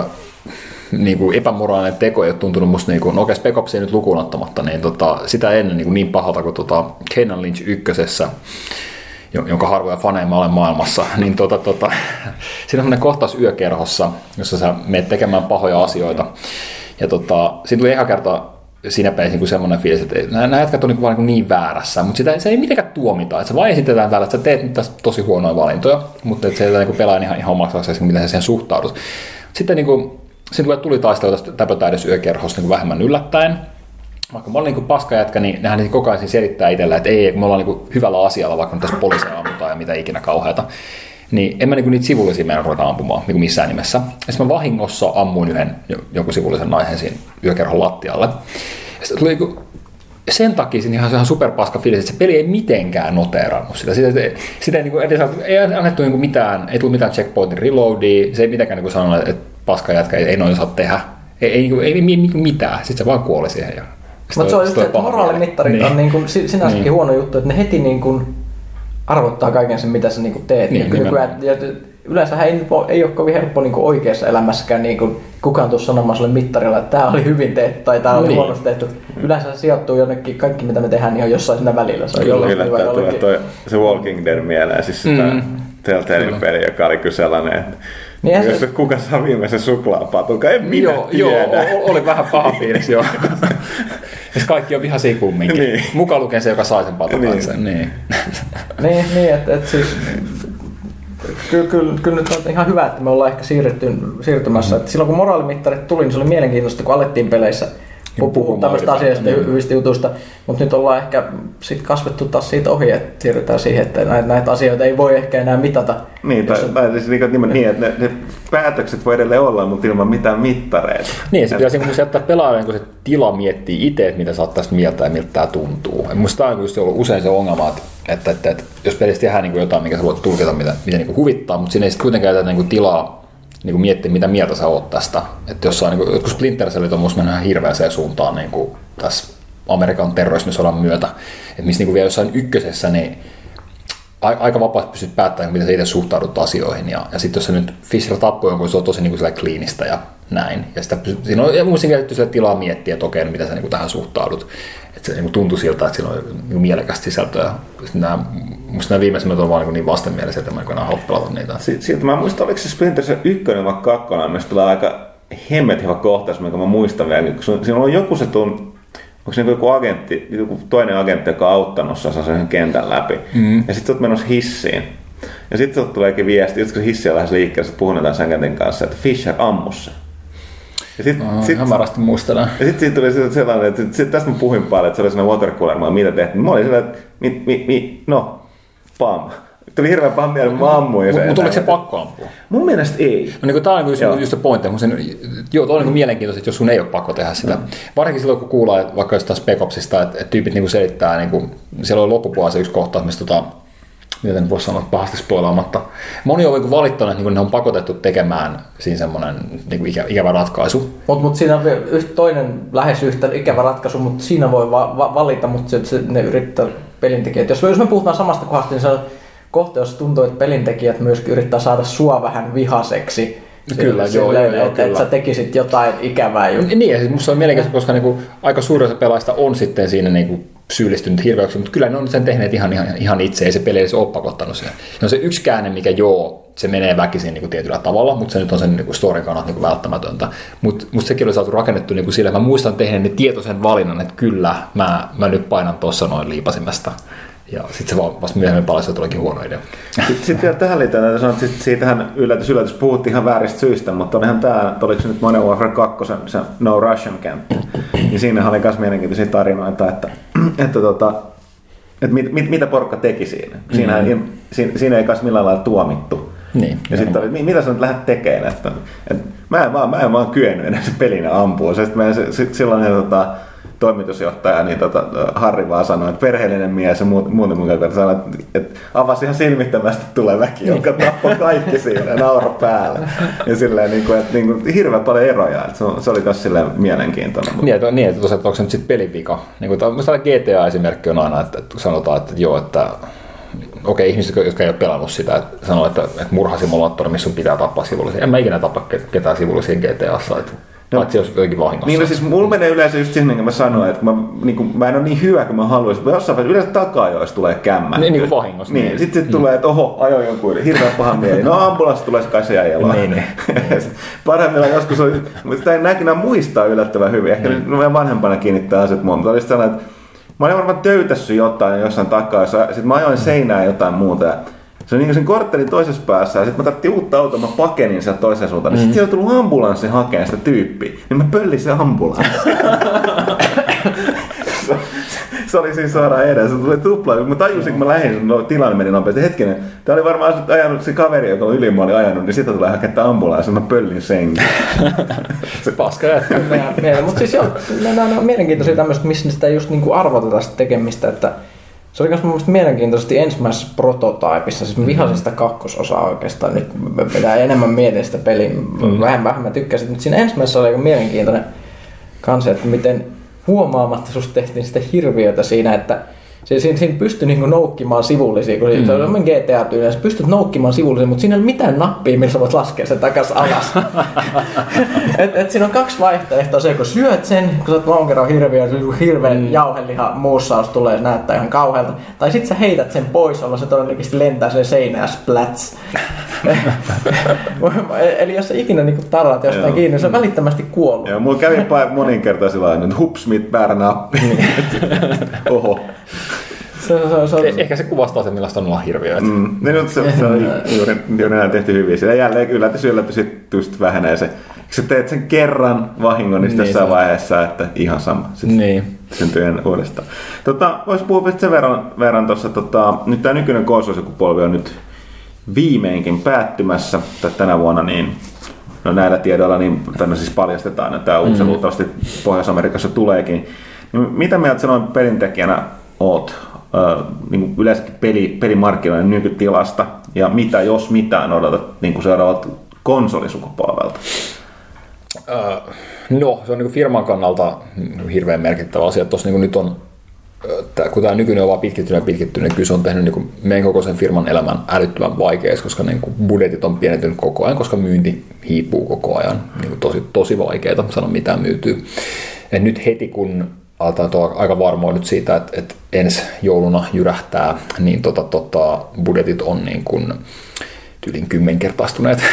niinku epämoraalinen teko ei ole tuntunut musta, niinku, no okei, Spec Opsia nyt lukuun ottamatta, niin sitä ennen niinku niin pahalta kuin Kane Lynch ykkösessä, jonka harvoja faneja mä olen maailmassa, niin siinä on semmoinen kohtaus yökerhossa, jossa sä menet tekemään pahoja asioita. Ja siinä tuli eka kerta siinä pelissä niin semmoinen fiilis, että nämä jätkät on vaan niin väärässä, mutta se ei mitenkään tuomita. Että se vaan esitetään täällä, että sä teet nyt tästä tosi huonoja valintoja, mutta että se niin pelaa ihan omaksi asiaksi, miten sä siihen suhtaudut. Sitten siinä tuli taistelu tästä täpötäydessä yökerhossa niin vähemmän yllättäen. Vaikka mä olin niin paska jätkä, niin nehän koko ajan selittää itsellä, että ei, me ollaan niin hyvällä asialla, vaikka nyt tässä poliiseja ammutaan ja mitä ikinä kauheata. Niin en mä niin niitä sivullisia meidän ruveta ampumaan niin missään nimessä. Ja sitten mä vahingossa ammuin jonkun sivullisen naisen siinä yökerhon lattialle. Ja sitten tuli sen takia siinä ihan superpaska fiilis, että se peli ei mitenkään noteerannut sitä. Sitä ei annettu niin mitään, ei tullut mitään checkpointin reloadia, se ei mitenkään niin sanonut, että paska jätkä ei noin saa tehdä. Ei mitään, sitten se vaan kuoli siihen. Mutta se on just se, että moraalimittarit on niin sinänsäkin huono juttu, että ne heti niin kuin arvottaa kaiken sen, mitä sä niin kuin teet. Yleensähän ei ole kovin helppo niin kuin oikeassa elämässäkään niin kuin kukaan tuossa sanomaan sulle mittarilla, että tämä oli hyvin tehty tai tämä oli huonosti tehty. Yleensä se sijoittuu jonnekin, kaikki mitä me tehdään, niin on jossain siinä välillä. Se on yllättää se Walking Dead mieleen, siis sitä Telltalein peli, joka oli kyllä sellainen, että niin jos kuka saa viimeisen suklaapatukan, en minä tiedä. Oli vähän paha fiilis, joo. Ja kaikki on vihaisia kumminkin. Niin. Mukaan lukee se, joka sai sen patukan. Niin, että siis kyllä nyt on ihan hyvä, että me ollaan ehkä siirtymässä. Että silloin kun moraalimittarit tuli, niin se oli mielenkiintoista, kun alettiin peleissä puhua tämmöistä asiasta ja hyvistä jutuista, mutta nyt ollaan ehkä sit kasvettu taas siitä ohi, että siirrytään siihen, että näitä asioita ei voi ehkä enää mitata. Niin, tai siis niin, että ne päätökset voi edelleen olla, mutta ilman mitään mittareita. Niin, se pitäisi mun jättää pelaajan, kun se tila miettii itse, että mitä sä oot tästä mieltä ja miltä tää tuntuu. Minusta tämä on ollut usein se ongelma, että jos pelissä tehdään niin jotain, mikä sä voit tulkita, mitä niin huvittaa, mutta siinä ei sitten kuitenkaan jätä niin tilaa niin miettiä, mitä mieltä sä oot tästä. Että jossain, niin jotkut Splinter Cellit on musta mennyt ihan hirveäseen suuntaan niin tässä Amerikan terrorismisodan myötä. Että missä niin vielä jossain ykkösessä, niin aika vapaasti pystyt päättämään, miten sä itse suhtaudut asioihin. Ja sitten jos sä nyt Fisher tappoi jonkun, se on tosi niin kliinistä ja näin. Ja siinä on mun käytetty sille tilaa miettiä, että okei, mitä sä niin tähän suhtaudut. Että se niin tuntui siltä, että siinä on niin mielekästä sisältöä. Musta nämä viimeisimmät on vaan niin vastenmielisiä, että mä en enää halua pelata niitä. Siltä mä muistan, oliko se Splinter Cell 1 vai 2, mistä tulee aika hemmet hyvä kohtaus, minkä mä muistan vielä. Siinä on joku se onko se joku agentti, joku toinen agentti, joka on auttanut sen kentän läpi. Ja sitten sä oot menossa hissiin. Ja sitten tuleekin viesti, just kun hissi on lähes liikkeelle, sä puhutaan sen agentin kanssa, että Fisher ammus sen. Hämärästi muistelen. Ja sitten siitä tuli sellainen, että tästä mä puhuin paljon, että se oli sellainen watercooler, mitä tehtiin. Mä olin sellainen, että pam. Tuli hirveän pahan mieleen, mä ammuin sen. Mutta oliko se pakko ampua? Mun mielestä ei. No niin tämä on just se pointti. Joo, tuo on niin mielenkiintoista, jos sun ei ole pakko tehdä sitä. Varsinkin silloin, kun kuulee vaikka jostain Spec Opsista, että tyypit niin selittää, niin kuin, siellä oli loppupuolella se yksi kohtaus, mistä mitä en voi sanoa pahasti spoilaamatta. Moni on valittanut, että ne on pakotettu tekemään siinä semmoinen niin ikävä ratkaisu. Mutta siinä on toinen lähes yhtä ikävä ratkaisu, mutta siinä voi valita, mutta ne yrittää pelintekijät. Jos me puhutaan samasta kohdasta, niin se on kohta, jos tuntuu, että pelintekijät myös yrittää saada sua vähän vihaseksi. Kyllä, joo. Että sä tekisit jotain ikävää juttua. Niin, ja siis musta on mielenkiintoista, koska niinku, aika suurin osa pelaajista on sitten siinä niinku syyllistynyt hirveäksi, mutta kyllä ne on sen tehneet ihan itse, ei se peli edes ole pakottanut sen. Se on se yksi käänne, mikä se menee väkisin niin kuin tietyllä tavalla, mutta se nyt on sen niin storin kannalta niin välttämätöntä. Mutta sekin oli saatu rakennettu niin sillä, että mä muistan tehneen tietoisen valinnan, että kyllä, mä nyt painan tuossa noin liipasimesta. Ja sitten se vasta myöhemmin paljastui, että olikin huono idea. Sitten vielä tähän liittyen, että sanoit, että siitähän yllätys puhuttiin ihan vääristä syistä, mutta olihan tämä, oliko se nyt Modern Warfare 2, se No Russian Camp. Ja siinähän oli myös mielenkiintoisia tarinoita, että mitä porukka teki siinä. Siinä ei myös millään lailla tuomittu. Niin, ja sitten oli, mitä sä nyt lähdet tekemään, että mä en vaan kyennyt enää se pelinä ampua. Silloin toimitusjohtaja, niin Harri vaan sanoi, että perheellinen mies ja muuten mun kanssa sanoi, että avasi ihan silmittömästi tulee väki, joka tappoi kaikki siinä ja naura päällä. Ja silleen, että hirveän paljon eroja, että se oli myös silleen mielenkiintoinen. Niin, että tosiaan, onko se nyt sitten pelivika? Niin kuin GTA-esimerkki on aina, että sanotaan, että joo, että okei, ihmiset, jotka ei ole pelannut sitä, että sanoo, että murhasimulaattori, missä sun pitää tappaa sivullisia. En mä ikinä tappa ketään sivullisia GTAssa, että paitsi jos jokin vahingossa. Niin, no siis mulla menee yleensä just siihen, minkä mä sanoin, että mä en ole niin hyvä kuin mä haluaisin. Jossain vaiheessa yleensä takajoissa tulee kämmä. Niin kuin vahingossa. Niin, sitten tulee, että oho, ajoin jonkun hirveän pahan mieli. No ambulanssi tulee, se kai se jäi eloon. Niin. Parhaimmillaan joskus oli, mutta sitä ei näkinä muistaa yllättävän hyvin. Ehkä nyt vanhempana kiinnittää asiat mua, mutta oli sellainen, että mä olin varmaan töytässy jotain jossain takajoissa. Sitten mä ajoin seinään jotain muuta. Se on niin sen korttelin toisessa päässä ja sitten mä tarvittiin uutta autoa, mä pakenin sieltä toiseen suuntaan. Sitten siellä on tullut ambulanssi hakemaan sitä tyyppiä, niin mä pöllin se ambulanssi. Se oli siis suoraan edessä, se tuli tupla. Mä tajusin, kun mä lähdin, tilanne meni nopeasti. Hetkinen, tää oli varmaan ajanut se kaveri, joka oli yli, mä olin ajanut, niin sitä tulee hakea ambulanssi, mä pöllin senkin. Se paska jätkä. Mutta siis joo, nämä on mielenkiintoisia tämmöiset, missä sitä just niinku arvotetaan sitä tekemistä, että se oli myös mun mielestä mielenkiintoisesti ensimmäisessä prototypissa, siis mä vihasin sitä kakkososaa oikeastaan, nyt kun pitää enemmän mietin sitä peliä, vähän mä tykkäsin, mutta siinä ensimmäisessä oli aika mielenkiintoinen kanssa, että miten huomaamatta susta tehtiin sitä hirviötä siinä, että siinä pystyi niinku noukkimaan sivullisia, kun se on GTA-tyylinen, sä pystyt noukkimaan sivullisia, mutta siinä ei ole mitään nappia, millä sä voit laskea sen takas alas. et siinä on kaksi vaihtoehtoa, se kun syöt sen, kun sä oot lonkeron hirviö, hirveän jauheliha muussaus tulee, se näyttää ihan kauhealta, tai sit sä heität sen pois, jolloin se todennäköisesti lentää sen seinään splats. Eli jos sä ikinä niinku tarrat jostain kiinni, niin se on välittömästi kuollut. Joo, mulla kävi moninkertaisilla aina, että hups, mit väärä nappi. Oho. Ehkä se kuvastaa se, millaista on olla hirviöitä. Niin, se on juuri näin tehty hyvin. Siellä jälleen yllätys sitten just vähenee se. Sä teet sen kerran vahingon niin tässä vaiheessa, että ihan sama. Sitten syntyy uudestaan. Vois puhua sen verran tuossa. Nyt tämä nykyinen konsolisukupolvi on nyt viimeinkin päättymässä. Tänä vuonna niin näillä tiedoilla niin siis paljastetaan, että tämä uusi luultavasti Pohjois-Amerikassa tuleekin. Niin mitä mieltä sanoin pelintekijänä oot niin yleensäkin pelimarkkinoiden nykytilasta ja mitä jos mitään odotat niin seuraavalta konsolisukupolvelta? No, se on niin firman kannalta hirveän merkittävä asia. Tuossa niin nyt on, kun tämä nykyinen on vaan pitkittynyt, niin kyllä se on tehnyt niin meidän kokoisen firman elämän älyttömän vaikeaksi, koska niin budjetit on pienentynyt koko ajan, koska myynti hiipuu koko ajan. Niin tosi vaikeaa sanoa mitään myytyy. Et nyt heti kun aletaan aika varmoa nyt siitä, että ensi jouluna jyrähtää, niin budjetit on niin kuin tyylin 10-kertaistuneet.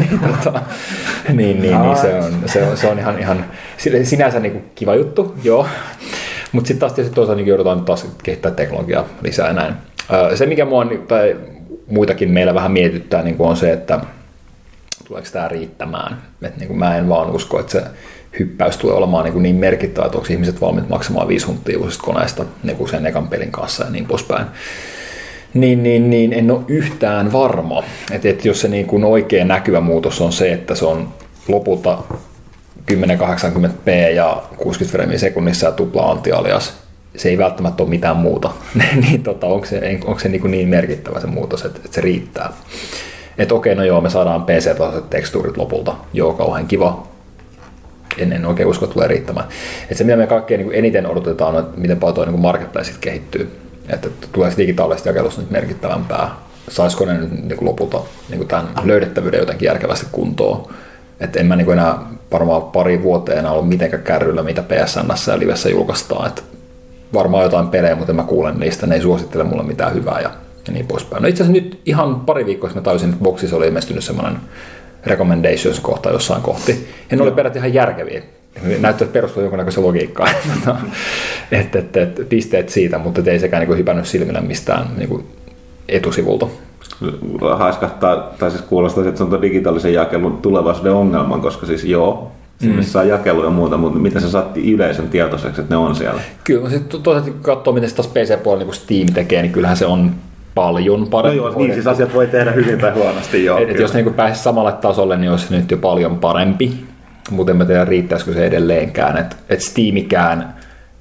niin se on ihan sinänsä niin kuin kiva juttu, joo. Mutta sitten taas tietysti toisaalta niin joudutaan taas kehittää teknologiaa lisää ja näin. Se, mikä mua tai muitakin meillä vähän mietityttää, niin on se, että tuleeko tämä riittämään. Et niin mä en vaan usko, että se hyppäys tulee olemaan niin merkittävä, että onko ihmiset valmiit maksamaan 5 huntia uusista koneesta niin sen ekan pelin kanssa ja niin poispäin. Niin en ole yhtään varma. Että jos se niin kuin oikein näkyvä muutos on se, että se on lopulta 1080p ja 60 freimiä sekunnissa ja tupla anti-alias, se ei välttämättä ole mitään muuta. Niin onko se niin merkittävä se muutos, että se riittää. Että okei, no joo, me saadaan PC-tasoiset tekstuurit lopulta. Joo, kauhean kiva. En oikein usko, että tulee riittämään. Että se, mitä me kaikkein niin eniten odotetaan, on, että miten paljon tuo niin marketplace kehittyy. Että tulee digitaalisesta jakelusta nyt merkittävämpää. Saisiko ne nyt niin lopulta niin tämän löydettävyyden jotenkin järkevästi kuntoon. Että en mä niin enää varmaan pari vuoteen ollut mitenkään kärryllä, mitä PSN:ssä ja livessä julkaistaan. Että varmaan jotain pelejä, mutta en mä kuulen niistä. Ne ei suosittele mulle mitään hyvää ja niin poispäin. No itse asiassa nyt ihan pari viikkoa mä tajusin, että Boxissa oli ilmestynyt semmoinen recommendations-kohta jossain kohti. Ja ne oli periaatteessa ihan järkeviä. Näyttää, että perustuu jonkunnäköisen logiikkaan. että pisteet siitä, mutta ei sekään niin hypännyt silmille mistään niin etusivulta. Haiskahtaa, tai siis kuulostaa, että se on tuon digitaalisen jakelun tulevaisuuden ongelman, koska siis joo, sinne saa jakelu ja muuta, mutta miten se saatti yleisön tietoiseksi, että ne on siellä? Kyllä, sitten toisaalta kun katsoo, miten se taas PC-puolella niin Steam tekee, niin kyllähän se on paljon parempi. No joo, niin siis asiat voi tehdä hyvin tai huonosti, joo. Et jos niin pääsisi samalle tasolle, niin olisi nyt jo paljon parempi, mutta en mä tiedä riittäisikö se edelleenkään. Et Steamikään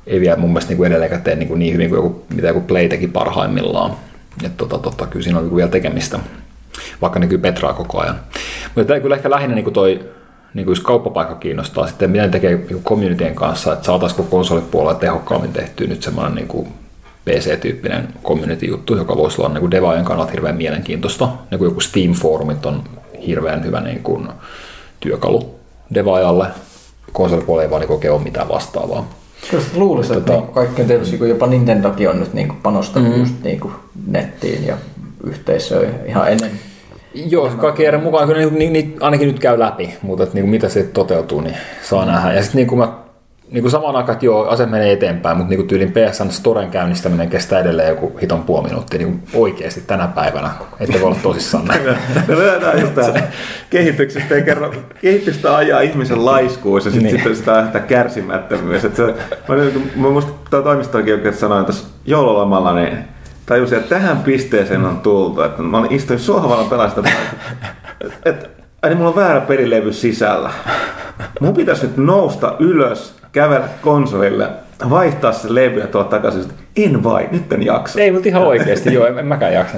ei vielä mun mielestä niin edelleenkään tee niin hyvin kuin mitä joku Play teki parhaimmillaan. Että kyllä siinä on vielä tekemistä, vaikka näkyy Petraa koko ajan. Mutta tämä kyllä ehkä lähinnä toi, jos kauppapaikka kiinnostaa, sitten mitä ne tekee communityen kanssa, että saataisiko konsolipuolella tehokkaammin tehtyä nyt semmoinen PC-tyyppinen community-juttu, joka voisi olla devaajan kannalta hirveän mielenkiintoista. Joku Steam-foorumit on hirveän hyvä työkalu devaajalle. Konsolipuolella ei vaan oikein ole mitään vastaavaa. Kyllä luulisin, että kaikkien tietysti, kun jopa Nintendokin on nyt panostanut just nettiin ja yhteisöön ihan ennen. Joo, kaikki järjen mukaan kyllä ainakin nyt käy läpi, mutta mitä se toteutuu, niin saa nähdä. Ja sitten samaan aikaan, että joo, ase menee eteenpäin, mutta tyylin PSN Storen käynnistäminen kestää edelleen joku hiton puoli minuuttia oikeasti tänä päivänä. Ette voi olla tosissaan näin. Kehityksestä ei kerro. Kehitystä ajaa ihmisen laiskuus ja sitten sitä ajattaa kärsimättömyys. Mä muistan toimistoakin oikein sanoin tuossa joululomalla, niin tajusin, että tähän pisteeseen on tultu. Että mä istuin sohvalla pelastaa, että mulla on väärä pelilevy sisällä. Mun pitäisi nyt nousta ylös, kävellä konsolille, vaihtaa se levy ja tuolla takaisin. Nyt en jaksa. Ei, mutta ihan oikeasti, joo, en mäkään jaksa.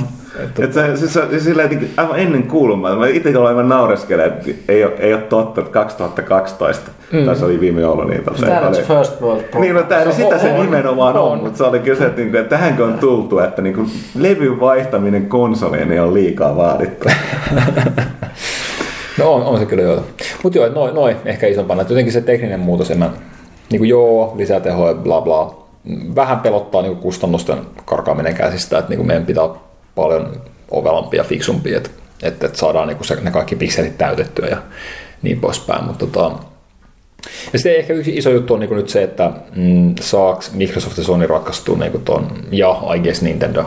Silleen aivan ennen kuulumaa. Mä itse olen aivan naureskelen, että ei ole totta, että 2012, tässä oli viime joulu. Niin That's first world problem. Niin, sitä se nimenomaan on, mutta se oli kyse, että tähänkö on tultu, että levyn vaihtaminen konsoliin ei ole liikaa vaadittu. No on se kyllä joo. Mutta joo, noi ehkä isompana. Jotenkin se tekninen muutos, lisää tehoa ja bla bla. Vähän pelottaa kustannusten karkaaminen käsistä, että meidän pitää olla paljon ovelampia ja fiksumpia, että saadaan ne kaikki pikselit täytettyä ja niin poispäin. Ja sitten ehkä yksi iso juttu on nyt se, että saako Microsoft ja Sony ratkaistua ja I guess Nintendo,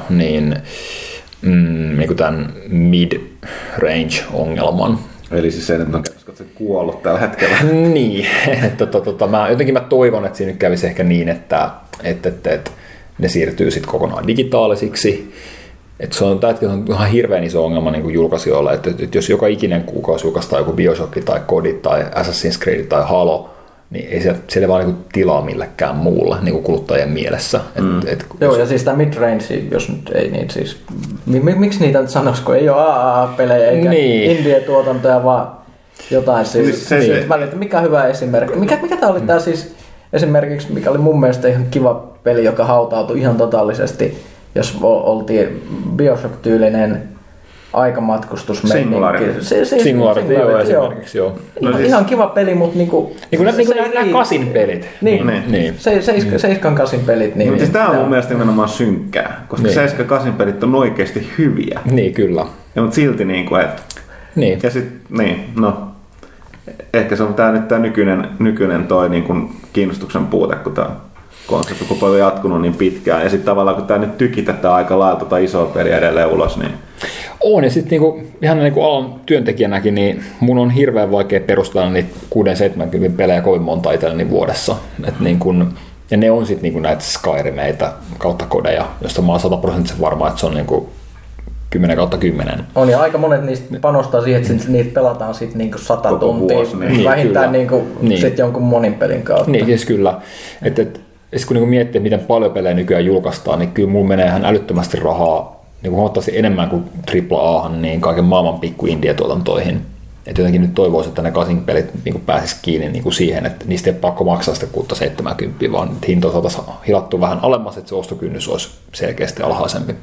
tämän mid-range-ongelman. Eli siis se, että on kuollut tällä hetkellä. Niin, jotenkin mä toivon, että siinä nyt kävisi ehkä niin, että ne siirtyy sitten kokonaan digitaalisiksi. Että se on ihan hirveän iso ongelma julkaisijoille, että jos joka ikinen kuukausi julkaistaan joku BioShock tai Codi tai Assassin's Creed tai Halo, niin ei siellä vaan tilaa millekään muulle kuluttajien mielessä. Joo, ja siis tämä midrange, jos nyt ei niin siis, miksi niitä nyt sanoisi, kun ei ole AAA-pelejä eikä indie-tuotantoja, vaan jotain siis välillä. Mikä on hyvä esimerkki? Mikä tämä oli tämä siis esimerkiksi, mikä oli mun mielestä ihan kiva peli, joka hautautui ihan totaalisesti, jos oltiin BioShock-tyylinen aikamatkustus. Singularity, joo, esimerkiksi, joo. Ihan kiva peli, mutta nämä kasin pelit. Niin. 7-8 pelit. Mutta siis tämä on mun mielestä nimenomaan synkkää, koska 7-8 pelit on oikeasti hyviä. Niin, kyllä. Ja, mutta silti että... Niin. Ja sitten, ehkä se on tämä nykyinen toi kiinnostuksen puute, kun tämä konsepti on jatkunut niin pitkään. Ja sitten tavallaan, kun tämä nyt tykitetään aika lailla isoa peliä edelleen ulos, niin... On, ja sitten ihan alan työntekijänäkin, niin mun on hirveän vaikea perustella niitä 6-70 pelejä kovin monta itselleni vuodessa. Ja ne on sitten näitä Skyrimeitä kautta kodeja, josta mä oon 100% varma, että se on 10/10. On, ja aika monet niistä panostaa siihen, että niitä pelataan sitten 100 tuntia, vähintään sit jonkun monin pelin kautta. Niin, siis kyllä. Sitten kun miettii, miten paljon pelejä nykyään julkaistaan, niin kyllä mulla menee ihan älyttömästi rahaa huomattavasti enemmän kuin AAAhan, niin kaiken maailman pikku indie-tuotantoihin. Et jotenkin nyt toivoisin, että ne kasin-pelit pääsis kiinni siihen, että niistä ei pakko maksaa sitä 6-70, vaan hintoja saataisiin hilattua vähän alemmas, että se ostokynnys olisi selkeästi alhaisempi.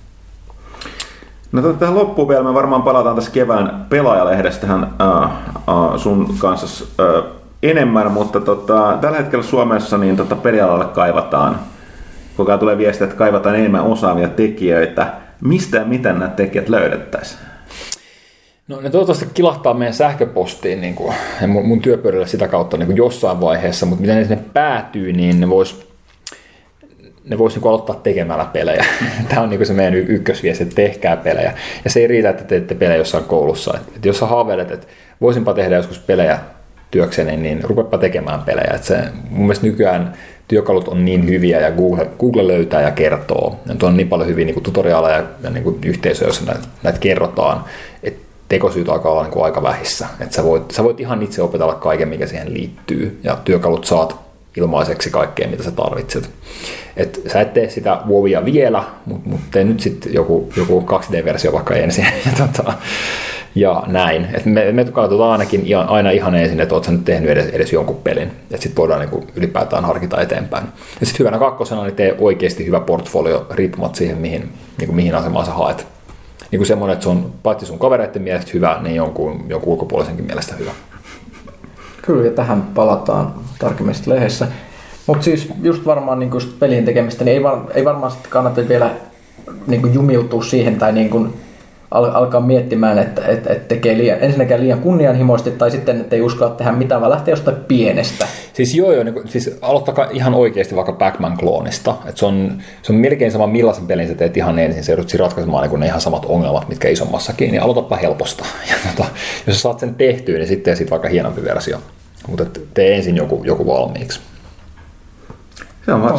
No tähän loppuun vielä, me varmaan palataan tässä kevään Pelaajalehdestähän sun kanssa enemmän, mutta tällä hetkellä Suomessa niin pelialalle kaivataan, koko ajan tulee viestiä, että kaivataan enemmän osaavia tekijöitä. Mistä ja miten nämä tekijät löydettäisiin? No ne toivottavasti kilahtaa meidän sähköpostiin ja mun työpöydälle sitä kautta jossain vaiheessa, mutta miten ne sinne päätyy, niin ne vois aloittaa tekemällä pelejä. Tämä on se meidän ykkösviesti, että tehkää pelejä. Ja se ei riitä, että teette pelejä jossain koulussa. Että jos sä haaveilet, että voisinpa tehdä joskus pelejä työkseni, niin rupepa tekemään pelejä. Että se, mun mielestä nykyään työkalut on niin hyviä ja Google löytää ja kertoo. Ja on niin paljon hyviä tutoriaaleja ja yhteisöjä, joissa näitä kerrotaan, että tekosyyt alkaa olla aika vähissä. Että sä voit ihan itse opetella kaiken, mikä siihen liittyy. Ja työkalut saat ilmaiseksi kaikkea, mitä sä tarvitset. Et sä et tee sitä WoWia vielä, mutta tee nyt sitten joku 2D-versio vaikka ensin. Ja näin. Et me katsotaan ainakin aina ihan ensin, että oot sä nyt tehnyt edes jonkun pelin. Että sitten voidaan niinku ylipäätään harkita eteenpäin. Ja sitten hyvänä kakkosena niin tee oikeasti hyvä portfolio riippumatta siihen, mihin asemaan sä haet. Niin semmoinen, että se on paitsi sun kavereiden mielestä hyvä, niin jonkun ulkopuolisenkin mielestä hyvä. Kyllä, ja tähän palataan tarkemmin lehdessä. Mutta siis just varmaan niin just pelin tekemistä, niin ei varmaan sitten kannata vielä niin jumiutua siihen tai niin alkaa miettimään, että tekee ensinnäkään liian kunnianhimoisesti tai sitten, että ei uskalla tehdä mitään, vaan lähtee jostain pienestä. Siis siis aloittakaa ihan oikeasti vaikka Pac-Man-kloonista. Et se on melkein sama millaisen pelin sä teet ihan ensin, se joudut ratkaisemaan niin ne ihan samat ongelmat, mitkä isommassakin, niin aloitapa helposta. Ja jos sä saat sen tehtyä, niin sitten tee vaikka hienompi versio. Mutta tee ensin joku valmiiksi. Se on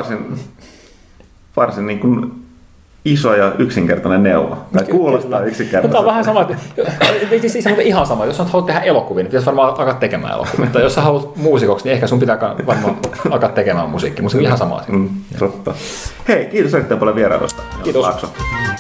varsin niin kuin iso ja yksinkertainen neuvo. Tai kuulostaa yksinkertaisesti. Tämä on vähän sama, siis ihan sama. Jos sä haluat tehdä elokuvia, niin pitäisi varmaan alkaa tekemään elokuvia. Tai jos sä haluat muusikoksi, niin ehkä sun pitää varmaan alkaa tekemään musiikkia. Mutta se on ihan sama asia. Totta. Hei, kiitos erittäin paljon vierailusta. Kiitos. Laakso.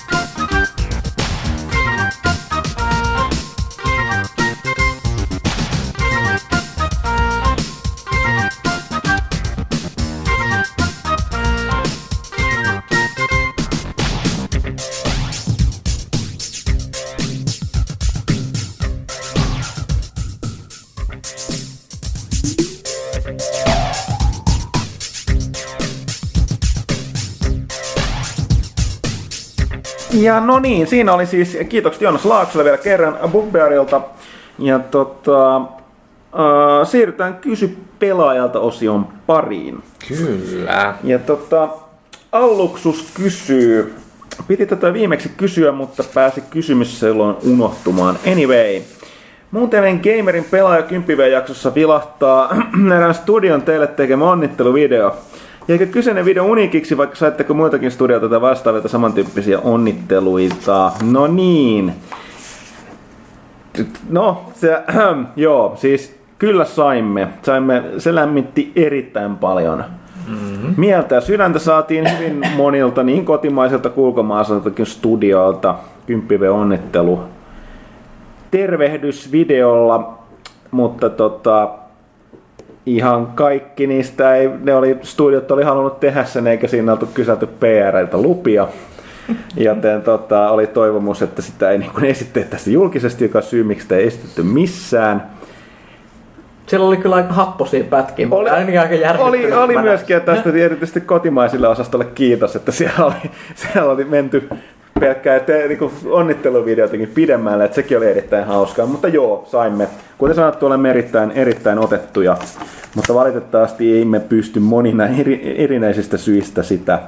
Ja no niin, siinä oli siis kiitokset Joonas Laaksolle vielä kerran Bugbearilta. Ja siirrytään Kysy pelaajalta -osion pariin. Kyllä. Ja Alluksus kysyy. Piti tätä viimeksi kysyä, mutta pääsi kysymys silloin unohtumaan. Anyway. Muuten Gamerin pelaaja 10V-jaksossa vilahtaa erään studion teille tekemä onnitteluvideo. Eikä kyseinen video uniikiksi, vaikka saitteko muitakin studioita tai vastaavia samantyyppisiä onnitteluita? No niin. No, joo, siis kyllä saimme. Se lämmitti erittäin paljon. Mieltä ja sydäntä saatiin hyvin monilta, niin kotimaiselta kuin ulkomaiseltakin studioilta. 10V-onnittelu. Tervehdys videolla, mutta ihan kaikki niistä studiot oli halunnut tehdä sen, eikä siinä oltu kyselty PR:ltä lupia. Joten oli toivomus, että sitä ei niin esitettäisi julkisesti, joka on syy, miksi sitä ei esitetty missään. Siellä oli kyllä aika happosia pätkiä, mutta ainakin aika järkyttävää. Oli myöskin tästä erityisesti kotimaisille osastolle kiitos, että siellä oli menty pelkkää niin onnitteluvideotakin pidemmälle, että sekin oli erittäin hauskaa. Mutta joo, saimme. Kuten sanottu, olemme erittäin otettuja, mutta valitettavasti emme pysty monina erinäisistä syistä sitä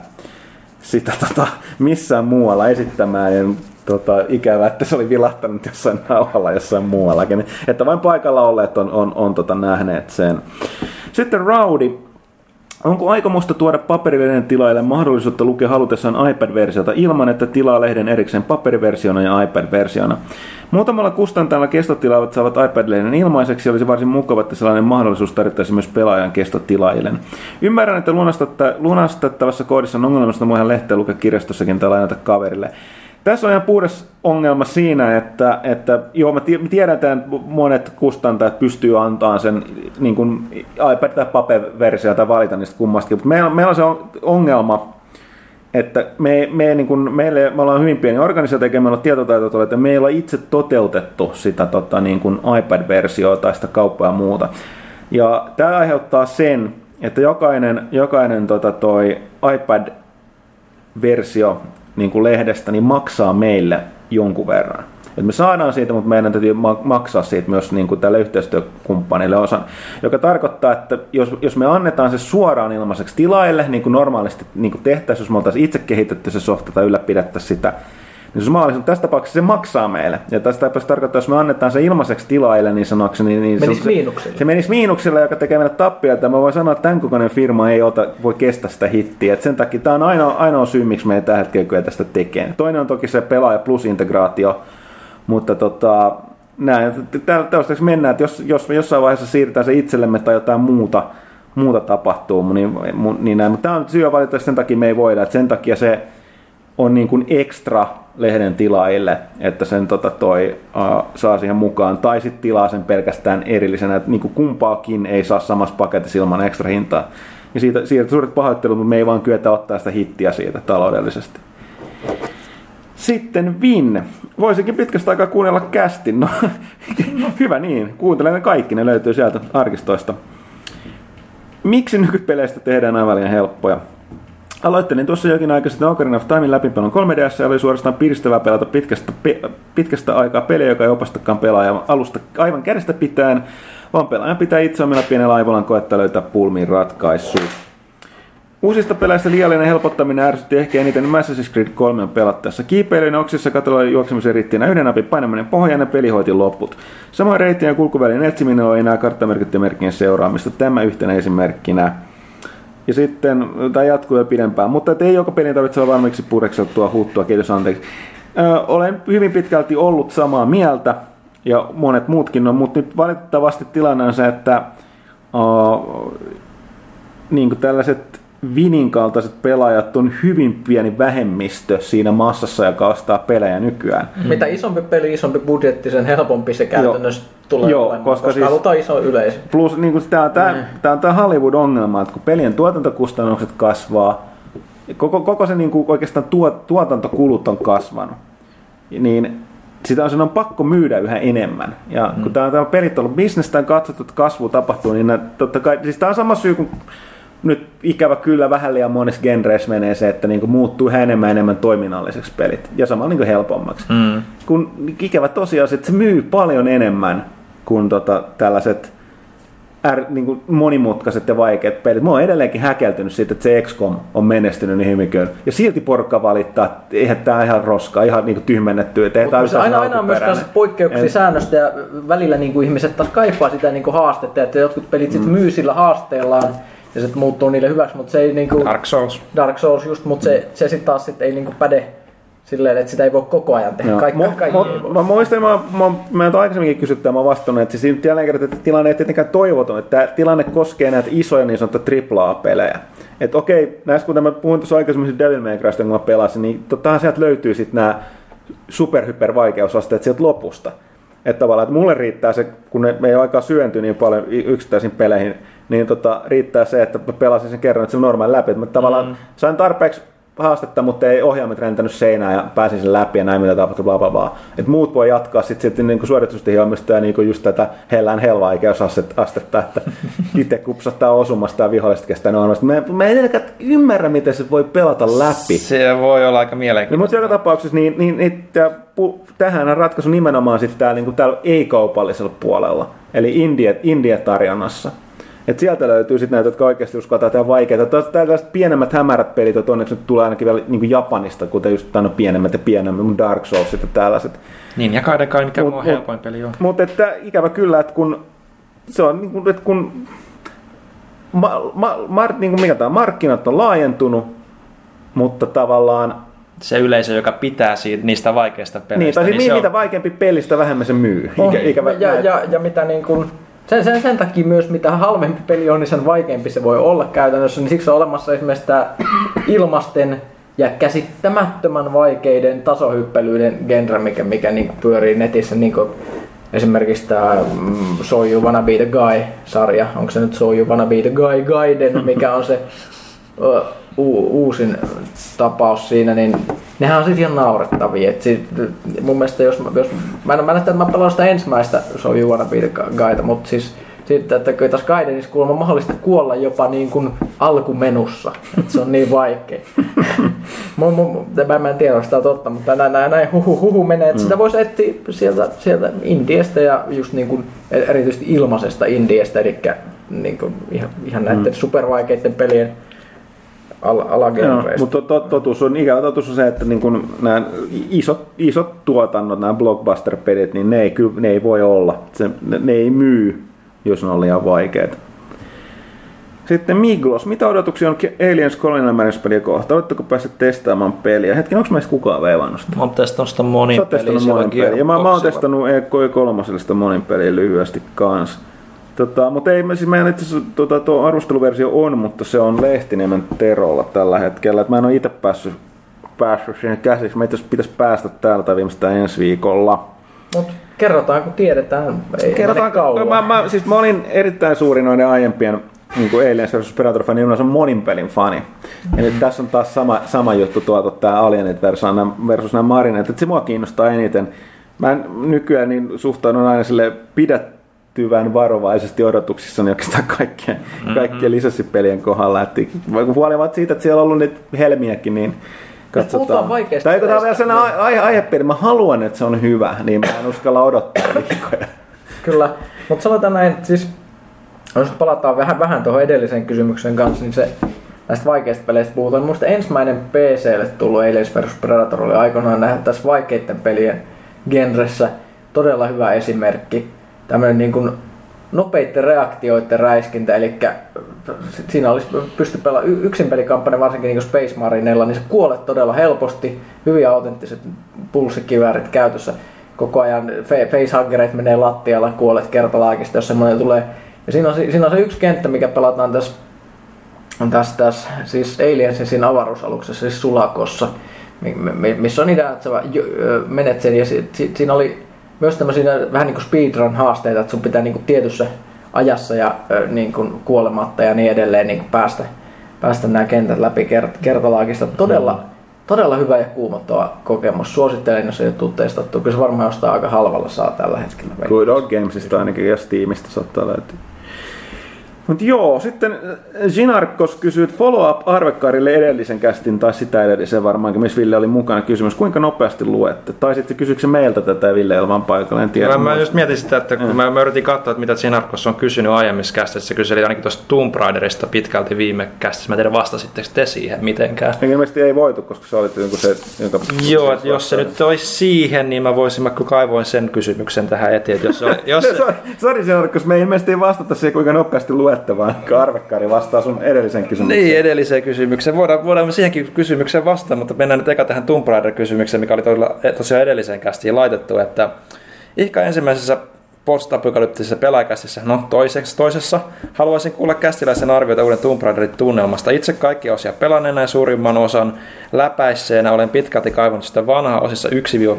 missään muualla esittämään. Ja, ikävä, että se oli vilahtanut jossain nauhalla jossain muuallakin. Että vain paikalla olleet on nähneet sen. Sitten Rowdy. Onko aikomusta tuoda paperilehden tilaille mahdollisuutta lukea halutessaan iPad-versiota ilman, että tilaa lehden erikseen paperiversiona ja iPad-versiona? Muutamalla kustantajalla kestotilaavat saavat iPad-lehden ilmaiseksi, olisi varsin mukava, että sellainen mahdollisuus tarjottaisi myös pelaajan kestotilaajille. Ymmärrän, että lunastettavassa koodissa on ongelmasta muihin lehteä lukea kirjastossakin tai lainata kaverille. Tässä on ihan puhdas ongelma siinä, että joo, me tiedetään, että monet kustantajat pystyy antamaan sen niin kuin iPad- tai paper-versio tai valita niistä kummastakin, mutta meillä on se ongelma, että me ollaan hyvin pieni organisaatio, eikä meillä ole tietotaitoa, että me ei ole itse toteutettu sitä niin kuin iPad-versioa tai sitä kauppaa ja muuta. Ja tämä aiheuttaa sen, että jokainen toi iPad-versio niin kuin lehdestä, niin maksaa meille jonkun verran. Et me saadaan siitä, mutta meidän täytyy maksaa siitä myös niin kuin tälle yhteistyökumppanille osan, joka tarkoittaa, että jos me annetaan se suoraan ilmaiseksi tilaajille, niin kuin normaalisti niin kuin tehtäisiin, jos me oltaisiin itse kehitetty se softa tai ylläpidettäisiin sitä, niin tässä tapauksessa se maksaa meille. Ja tästä tarkoittaa, että jos me annetaan se ilmaiseksi tilaajille, niin sanokseni, se menisi miinuksille, joka tekee meille tappioita. Mä voin sanoa, että tämän kokoinen firma ei voi kestää sitä hittiä. Et sen takia tämä on ainoa syy, miksi me ei tällä hetkellä kyllä tästä tekee. Toinen on toki se pelaaja plus integraatio, mutta tällaiseksi mennään, että jos me jossain vaiheessa siirretään se itsellemme tai jotain muuta muuta tapahtuu. Niin näin. Mutta tämä on syy valitettavasti, sen takia me ei voida. Että sen takia se on niin kuin ekstra lehden tilaajille, että sen saa siihen mukaan. Tai sitten tilaa sen pelkästään erillisenä. Että niin kuin kumpaakin ei saa samassa paketissa ilman ekstra hintaa. Ja siitä suuret pahoittelut, mutta me ei vaan kyetä ottaa sitä hittiä siitä taloudellisesti. Sitten Vin. Voisinkin pitkästä aikaa kuunnella kästin. No, hyvä niin. Kuuntelen ne kaikki. Ne löytyy sieltä arkistoista. Miksi nykypeleistä tehdään aivan liian helppoja? Aloittelin tuossa jokin aika sitten Ocarina of Timein läpipelon 3DS ja oli suorastaan piristävää pelata pitkästä aikaa peliä, joka ei opastakaan pelaajan alusta aivan kädestä pitäen, vaan pelaajan pitää itse omilla pienellä aivollaan koettaa löytää pulmiin ratkaisuja. Uusista peleistä liiallinen helpottaminen ärsytti ehkä eniten Assassin's Creed 3 pelattaessa. Kiipeilyin oksissa katolla juoksemisen riittinä yhden napin painaminen pohjaan ja peli hoiti loput. Samoin reittien ja kulkuvälin etsiminen oli enää karttamerkittyjen merkkien seuraamista. Tämä yhtenä esimerkkinä. Ja sitten, tämä jatkuu jo pidempään, mutta ei joka pelin tarvitse olla valmiiksi purekseltua huuttua, kiitos anteeksi. Olen hyvin pitkälti ollut samaa mieltä, ja monet muutkin on, mutta nyt valitettavasti tilanne on se, että niin kuin tällaiset Vinin kaltaiset pelaajat on hyvin pieni vähemmistö siinä massassa, joka ostaa pelejä nykyään. Mitä isompi peli, isompi budjetti, sen helpompi se käytännössä tulee olemaan, koska siis, halutaan iso yleisö. Plus niin tämä on tämä Hollywood-ongelma, että kun pelien tuotantokustannukset kasvaa, koko se niin kuin oikeastaan tuotantokulut on kasvanut, niin sitä on pakko myydä yhä enemmän. Ja kun tämä pelit on ollut bisnestä ja katsottu, että kasvu tapahtuu, niin totta kai, siis tämä on sama syy kuin nyt ikävä kyllä vähän liian monessa genreissä menee se, että niinku muuttuu yhä enemmän toiminnalliseksi pelit ja samalla niinku helpommaksi. Kun ikävä tosiaan, että se myy paljon enemmän kuin tällaiset niinku monimutkaiset ja vaikeat pelit. Mä oon edelleenkin häkeltynyt siitä, että se XCOM on menestynyt niin hyvin. Ja silti porukka valittaa, että eihän tää ihan roskaa, ihan niinku tyhmennetty. Aina on myös poikkeuksia säännöstä ja välillä niinku ihmiset taas kaipaa sitä niinku haastetta, että jotkut pelit sit myy sillä haasteellaan. Ja se muuttuu niille hyväksi, mutta se ei niinku Dark Souls just, mutta se sitten taas ei niinku päde silleen, että sitä ei voi koko ajan tehdä. Mä muistan, mä oon aikaisemminkin kysytty ja mä oon vastannut, että siis jälleen kerran, että tilanne ei tietenkään toivoton, että tämä tilanne koskee näitä isoja niin sanottuja AAA-pelejä. Että okei, näistä kun mä puhuin tuossa aikaisemmin Devil May Crysta, kun mä pelasin, niin tottahan sieltä löytyy sitten nämä superhypervaikeusasteet sieltä lopusta. Että tavallaan, että mulle riittää se, kun me ei ole aikaa syöntyä niin paljon yksittäisiin peleihin, niin riittää se, että mä pelasin sen kerran, että se on normaali läpi. Että mä tavallaan sain tarpeeksi haastetta, mutta ei ohjaimet räntänyt seinään ja pääsin sen läpi ja näin mitä tapahtui, bla bla bla. Että muut voi jatkaa sitten niin suoritusten hioimista ja niin just tätä hell-vaikeusastetta, että itse kupsattaa osumasta ja viholliset kestää normaalisesti. Mä en edelläkään ymmärrä, miten se voi pelata läpi. Se voi olla aika mielenkiintoista. Mutta joka tapauksessa tähän on ratkaisu nimenomaan sitten täällä ei-kaupallisella puolella, eli India-tarjonnassa. Et sieltä löytyy sitten näitä, jotka oikeasti uskotaan tehdä vaikeita. Tällaiset pienemmät hämärät pelit, että onneksi nyt tulee ainakin vielä niin kuin Japanista, kuten just pienemmät ja pienemmät, Dark Souls ja tällaiset. Niin, ja Kaidekai, mikä on helpoin peli on. Mutta ikävä kyllä, että kun se on niin kuin, että kun niin kuin mikä tämä, markkinat on laajentunut, mutta tavallaan se yleisö, joka pitää niistä vaikeista peleistä. Niin mitä vaikeampi pelistä vähemmän se myy. Ja mitä niin kuin sen takia myös, mitä halvempi peli on, niin sen vaikeampi se voi olla käytännössä. Niin siksi on olemassa esimerkiksi tämä ilmasten ja käsittämättömän vaikeiden tasohyppelyiden genre, mikä niin kuin pyörii netissä. Niin kuin esimerkiksi tämä So You Wanna Be The Guy-sarja. Onko se nyt So You Wanna Be The Guy Gaiden, mikä on se uusin tapaus siinä, niin nehän on sitten ihan naurettavia. Mun mielestä jos mä en näistä, että mä pelaan sitä ensimmäistä So You Wanna Be The Guyta, mutta siis sitten, että kyllä tässä Gaidenissa kuulemma mahdollista kuolla jopa niin kuin alkumenussa, että se on niin vaikea. Mä en tiedä, onko sitä totta, mutta näin huhu menee, että sitä voisi etsiä sieltä Indiasta ja just niin kuin erityisesti ilmaisesta Indiasta, eli niin kuin ihan näiden supervaikeiden pelien alagenreistä. Mutta ikävä totuus on se, että niin kun nämä isot tuotannot, nämä blockbuster-pelit, niin ne ei voi olla. Ne ei myy, jos ne on liian vaikeita. Sitten Miglos. Mitä odotuksia on Aliens Colonial Marines-peliä kohta? Oletteko päässeet testaamaan peliä? Hetken, onko meistä kukaan veivannut sitä? Mä oon testannut sitä monin peliä. Ja mä oon testannut E3 monin peliä lyhyesti kanssa. Mutta ei, siis meidän itse asiassa tuo arvosteluversio on, mutta se on Lehtiniemen Terolla tällä hetkellä. Et mä en ole itse päässyt siihen käsiksi. Me pitäisi päästä täältä viimeistään ensi viikolla. Mutta kerrotaan, kun tiedetään. Mä olin erittäin suuri noiden aiempien niin kuin Aliens vs. Predator-fani, niin on monin pelin fani. Eli tässä on taas sama juttu tämä Alienit versus nämä Marineet. Se mua kiinnostaa eniten. Mä nykyään niin suhtaudun aina sille pidättyvän varovaisesti odotuksissani oikeastaan kaikkien lisenssipelien kohdalla. Huolimatta siitä, että siellä on ollut niitä helmiäkin, niin katsotaan. Tai eikö tämä on vielä sellainen aihepiiri, mä haluan, että se on hyvä, niin mä en uskalla odottaa viikkoja. Kyllä, mutta sanotaan näin, siis jos palataan vähän tuohon edelliseen kysymykseen kanssa, niin se näistä vaikeista peleistä puhutaan. Minusta ensimmäinen PC:lle tullut Aliens vs. Predator oli aikoinaan nähdä tässä vaikeiden pelien genressä todella hyvä esimerkki. Tämmöinen niin kuin nopeiden reaktioiden räiskintä, eli siinä olisi pysty pelaamaan yksinpelikampanja, varsinkin niin kuin Space Marineilla, niin se kuolet todella helposti, hyvin autenttiset pulssikiväärit käytössä. Koko ajan facehuggereit menee lattialla, kuolet kertalaakista, jos semmoinen tulee. Ja siinä on se yksi kenttä, mikä pelataan tässä siis Aliensin siinä avaruusaluksessa, siis Sulakossa, missä on idea, että sä menet sen, ja siinä oli myös tämmöisiä vähän niin kuin speedrun-haasteita, että sun pitää niin kuin tietyssä ajassa ja niin kuin kuolematta ja niin edelleen niin kuin päästä nämä kentät läpi kertalaakista. Todella hyvä ja kuumottava kokemus. Suosittelen, jos ei tule testattua. Kyllä se varmaan jostain aika halvalla saa tällä hetkellä. Good Old Gamesista ainakin ja Steamista saattaa löytyä. Mutta joo, sitten Ginarkos kysyy, että follow-up Arvekkarille edellisen kästin tai sitä edellisen varmaankin, missä Ville oli mukana kysymys. Kuinka nopeasti luette? Tai sitten kysyykö se meiltä tätä ja Ville ei ole vaan paikalla, en tiedä. Mä just mietin sitä, että kun mä yritin katsoa, että mitä Ginarkos on kysynyt aiemmissa kästissä. Se kyseli ainakin tuosta Tomb Raiderista pitkälti viime kästissä. Mä tiedän, vastasitteko te siihen mitenkään? Ilmeisesti ei voitu, koska se oli joku se, jonka... Joo, että jos se nyt olisi siihen, niin mä kaivoin sen kysymyksen tähän eteen. Sori Ginarkos, me ei ilmeisesti vastata siihen, kuinka nopeasti luette, vaan Arvekkari vastaa sun edellisen kysymykseen. Niin, edelliseen kysymykseen. Voidaan siihenkin kysymykseen vastata, mutta mennään nyt eka tähän Tomb Raider-kysymykseen, mikä oli tosiaan edelliseen kästiin laitettu, että ehkä ensimmäisessä post-apokalyptisessa pelaajakästissä, toisessa, haluaisin kuulla kästiläisen arvioita uuden Tomb Raiderin tunnelmasta. Itse kaikki osia pelanneena ja suurimman osan läpäisseenä olen pitkälti kaivannut sitä vanhaa osissa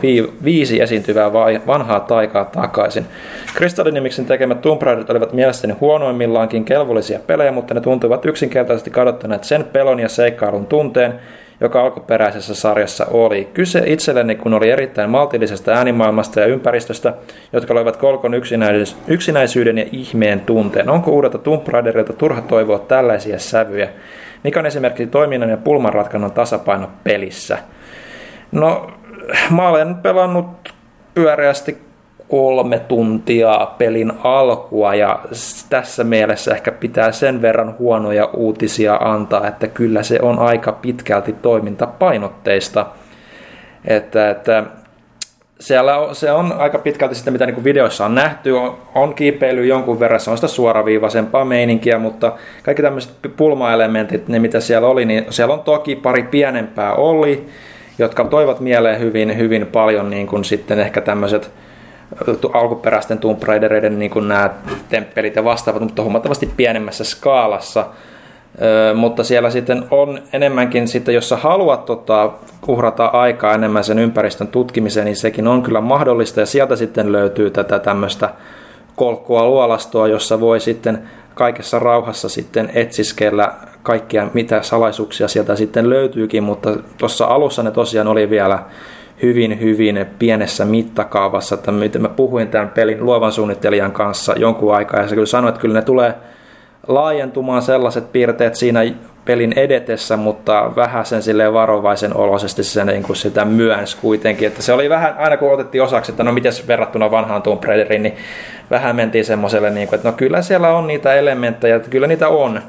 1-5 esiintyvää vanhaa taikaa takaisin. Kristallin-nimiksen tekemät Tomb Raiderit olivat mielestäni huonoimmillaankin kelvollisia pelejä, mutta ne tuntuivat yksinkertaisesti kadottaneet sen pelon ja seikkailun tunteen, joka alkuperäisessä sarjassa oli. Kyse itselleni, kun oli erittäin maltillisesta äänimaailmasta ja ympäristöstä, jotka loivat kolkon yksinäisyyden ja ihmeen tunteen. Onko uudelta Tomb Raiderilta turha toivoa tällaisia sävyjä? Mikä on esimerkiksi toiminnan ja pulmanratkannon tasapaino pelissä? No, mä olen pelannut pyöreästi 3 tuntia pelin alkua ja tässä mielessä ehkä pitää sen verran huonoja uutisia antaa, että kyllä se on aika pitkälti toimintapainotteista. Että se on aika pitkälti sitä, mitä niin videoissa on nähty, on kiipeily jonkun verran, se on sitä suoraviivaisempaa meininkiä, mutta kaikki tämmöiset pulmaelementit, ne mitä siellä oli, niin siellä on toki pari pienempää oli, jotka toivat mieleen hyvin, hyvin paljon niin kuin sitten ehkä tämmöiset alkuperäisten Tomb Raidereiden niin kuin nämä temppelit ja vastaavat, mutta huomattavasti pienemmässä skaalassa. Mutta siellä sitten on enemmänkin, sitten, jos sä haluat uhrata aikaa enemmän sen ympäristön tutkimiseen, niin sekin on kyllä mahdollista. Ja sieltä sitten löytyy tätä tämmöistä kolkkua luolastoa, jossa voi sitten kaikessa rauhassa sitten etsiskellä kaikkia, mitä salaisuuksia sieltä sitten löytyykin. Mutta tuossa alussa ne tosiaan oli vielä hyvin pienessä mittakaavassa, että mä puhuin tämän pelin luovan suunnittelijan kanssa jonkun aikaa, ja se kyllä sanoi, että kyllä ne tulee laajentumaan sellaiset piirteet siinä pelin edetessä, mutta vähän sen silleen varovaisen oloisesti se niin kuin sitä myönsi kuitenkin, että se oli vähän, aina kun otettiin osaksi, että no mites verrattuna vanhaan Tomb Raideriin, niin vähän mentiin semmoiselle, niin kuin, että no kyllä siellä on niitä elementtejä, että kyllä niitä on,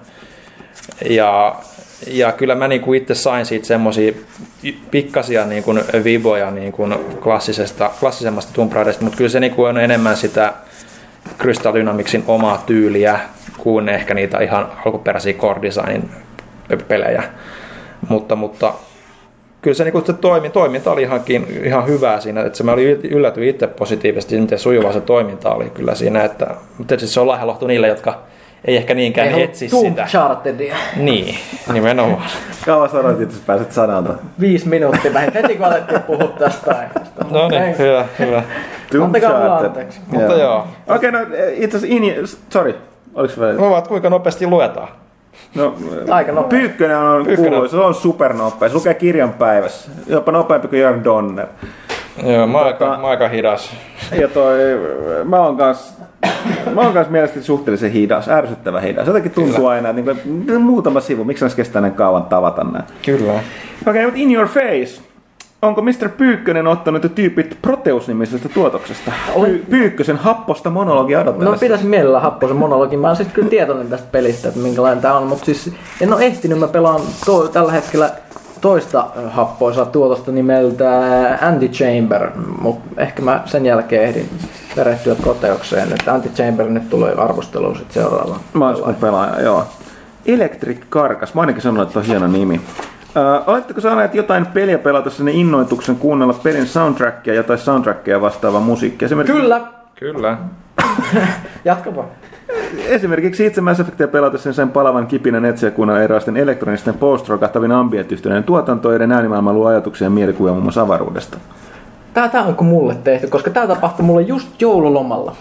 ja kyllä mä niin kuin itse sain siitä semmosia pikkasia niin kuin viboja niin kuin klassisemmasta Tomb Raiderista, mutta kyllä se niin kuin on enemmän sitä Crystal Dynamicsin omaa tyyliä kuin ehkä niitä ihan alkuperäisiä core designin pelejä. Mutta kyllä se, niin se toiminta oli ihan hyvää siinä, että mä yllätyin itse positiivisesti, miten sujuvaa se toiminta oli kyllä siinä, että tietysti se on lahjalohtu niille, jotka ei ehkä niinkään etsi sitä. Chartedia. Niin, nimenomaan. Kauan sanoit, että pääset sanalta. 5 minuuttia vähän heti kun alettiin puhua tästä aiheesta. No niin, hyvä. Antakaa anteeksi. Mutta joo. Okei, no itse asiassa sorry, oliko se vielä? Kuinka nopeasti luetaan? No, aika nopea. Pyykkönen on kuuluisa, se on supernopea, se lukee kirjan päivässä, jopa kuin Jörn Donner. Joo, mä oon aika hidas. Ja mä oon kans mielestäni suhteellisen hidas, ärsyttävä hidas. Jotenkin tuntuu aina, että niin muutama sivu, miksi se kestää näin kauan tavata näin. Kyllä. Okei, mutta In Your Face. Onko Mr. Pyykkönen ottanut jo tyypit Proteus-nimisestä tuotoksesta? Pyykkösen happosta monologia odotellessa. No pitäisi mielellä happosen monologin. Mä oon siis kyllä tietoinen tästä pelistä, että minkälainen tää on, mutta siis en ole ehtinyt. Mä pelaan tällä hetkellä toista happoisaa tuotosta nimeltä Antichamber, mutta ehkä mä sen jälkeen ehdin perehtyä Proteukseen, että Antichamber nyt tulee arvosteluun sitten seuraavaan. Maaliskuun pelaaja, joo. Electric Carcass, mä ainakin sanon, että on hieno nimi. Oletteko saaneet jotain peliä pelatessanne innoituksen kuunnella pelin soundtrackia ja tai soundtrackia vastaavaa musiikkia? Kyllä. Jatkapa. Esimerkiksi itse Mass Effectia pelatessani sen palavan kipinän etsiä kuunnella erilaisten elektronisten post-rockahtavien ambient-yhtyneiden tuotantoiden äänimaailma luo ajatuksia ja mielikuvia muun muassa avaruudesta. Tää onko mulle tehty, koska tää tapahtui mulle just joululomalla.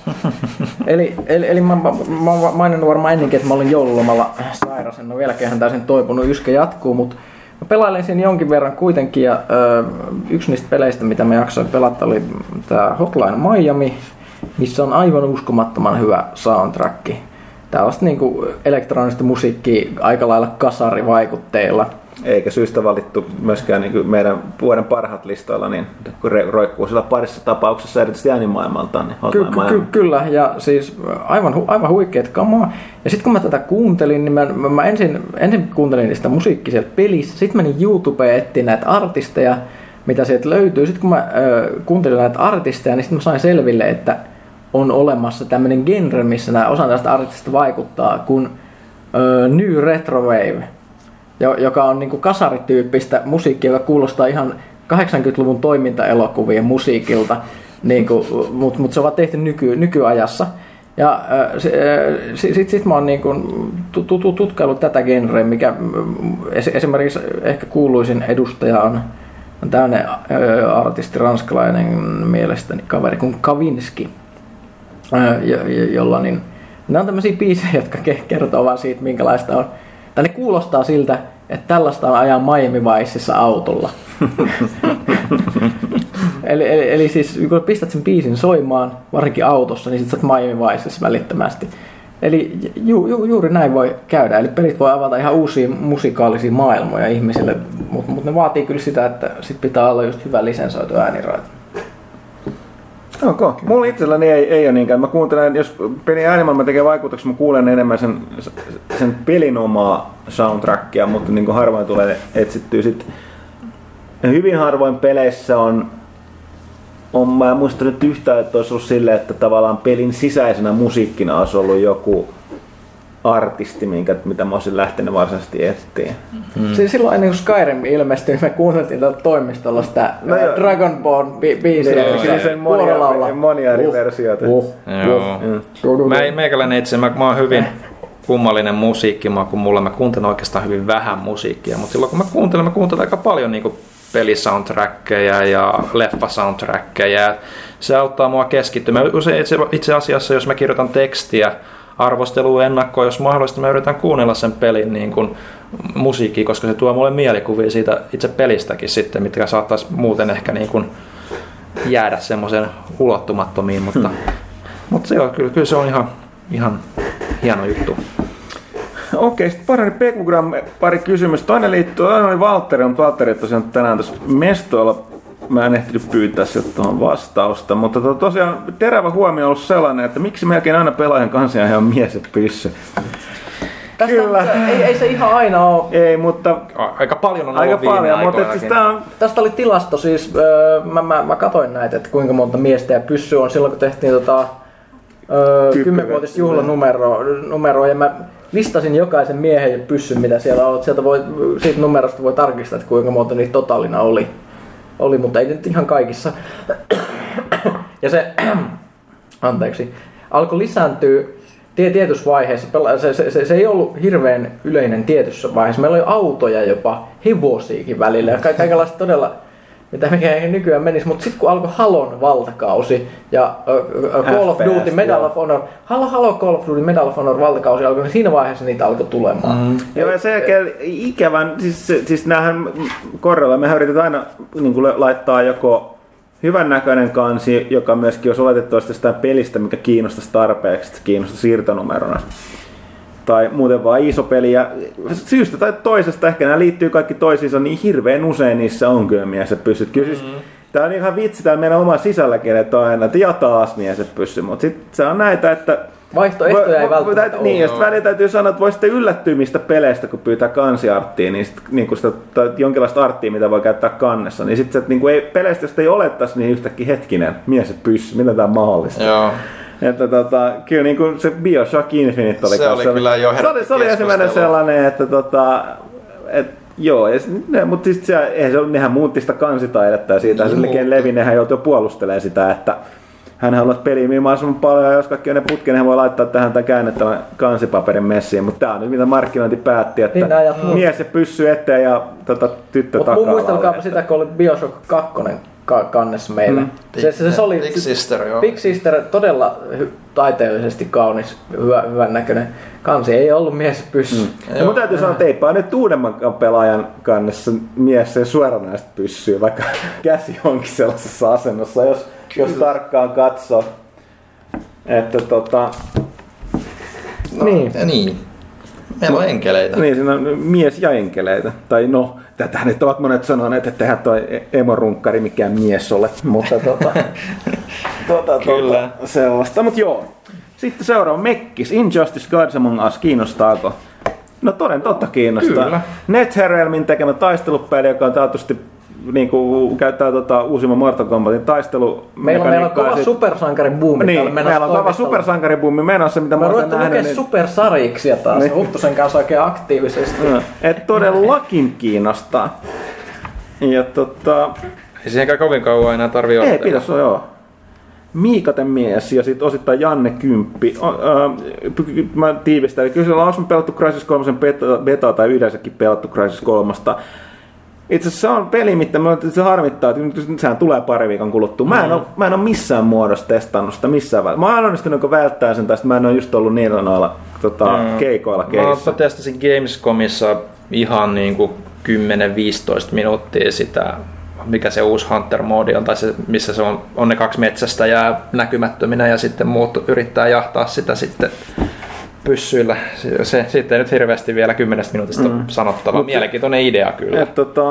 eli mä mainin varmaan ennenkin, että mä olin joululomalla sairas. En ole vieläkään täysin toipunut, yskä jatkuu, mutta mä pelailin siinä jonkin verran kuitenkin. Ja yksi niistä peleistä, mitä mä jaksoin pelata, oli tää Hotline Miami, missä on aivan uskomattoman hyvä soundtrack. Tällaista niinku elektronista musiikkia aika lailla kasarivaikutteilla. Eikä syystä valittu myöskään niin meidän vuoden parhaat listoilla, niin kun roikkuu sillä parissa tapauksessa erityisesti äänimaailmaltaan. Niin kyllä, ja siis aivan huikeat kamaa. Ja sitten kun mä tätä kuuntelin, niin mä ensin kuuntelin niistä musiikkia sieltä pelissä, sitten menin YouTubeen etsiin näitä artisteja, mitä sieltä löytyy. Sitten kun mä kuuntelin näitä artisteja, niin sitten mä sain selville, että on olemassa tämmöinen genre, missä osa tästä artistista vaikuttaa, kuin New Retrowave, joka on niinku kasarityyppistä musiikkia, joka kuulostaa ihan 80-luvun toimintaelokuvien musiikilta, niinku, mutta se on tehty nykyajassa. Ja sit mä oon niinku tutkaillut tätä genreä, mikä esimerkiksi ehkä kuuluisin edustaja on tämmöinen artisti, ranskalainen mielestäni kaveri kuin Kavinsky, jolla niin, ne on tämmöisiä biisejä, jotka kertoo vaan siitä, minkälaista on. Tai ne kuulostaa siltä, että tällaista on ajaa Miami Viceissa autolla. eli siis kun pistät sen biisin soimaan, varsinkin autossa, niin sit sä oot Miami Viceissa välittömästi. Eli juuri näin voi käydä. Eli pelit voi avata ihan uusia musikaalisia maailmoja ihmisille, mutta ne vaatii kyllä sitä, että sit pitää olla just hyvä lisensoitu ääniraita. Okay. Mulla itselläni ei ole niinkään. Mä kuuntelen, jos pelin äänimaailma tekee vaikutuksen, mä kuulen enemmän sen pelin omaa soundtrackia, mutta niin harvoin tulee etsittyä. Sitten hyvin harvoin peleissä mä en muista nyt yhtään, että olisi ollut silleen, että tavallaan pelin sisäisenä musiikkina olisi ollut joku artisti, mitä mä olisin lähtenyt varsinaisesti etsiä. Siis silloin ennen kuin Skyrim ilmestyi, me kuunneltiin täältä toimistolla sitä Dragonborn-biisiä. Kyllä sen monia eri versioita. Meikäläinen itse, mä oon hyvin kummallinen musiikkimaku mulla. Mä kuuntelen oikeastaan hyvin vähän musiikkia, mutta silloin kun mä kuuntelen aika paljon niin pelisoundtrackeja ja leffasoundtrackeja. Se auttaa mua keskittymään. Usein itse asiassa, jos mä kirjoitan tekstiä, arvostelua ennakkoon, jos mahdollista, mä yritän kuunnella sen pelin niin kuin musiikkia, koska se tuo mulle mielikuvia siitä itse pelistäkin sitten, mitkä saattaisi muuten ehkä niin kuin jäädä semmoisen ulottumattomiin, mutta se on, kyllä se on ihan hieno juttu. Okei, sitten pari kysymystä. Toinen oli Valtteri, mutta Valtteri tosiaan tänään tuossa mestoilla. Mä en ehtinyt pyytää sieltä tuohon vastausta, mutta tosiaan terävä huomio on ollut sellainen, että miksi melkein aina pelaajan kanssa ihan mies ja pyssy. Kyllä. Ei se ihan aina ole. Ei, mutta aika paljon on ollut viime aikoinakin. Tästä oli tilasto, siis mä katoin näitä, että kuinka monta miestä ja pyssyä on silloin, kun tehtiin 10-vuotista juhlanumeroa ja mä listasin jokaisen miehen ja pyssyn, mitä siellä on. Siitä numerosta voi tarkistaa, että kuinka monta niitä totaalina oli, mutta ei nyt ihan kaikissa. Ja se, alkoi lisääntyä tietyssä vaiheessa. Se ei ollut hirveän yleinen tietyssä vaiheessa. Meillä oli autoja jopa, hevosiakin välillä ja kaikenlaista todella, mitä mikä nykyään menisi. Mutta sitten kun alkoi Halon valtakausi ja Call of Duty Medal of Honor, Halo Call of Duty Medal of Honor valtakausi alkoi, niin siinä vaiheessa niitä alkoi tulemaan. Joo, ja sen jälkeen ikävän, siis näähän korrella, mehän yritetään aina niin laittaa joko hyvän näköinen kansi, joka myöskin olisi oletettavasti sitä pelistä, mikä kiinnostaisi tarpeeksi, että kiinnostaisi siirtonumerona. Tai muuten vaan iso peli. Ja syystä tai toisesta ehkä nämä liittyy kaikki toisiinsa, niin hirveän usein niissä on kyllä mieset pyssyt. Kyllä siis, tää on ihan vitsi täällä meidän oma sisälläkin, että on aina, että ja taas mieset pyssy. Mutta sitten se on näitä, että vaihtoehtoja ei välttämättä ole. Niin, ja sitten välillä täytyy sanoa, että voisitte yllättyä mistä peleistä, kun pyytää kansiarttia, niin sitä, tai jonkinlaista arttia, mitä voi käyttää kannessa. Niin sitten niin ei, peleistä, jos ei olettaisi, niin yhtäkkiä hetkinen, mieset pyssy, miten tämä on mahdollista. Joo. Että kyllä niin kuin se BioShock Infinite oli se kanssa. Oli kyllä jo herätti se oli ensimmäinen sellainen, että joo, mutta siis nehän muutti sitä kansitaidetta ja siitä se Levinnehän joutui puolustelemaan sitä, että hän haluaa peliä mahdollisimman paljon ja jos kaikki on ne putki, niin hän voi laittaa tähän tämän käännettävän kansipaperin messiin, mutta tämä on nyt mitä markkinointi päätti, että niin mies se pyssy eteen ja tyttö takaa. Mutta muistelkaapa sitä, kun oli BioShock 2 kannessa meillä. Se oli Big Sister, joo. Big Sister, todella taiteellisesti kaunis, hyvän näköinen kansi. Ei ollut mies pyssy. Ja mun täytyy sanoa, että eipä nyt uudemman pelaajan kannessa mies sen suoranaisesti pyssyy, vaikka käsi onkin sellaisessa asennossa, jos tarkkaan katsoo. Että niin. Meillä on enkeleitä. Niin, siinä on mies ja enkeleitä. Tai no, tätä nyt ovat monet sanoneet, että eihän toi emorunkkari mikään mies ole. Mutta Kyllä. Sellaista, mutta joo. Sitten seuraava Mekkis. Injustice Gods Among Us, kiinnostaako? No toden totta kiinnostaa. Kyllä. NetherRealmin tekemä taistelupeli, joka on taatusti niinku käyttää uusimman Mortal Kombatin taistelu. Meillä on kova supersankaribuumi. Niin, meillä on kova supersankaribuumi menossa, mitä mä oon nähnyt. Me ruvettu lukea supersarjiksia taas, niin. Huttusen kanssa oikein aktiivisesti. Et todellakin kiinnostaa. Ja ei siihenkään kovin kauan enää tarvii ottaa. Ei pitäisi olla, joo. Miikaten mies ja sitten osittain Janne Kymppi. Mä tiivistän, eli kyllä on pelattu Crysis 3 beta tai yleensäkin pelattu Crysis 3. Itse asiassa se on peli, mitä se harmittaa, että sehän tulee pari viikon kuluttua. Mä en ole missään muodossa testannut sitä missään välissä. Mä oon onnistunut välttää sen, tai mä en ole just ollut niillä noilla keikoilla keissä. Mä testasin Gamescomissa ihan niinku 10-15 minuuttia sitä, mikä se uusi Hunter-moodi on, tai se, missä se on ne kaksi metsästä jää näkymättöminä ja sitten muut yrittää jahtaa sitä sitten pyssyillä. Se sitten ei nyt hirveästi vielä 10 minuutista sanottava. Mielenkiintoinen idea kyllä.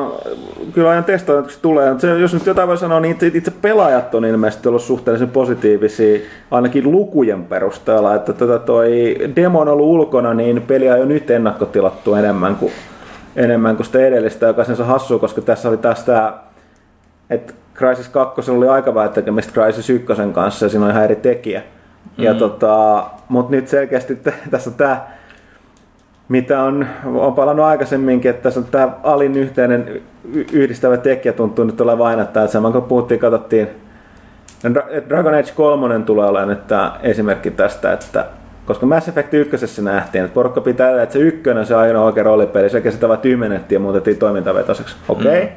Kyllä ajan testaajatuksi tulee. Jos nyt jotain voi sanoa, niin itse pelaajat on ilmeisesti ollut suhteellisen positiivisia, ainakin lukujen perusteella. Että toi demo on ollut ulkona, niin peliä on jo nyt ennakkotilattu enemmän kuin sitä edellistä, joka sen hassua, koska tässä oli tästä, että Crysis 2 oli aika vähän tekemistä Crysis 1 kanssa ja siinä on ihan eri tekijä. Ja mutta nyt selkeästi tässä on tämä, mitä on palannut aikaisemminkin, että tässä on tämä alin yhteinen yhdistävä tekijä tuntuu nyt olevan aina, että saman kun katsottiin, Dragon Age 3 tulee olemaan nyt tämä esimerkki tästä, että koska Mass Effect 1 nähtiin, että porukka pitää, että se ykkönen se ainoa oikea roolipeli, sekä sitä vaan tyhmennettiin ja muutettiin toimintavetoiseksi. Okei.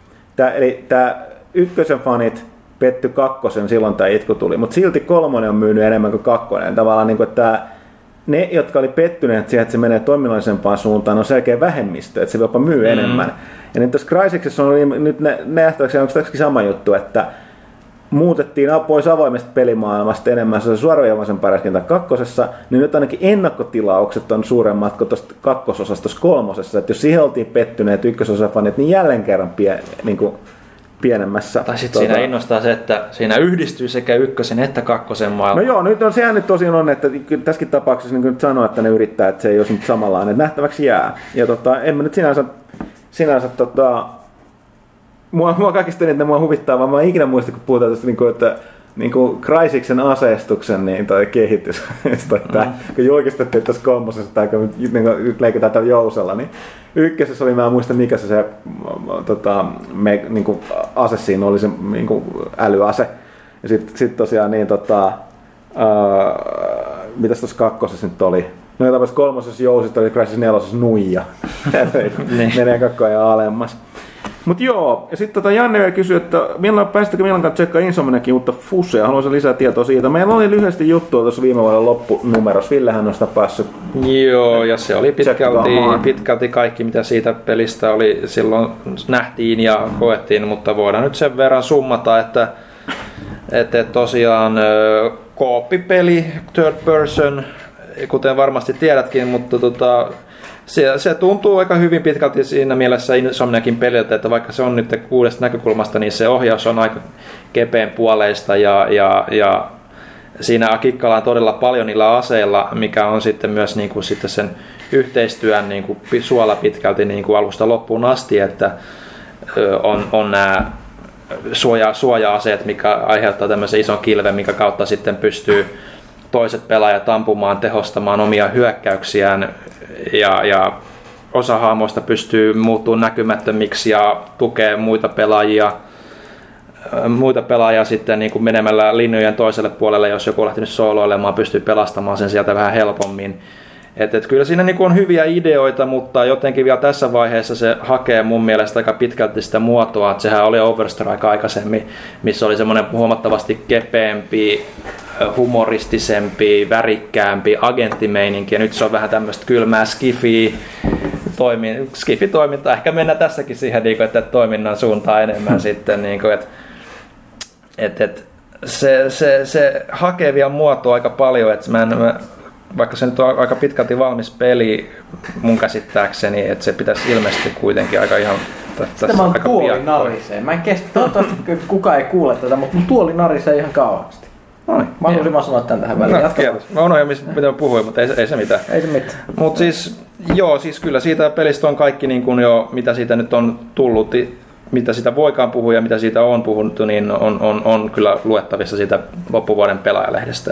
Eli tämä ykkösen fanit petty kakkosen, silloin tämä itku tuli, mutta silti 3 on myynyt enemmän kuin 2. Tavallaan niin kuin, että ne, jotka oli pettyneet siihen, että se menee toiminnallisempaan suuntaan, on selkeä vähemmistö, että se jopa myy enemmän. Ja nyt tässä Crysisissa on nyt ne nähtäväksi, onko tässäkin sama juttu, että muutettiin pois avoimesta pelimaailmasta enemmän se suoraviivaisen pariskinta 2, niin nyt ainakin ennakkotilaukset on suuremmat kuin tuosta 2-osasta 3. Että jos siihen oltiin pettyneet ykkösosafanit, niin jälleen kerran pienemmässä. Tai sitten siinä innostaa se, että siinä yhdistyy sekä ykkösen että kakkosen maailma. No joo, sehän nyt tosiaan on, että tässäkin tapauksessa niin nyt sanoo, että ne yrittää, että se ei olisi nyt samanlainen, että nähtäväksi jää. Ja en mä nyt sinänsä mua kaikista eniten mua huvittaa, vaan mä en ikinä muista, kun puhutaan tästä, että niinku Crysiksen aseistuksen niin toi kehitys, kun julkistettiin tässä 3, tai kun nyt leikitään tällä Jousella, niin ykkösessä oli, mä en muista mikä se niinku ase siinä oli, se niinku älyase. Ja sit tosiaan niin mitäs tuossa 2 nyt oli? No jotain 3 Jousista oli Crysis 4 nuija. Menee koko ajan alemmas. Mut joo, ja sitten Janne vielä kysyi, että pääsittekö milloinkaan tsekkaa Insomniakin uutta Fusea? Haluaisin lisää tietoa siitä. Meillä oli lyhyesti juttua tuossa viime vuoden loppunumerossa. Villehän on sitä päässyt. Joo, ja se oli pitkälti kaikki, mitä siitä pelistä oli silloin nähtiin ja koettiin, mutta voidaan nyt sen verran summata, että tosiaan kooppipeli, third person, kuten varmasti tiedätkin, mutta se tuntuu aika hyvin pitkälti siinä mielessä Insomniakin peliltä, että vaikka se on nyt uudesta näkökulmasta, niin se ohjaus on aika kepeän puoleista ja siinä kikkaillaan todella paljon niillä aseilla, mikä on sitten myös niin kuin sitten sen yhteistyön niin kuin suola pitkälti niin kuin alusta loppuun asti, että on nämä suoja-aseet, mikä aiheuttaa tämmöisen ison kilven, minkä kautta sitten pystyy toiset pelaajat ampumaan, tehostamaan omia hyökkäyksiään ja osa hahmoista pystyy muuttumaan näkymättömiksi ja tukee muita pelaajia sitten niin kuin menemällä linjojen toiselle puolelle, jos joku on lähtenyt sooloilemaan, pystyy pelastamaan sen sieltä vähän helpommin. Et kyllä siinä niin kuin on hyviä ideoita, mutta jotenkin vielä tässä vaiheessa se hakee mun mielestä aika pitkälti sitä muotoa, että sehän oli Overstrike aikaisemmin, missä oli semmoinen huomattavasti kepeämpi, humoristisempi, värikkäämpi agenttimeininki, ja nyt se on vähän tämmöistä kylmää skifi-toimintaa. Ehkä mennään tässäkin siihen, että toiminnan suuntaan enemmän sitten, että se hakee vielä muotoa aika paljon, että vaikka se nyt on aika pitkälti valmis peli mun käsittääkseni, että se pitäisi ilmeisesti kuitenkin aika ihan Tämä on tuoli narisee. Mä en kestä, toivottavasti kukaan ei kuule tätä, mutta mun tuoli narisee ihan kauheasti. Mä haluaisin vaan sanoa tämän tähän väliin. Mä unohdin, mitä mä puhuin, mutta ei se mitään. Ei se mitään. Mutta siis kyllä siitä pelistä on kaikki niin kuin jo, mitä siitä nyt on tullut, mitä siitä voikaan puhua ja mitä siitä on puhuttu, niin on kyllä luettavissa siitä loppuvuoden pelaajalehdestä.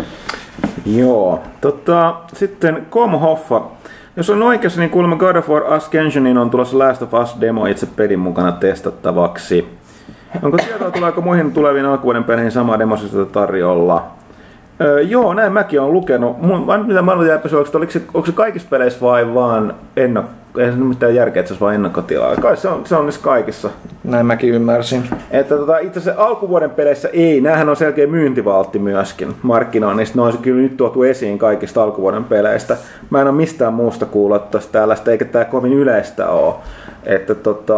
Joo. Sitten Kom Hoffa. Jos on oikeassa, niin kuulemma God of War Ascensionin on tulossa Last of Us demo itse pelin mukana testattavaksi. Onko tietoa, tuleeko muihin tuleviin alkuvuoden peleihin samaa demosista tarjolla? Joo, näin mäkin olen lukenut. Mitä mä olen onko se kaikissa peleissä vai vaan ei se mitään järkeä, että se vaan ennakkotilaa. Kai se on niissä kaikissa. Näin mäkin ymmärsin. Että itse asiassa alkuvuoden peleissä ei. Näähän on selkeä myyntivaltti myöskin markkinoinnista. Ne on kyllä nyt tuotu esiin kaikista alkuvuoden peleistä. Mä en ole mistään muusta kuullut tällaista, eikä tää kovin yleistä ole. Että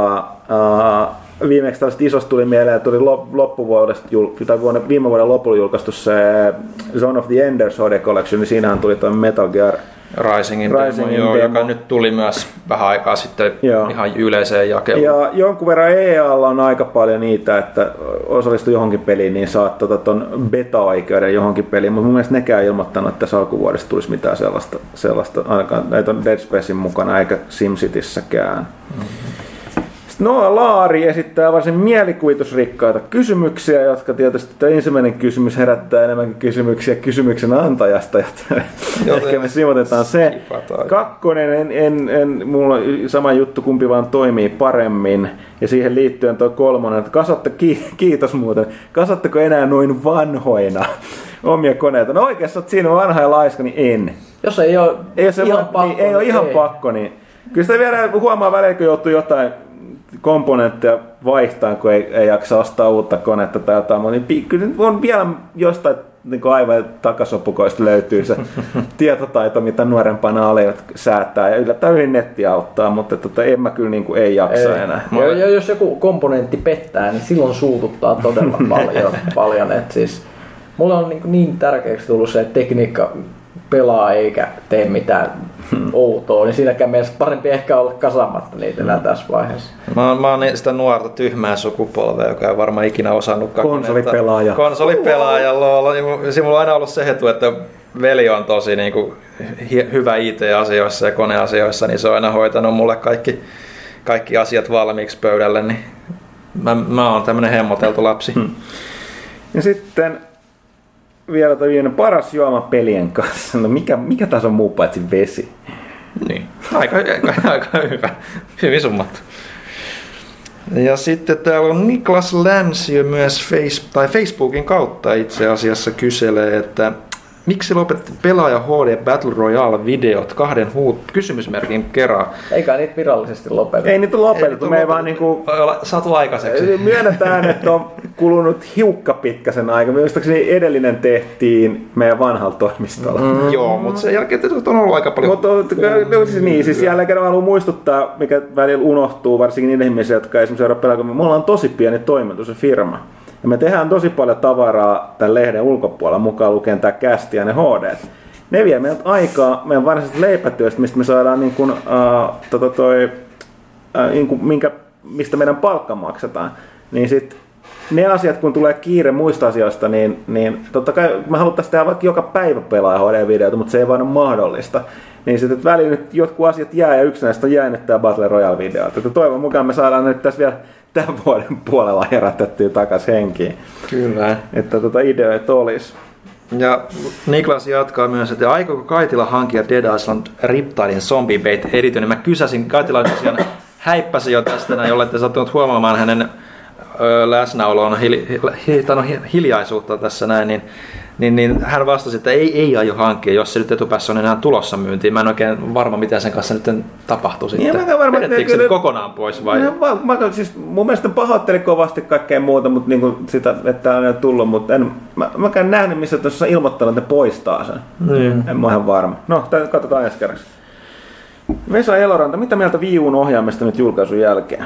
viimeksi tällaista isosta tuli mieleen, että tuli loppuvuodesta, tai viime vuoden lopulla julkaistu se Zone of the Enders HD Collection, niin siinähän tuli tuo Metal Gear Risingin demo, joka nyt tuli myös vähän aikaa sitten ihan yleiseen jakeluun. Ja jonkun verran EA:lla on aika paljon niitä, että osallistu johonkin peliin, niin saat ton beta-oikeuden johonkin peliin, mutta mun mielestä nekään ilmoittanut, että tässä alkuvuodesta tulisi mitään sellaista ainakaan näitä on Dead Spacein mukana eikä SimCityssäkään. Mm-hmm. Noa Laari esittää varsin mielikuvitusrikkaita kysymyksiä, jotka tietysti ensimmäinen kysymys herättää enemmänkin kysymyksiä kysymyksen antajasta, ehkä me sivutetaan se. Kakkonen, mulla on sama juttu, kumpi vaan toimii paremmin, ja siihen liittyen tuo kolmonen, että kiitos muuten, kasatteko enää noin vanhoina omia koneita? No oikeassa olet siinä vanha ja laiska, niin en. Jos ei ole ihan pakko, ei ole ihan pakko, niin kyllä sitä vielä huomaa välein, kun joutuu jotain komponentteja vaihtaa, kun ei jaksa ostaa uutta konetta tai jotain, niin kyllä on vielä jostain niin aivan takasopukoista löytyy se tietotaito, mitä nuorempana olivat säätää, ja yllättäen hyvin netti auttaa, mutta en mä kyllä niin kuin ei jaksa enää. Ja jos joku komponentti pettää, niin silloin suututtaa todella paljon. Et siis, mulla on niin tärkeäksi tullut se, että tekniikka pelaa eikä tee mitään outoa, niin siinäkään mielessä parempi ehkä olla kasaamatta niitä enää tässä vaiheessa. Mä oon sitä nuorta tyhmää sukupolvea, joka ei varmaan ikinä osannutkaan konsolipelaaja. Konsolipelaaja, se mulla on aina ollut se etu, että veli on tosi niin kuin hyvä IT-asioissa ja koneasioissa, niin se on aina hoitanut mulle kaikki asiat valmiiksi pöydälle, niin mä oon tämmönen hemmoteltu lapsi. Ja sitten vielä toi viimeinen paras juoma pelien kanssa. No mikä taas on muu paitsi vesi? Niin, aika hyvä. Hyvin summattu. Ja sitten täällä on Niklas Länsiö myös Facebookin kautta itse asiassa kyselee, että miksi lopetti pelaaja HD Battle Royale-videot 2 kysymysmerkin kerran? Eikä niitä virallisesti lopetettu. Ei niitä lopetettu, me ei vaan niinku... Saatu aikaiseksi. Myönnetään, että on kulunut hiukka pitkäsen aika. Mielestäni edellinen tehtiin meidän vanhalla toimistolla. Joo, mutta sen jälkeen on ollut aika paljon... Siis jälleen kerran haluan muistuttaa, mikä välillä unohtuu, varsinkin niiden ihmisiä, jotka esimerkiksi seuraa pelaa, me ollaan tosi pieni toimitus ja firma. Ja me tehdään tosi paljon tavaraa tämän lehden ulkopuolella, mukaan lukien tämä Cast ja ne HD. Ne vie meiltä aikaa meidän varsinaisesta leipätyöstä, mistä me saadaan mistä meidän palkka maksetaan. Niin sit ne asiat, kun tulee kiire muista asioista, niin totta kai me haluttaisiin tehdä vaikka joka päivä pelaa HD-videota, mutta se ei vaan ole mahdollista. Niin sitten, että väliin nyt jotkut asiat jää ja yksi näistä on jäänyt tämä Battle Royale-videot. Että toivon mukaan me saadaan nyt tässä vielä tämän vuoden puolella herätettyä takaisin henkiin. Kyllä. Että ideoita olisi. Ja Niklas jatkaa myös, että aikooko Kaitila hankia Dead Island Riptidein Zombie Bait Edition. Mä kysäsin, Kaitila tosiaan häippäsi jo tästä näin, jollette sattunut huomaamaan hänen läsnäoloon hiljaisuutta tässä näin, niin hän vastasi, että ei aio hankkia, jos se nyt etupäässä on enää tulossa myyntiin. Mä en oikein varma, mitä sen kanssa nyt tapahtuu sitten. Vedettiinkö se kokonaan pois vai? Siis mun mielestä pahoitteli kovasti kaikkea muuta, mutta niinku sitä, että on tullut, mutta mäkään nähnyt, missä tuossa ilmoittanut, että ne poistaa sen. En mä ihan varma. No, katsotaan ensi kerraksi. Vesa Eloranta, mitä mieltä Wii U:n ohjaamista nyt julkaisun jälkeen?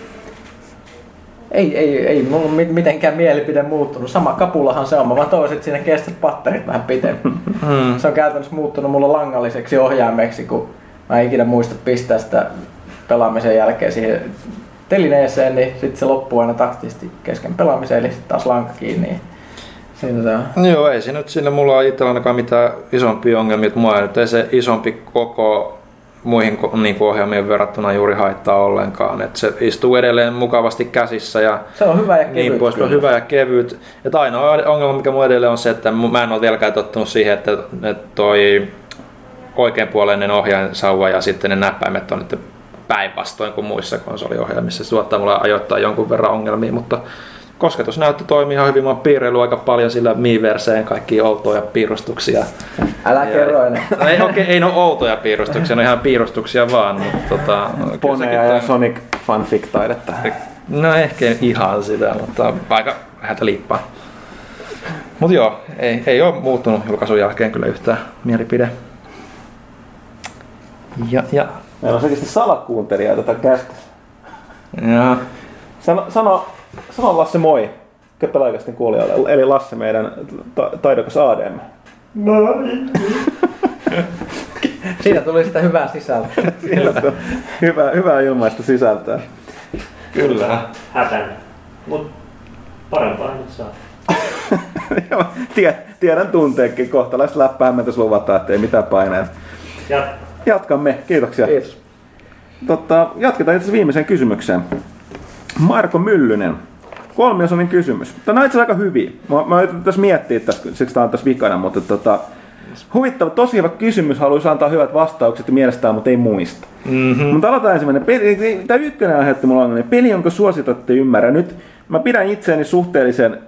Ei mulla ole mitenkään mielipide muuttunut. Sama kapulahan se on, mä vaan toisin, että siinä kestät patterit vähän pitempään. Se on käytännössä muuttunut mulla langalliseksi ohjaimeksi, kun mä en ikinä muista pistää sitä pelaamisen jälkeen siihen telineeseen, niin sitten se loppuu aina taktisesti kesken pelaamiseen, eli sitten taas lanka kiinni. Siinä se on. Joo, ei siinä mulla ole itsellä ainakaan mitään isompia ongelmia, että mua ei se isompi koko muihin niin ohjaamien verrattuna juuri haittaa ollenkaan. Et se istuu edelleen mukavasti käsissä ja se on hyvä ja kevyt. Niin pois, on hyvä ja kevyt. Ja ainoa ongelma, mikä mun edelleen on se, että mä en ole vieläkään tottunut siihen, että toi oikeanpuoleinen ohjainsauva ja sitten ne näppäimet on nyt päinvastoin kuin muissa konsoliohjaimissa. Se tuottaa mulle ajoittaa jonkun verran ongelmia, mutta kosketusnäyttö toimii ihan hyvin. Mä oon piirrellyt aika paljon sillä Miiverseen kaikkia outoja piirustuksia. Älä kerro enää. Ei ne ole outoja piirustuksia, ne on ihan piirustuksia vaan. Mutta Poneja ja Sonic fanfic-taidetta. No ehkä ihan sitä, mutta aika hätä liippaa. Mutta joo, ei ole muuttunut julkaisun jälkeen kyllä yhtään mielipide. Ja. Meillä on selkeästi salakuuntelijaa tätä kästä. Ja. Sano Lasse moi, Köppelaikaisten kuulijoille, eli Lasse meidän taidokas ADM. Siinä tuli sitä hyvää sisältöä. Hyvää ilmaista sisältöä. Kyllä. Hätän. Mut parempaa nyt saa. Tiedän tunteekin, kohtalaista läppää me tässä luvataan, ettei mitään paineita. Jatkamme, kiitoksia. Kiitos. Jatketaan itse asiassa viimeiseen kysymykseen. Marko Myllynen. 3-osainen kysymys. Tämä on itse aika hyviä. Mä yritän tässä miettiä, siksi tämä on tässä vikana, mutta huvittava, tosi hyvä kysymys. Haluaisin antaa hyvät vastaukset ja mielestään, mutta ei muista. Mutta aloitetaan ensimmäinen. Tämä ykkönen aiheutti mulla ongelmia. Peli, jonka suositatte ymmärrä. Nyt mä pidän itseäni suhteellisen,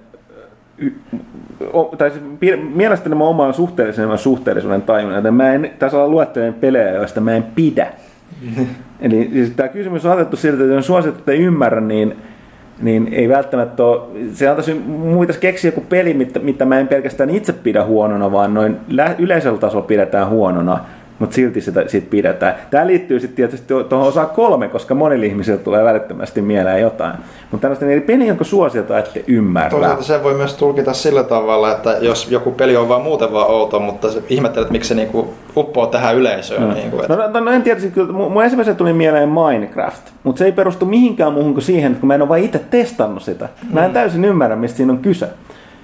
mielestäni mä omaan suhteellisuuden tajun, joten mä en tässä olla luettelen pelejä, joista mä en pidä. Eli siis tämä kysymys on otettu siltä, että jos suositatte ymmärrä, niin ei välttämättä ole, se antaisi muita keksiä joku peli, mitä mä en pelkästään itse pidä huonona, vaan noin yleisellä tasolla pidetään huonona, mutta silti siitä pidetään. Tämä liittyy sitten tietysti tuohon osaan 3, koska monille ihmisille tulee välittömästi mieleen jotain. Mutta tämmöistä eli peli, jonka suosita, ette ymmärrä. Toisaalta se voi myös tulkita sillä tavalla, että jos joku peli on vaan muuten vaan outo, mutta ihmettelet, että miksi se niinku uppoo tähän yleisöön. No en tiedä, kyllä mun ensimmäisenä tuli mieleen Minecraft, mutta se ei perustu mihinkään muuhun kuin siihen, että kun mä en ole vaan itse testannut sitä. Mä en täysin ymmärrä, mistä siinä on kyse.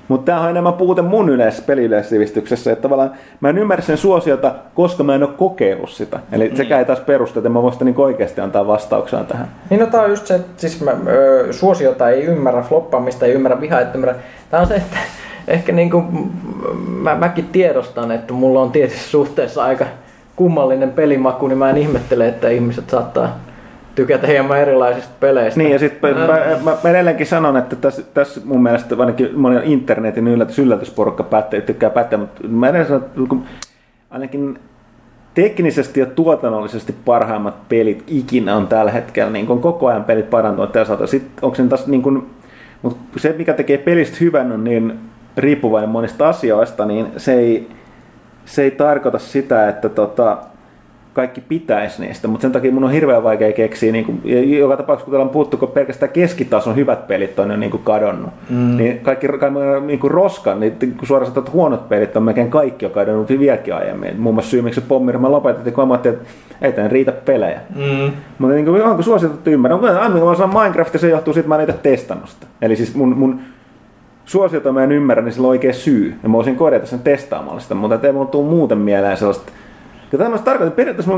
Mutta tämähän on enemmän puute mun peliyleissivistyksessä, että tavallaan mä en ymmärrä sen suosiota, koska mä en ole kokeillut sitä. Eli sekä ei taas perusta, että mä voin sitä niin oikeasti antaa vastauksia tähän. Niin no tää on just se, että siis suosiota ei ymmärrä, floppaamista ei ymmärrä, vihaa et ymmärrä. Tää on se, että ehkä niinku mäkin tiedostan, että mulla on tietyssä suhteessa aika kummallinen pelimaku, niin mä en ihmettele, että ihmiset saattaa tykätä hieman erilaisista peleistä. Niin, ja sitten mä edelleenkin sanon, että tässä mun mielestä ainakin monen internetin yllätysporukka tykkää päättää, mutta mä edelleen sanon, että ainakin teknisesti ja tuotannollisesti parhaimmat pelit ikinä on tällä hetkellä, niin kun koko ajan pelit parantuvat tällä. Sitten onko se taas niin kun, mutta se mikä tekee pelistä hyvän on niin riippuvainen monista asioista, niin se ei tarkoita sitä, että kaikki pitäisi niistä, mutta sen takia mun on hirveän vaikea keksiä, niin kuin, joka tapauksessa kun täällä on puhuttu, kun pelkästään keskitason hyvät pelit on jo niin kuin kadonnut, niin kaikki niin kuin roskan, niin suoraan sanotaan, huonot pelit on melkein kaikki jo kadonnut vieläkin aiemmin. Muun muassa syy, miksi se pommiryhmä lopetettiin, kun että ei tämän riitä pelejä. Mutta niin kuin, onko suositettu ymmärrä? Mä sanon Minecraft ja se johtuu siitä, että mä en niitä testannut sitä. Eli siis mun suosiota mä en ymmärrä, niin sillä on oikea syy. Ja mä voisin korjata sen testaamalla sitä, mutta ei mulla tule muuten mieleen sellaista. Ja tämä tarkoittaa, periaatteessa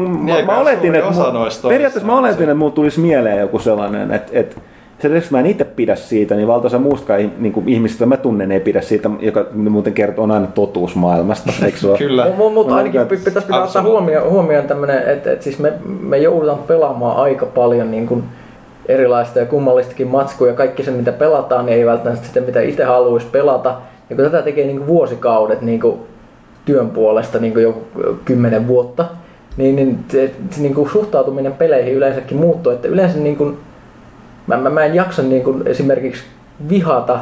mä oletin, että mulla tulisi mieleen joku sellainen, että mä en itse pidä siitä, niin valtaosa muustakaan niin ihmisistä mä tunnen ei pidä siitä, joka muuten kertoo on aina totuus maailmasta, eikö se ole? Kyllä. Mutta ainakin pitäisi ottaa huomioon tämmöinen, että siis me joudutaan pelaamaan aika paljon niin kuin erilaista ja kummallistakin matskuja, kaikki se mitä pelataan, niin ei välttämättä sitä mitä itse haluaisi pelata. Ja kun tätä tekee niin kuin vuosikaudet, niin kuin työn puolesta niin kuin joku 10 vuotta, niin se niin kuin suhtautuminen peleihin yleensäkin muuttuu. Että yleensä niin kuin, mä en jaksa niin kuin esimerkiksi vihata,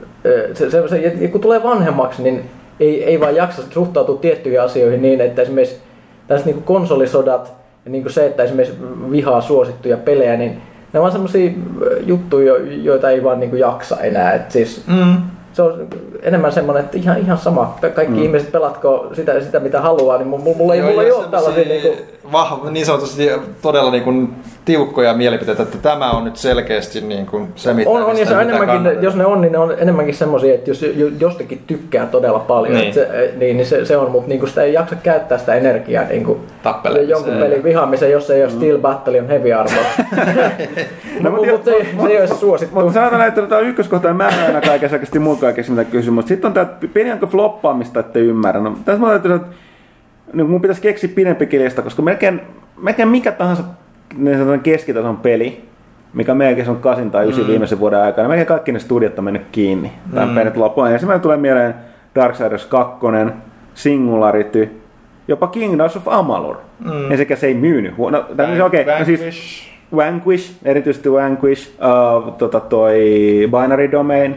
kun tulee vanhemmaksi, niin ei vaan jaksa suhtautua tiettyihin asioihin niin, että esimerkiksi tässä niin kuin konsolisodat ja niin kuin se, että esimerkiksi vihaa suosittuja pelejä, niin ne on sellaisia juttuja, joita ei vaan niin kuin jaksa enää. Et siis, se on enemmän semmoinen, että ihan sama. Kaikki ihmiset pelatko sitä mitä haluaa, niin mulla ei ole tällaisia niin sanotusti todella niin kuin tiukkoja mielipiteitä, että tämä on nyt selkeästi niin kuin se mitä on ja se enemmänkin, jos ne on, niin ne on enemmänkin semmoisia, että jos jostakin tykkää todella paljon, niin se on, mutta niin sitä ei jaksa käyttää sitä energiaa niin kuin jonkun pelin vihaamiseen, jos ei ole Steel Battalion Heavy Armor. Mutta se ei ole suosittu. Mutta sanotaan, että tämä ykköskohta mä en aina kaikessa mukaan mitä kysymys. Sitten on tämä, pieni onko floppaamista, ettei ymmärrä. No, tässä mä ajattelin, että mun pitäisi keksiä pidempikin lista, koska melkein mikä tahansa niin keskitason peli, mikä melkein on 8 tai 9 viimeisen vuoden aikana, melkein kaikki ne studiot on mennyt kiinni. Tämän pelit loppuun. Ensimmäinen tulee mieleen Darksiders 2, Singularity, jopa Kingdoms of Amalur. Ja sekä se ei myynyt. No, Vanquish, erityisesti Vanquish, toi Binary Domain.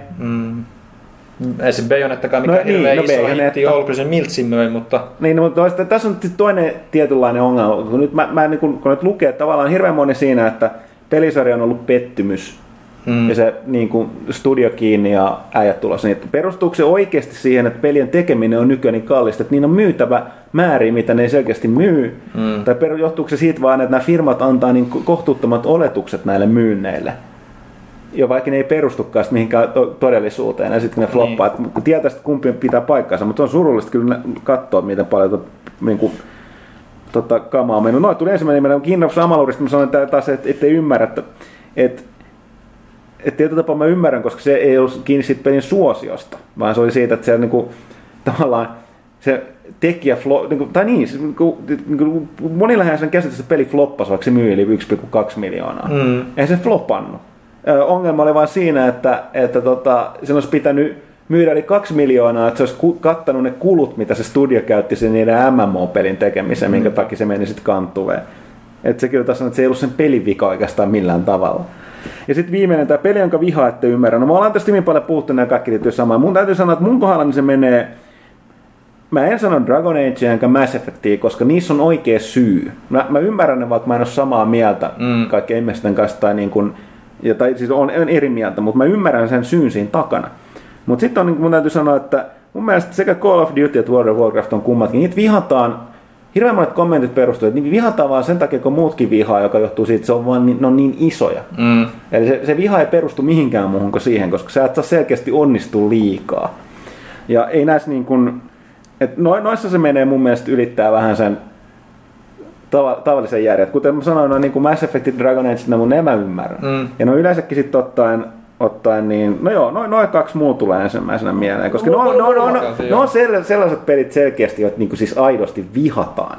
Ei se Bayonettakaan mikään hirveän iso hitti ollut, kyllä se Miltsin möi, mutta... Niin, mutta tässä on toinen tietynlainen ongelma, kun nyt kun nyt lukee tavallaan hirveän moni siinä, että pelisarja on ollut pettymys, ja se niin kuin studio kiinni ja äijät tulossa, niin perustuuko se oikeasti siihen, että pelien tekeminen on nykyään niin kallista, että niin on myytävä määriä, mitä ne ei selkeästi myy, tai johtuuko se siitä vaan, että nämä firmat antaa niin kohtuuttomat oletukset näille myynneille, jo vaikka ne ei perustukaan mihinkään todellisuuteen, ja sitten ne floppaa, että tietää, että kumpi pitää paikkansa, mutta on surullista kyllä katsoa, miten paljon niin kuin, kamaa on mennyt. Noin tuli ensimmäinen nimellä Kingdoms of Amalurista, mä sanoin taas, että ei ymmärrä, että tietyllä tapaa mä ymmärrän, koska se ei ollut kiinni siitä pelin suosiosta, vaan se oli siitä, että se niinku, tavallaan se tekijä, monillahan sen käsitys, että peli floppasi, vaikka se myi yli 1,2 miljoonaa. Eihän se floppannut. Ongelma oli vain siinä, että sen olisi pitänyt myydä yli 2 miljoonaa, että se olisi kattanut ne kulut, mitä se studio käytti sen niiden MMO-pelin tekemiseen, minkä takia se meni sitten kanttuveen. Että se kyllä taas on, että se ei ollut sen pelin vika oikeastaan millään tavalla. Ja sitten viimeinen, tämä peli, jonka vihaa ette ymmärrä. No mä ollaan tästä hyvin paljon puhuttu, nämä kaikki liittyy samaan. Mun täytyy sanoa, että mun kohdalla niin se menee, mä en sano Dragon Age enkä Mass Effectia, koska niissä on oikea syy. Mä ymmärrän ne, vaikka mä en ole samaa mieltä kaikkien ihmisten kanssa, tai, niin kun, tai siis on eri mieltä, mutta mä ymmärrän sen syyn siinä takana. Mutta sitten on, niin mun täytyy sanoa, että mun mielestä sekä Call of Duty että World of Warcraft on kummatkin. Niitä vihataan, hirveän monet kommentit perustuvat, että niitä vihataan vaan sen takia, kun muutkin vihaa, joka johtuu siitä, että ne on niin isoja. Eli se viha ei perustu mihinkään muuhun kuin siihen, koska sä et saa selkeästi onnistua liikaa. Ja ei näissä niin kuin, että noissa se menee mun mielestä ylittää vähän sen tavallisen järjet. Kuten mä sanoin, no niin kuin Mass Effect, Dragon Age, mä ymmärrän. Ja no yleensäkin sitten ottaen niin, no joo, noin kaksi muu tulee ensimmäisenä mieleen, koska ne on sellaiset pelit selkeästi, joita niin kuin siis aidosti vihataan.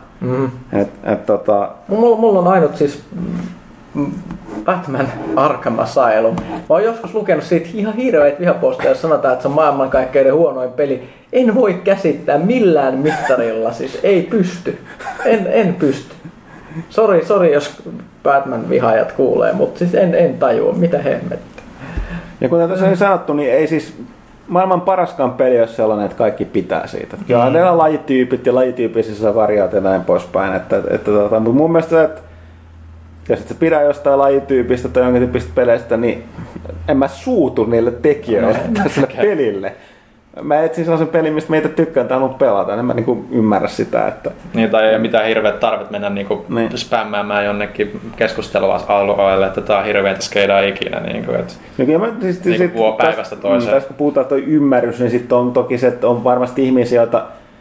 Mulla on ainut siis Batman Arkham Asylum. Mä oon joskus lukenut siitä ihan hirveitä vihaposteja, jos sanotaan, että se on maailmankaikkeuden huonoin peli. En voi käsittää millään mittarilla, siis ei pysty. En pysty. Sori, jos Batman-vihaajat kuulee, mutta siis en tajua, mitä hemmettä. Ja kuten tässä on sanottu, niin ei siis maailman paraskaan peli ole sellainen, että kaikki pitää siitä. Kyllä ne on lajityypit ja lajityypisissä variaat ja näin poispäin. Mutta mun mielestä, että jos et sä pidä jostain lajityypistä tai jonkin tyyppistä peleistä, niin en mä suutu niille tekijöille tälle pelille. Mä etsin sellaisen pelin, mistä meitä tykkään tai haluan pelata, en mä niinku ymmärrä sitä. Että... Niin, tai ei mitään hirveät tarvet mennä niinku spämmäämään jonnekin keskustelualueelle, että tää on hirveätä skeidaa ikinä. Niinku, niinku päivästä toiseen. Tässä kun puhutaan toi ymmärrys, niin sitten on toki se, että on varmasti ihmisiä, joita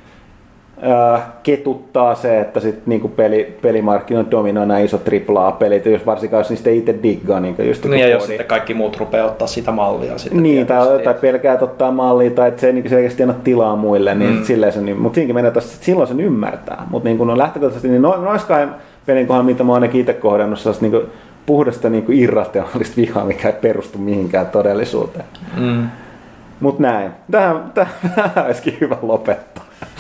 ketuttaa se, että sit niinku pelimarkkinoilla dominoi nämä isot AAA-pelit, jos varsinkaan jos niistä itse diggaa. Niin ja jos sitten kaikki muut rupeaa ottaa sitä mallia. Sitten niin, tai pelkäät ottaa mallia, tai että se ei niin selkeästi anna tilaa muille, niin silleen se, niin, mutta siinäkin menee taas, että silloin sen ymmärtää. Mutta niin kun lähtökohtaisesti, niin noiskaan pelin kohdalla, mitä mä oon ainakin itse kohdannut, sellaista niin puhdasta niin irrationaalista vihaa, mikä ei perustu mihinkään todellisuuteen. Mutta näin. Tähän olisikin hyvä lopettaa.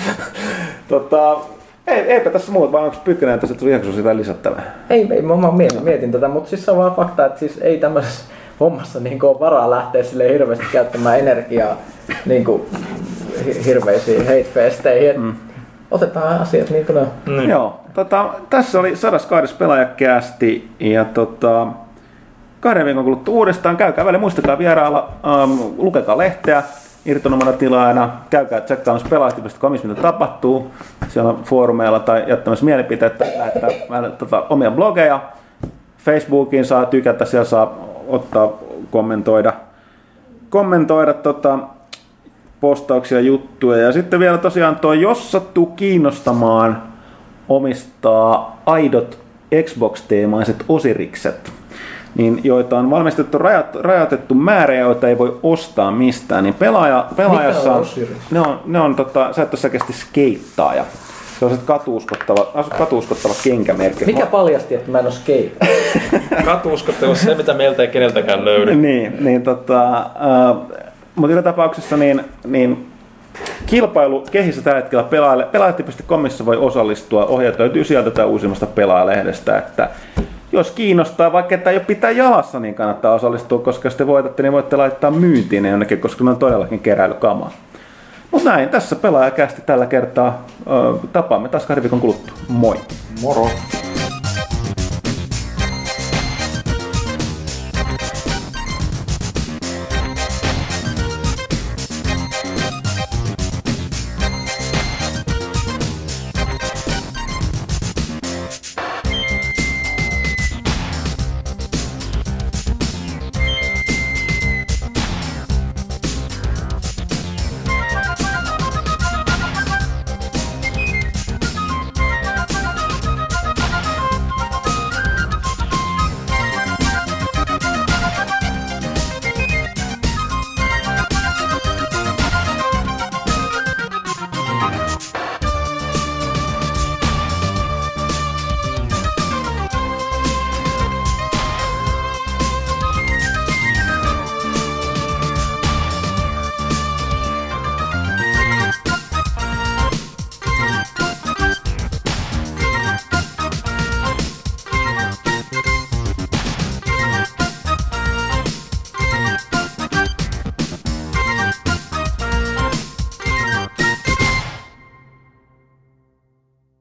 Eipä tässä muuta, vaan onko Pyykkönen tässä tuli ihan sitä lisättävää? Ei, mä mietin tätä, mutta siis se on vaan fakta, että siis ei tämmöisessä hommassa niin ole varaa lähteä sille hirveästi käyttämään energiaa niin hirveisiin hate-festeihin. Otetaan asiat niin kuin ne on. Joo, tässä oli 102. pelaajakästi ja 2 viikon kuluttua uudestaan. Käykää välillä, muistakaa vierailla, lukekaa lehteä. Irtonomana tilaajana, käykää tsekkaamassa pelaajat.com, mitä tapahtuu. Siellä on foorumeilla tai jättämässä mielipiteitä, lähettää omia blogeja. Facebookiin saa tykätä, siellä saa ottaa, kommentoida postauksia, juttuja. Ja sitten vielä tosiaan jos sattuu kiinnostamaan omistaa aidot Xbox-teemaiset osirikset, niin joita on valmistettu rajoitettu määrä, joita ei voi ostaa mistään, niin pelaajassa ne on sä et ole selkeästi skeittaaja. Se on se katuuskottava kenkämerkki. Mikä paljasti, että mä en ole skeittaaja? Katuuskottava se, mitä meiltä ei keneltäkään löydy. Mutta joka tapauksessa niin kilpailu kehissä tällä hetkellä pelaajat.comissa voi osallistua. Ohjeet löytyy sieltä tai uusimmasta pelaajalehdestä, että jos kiinnostaa, vaikka tämä ei ole pitää jalassa, niin kannattaa osallistua, koska jos te voitatte, niin voitte laittaa myyntiin ne jonnekin, koska ne on todellakin keräilykamaa. Mutta näin, tässä pelaajakästi tällä kertaa. Tapaamme taas 2 viikon kuluttua. Moi! Moro!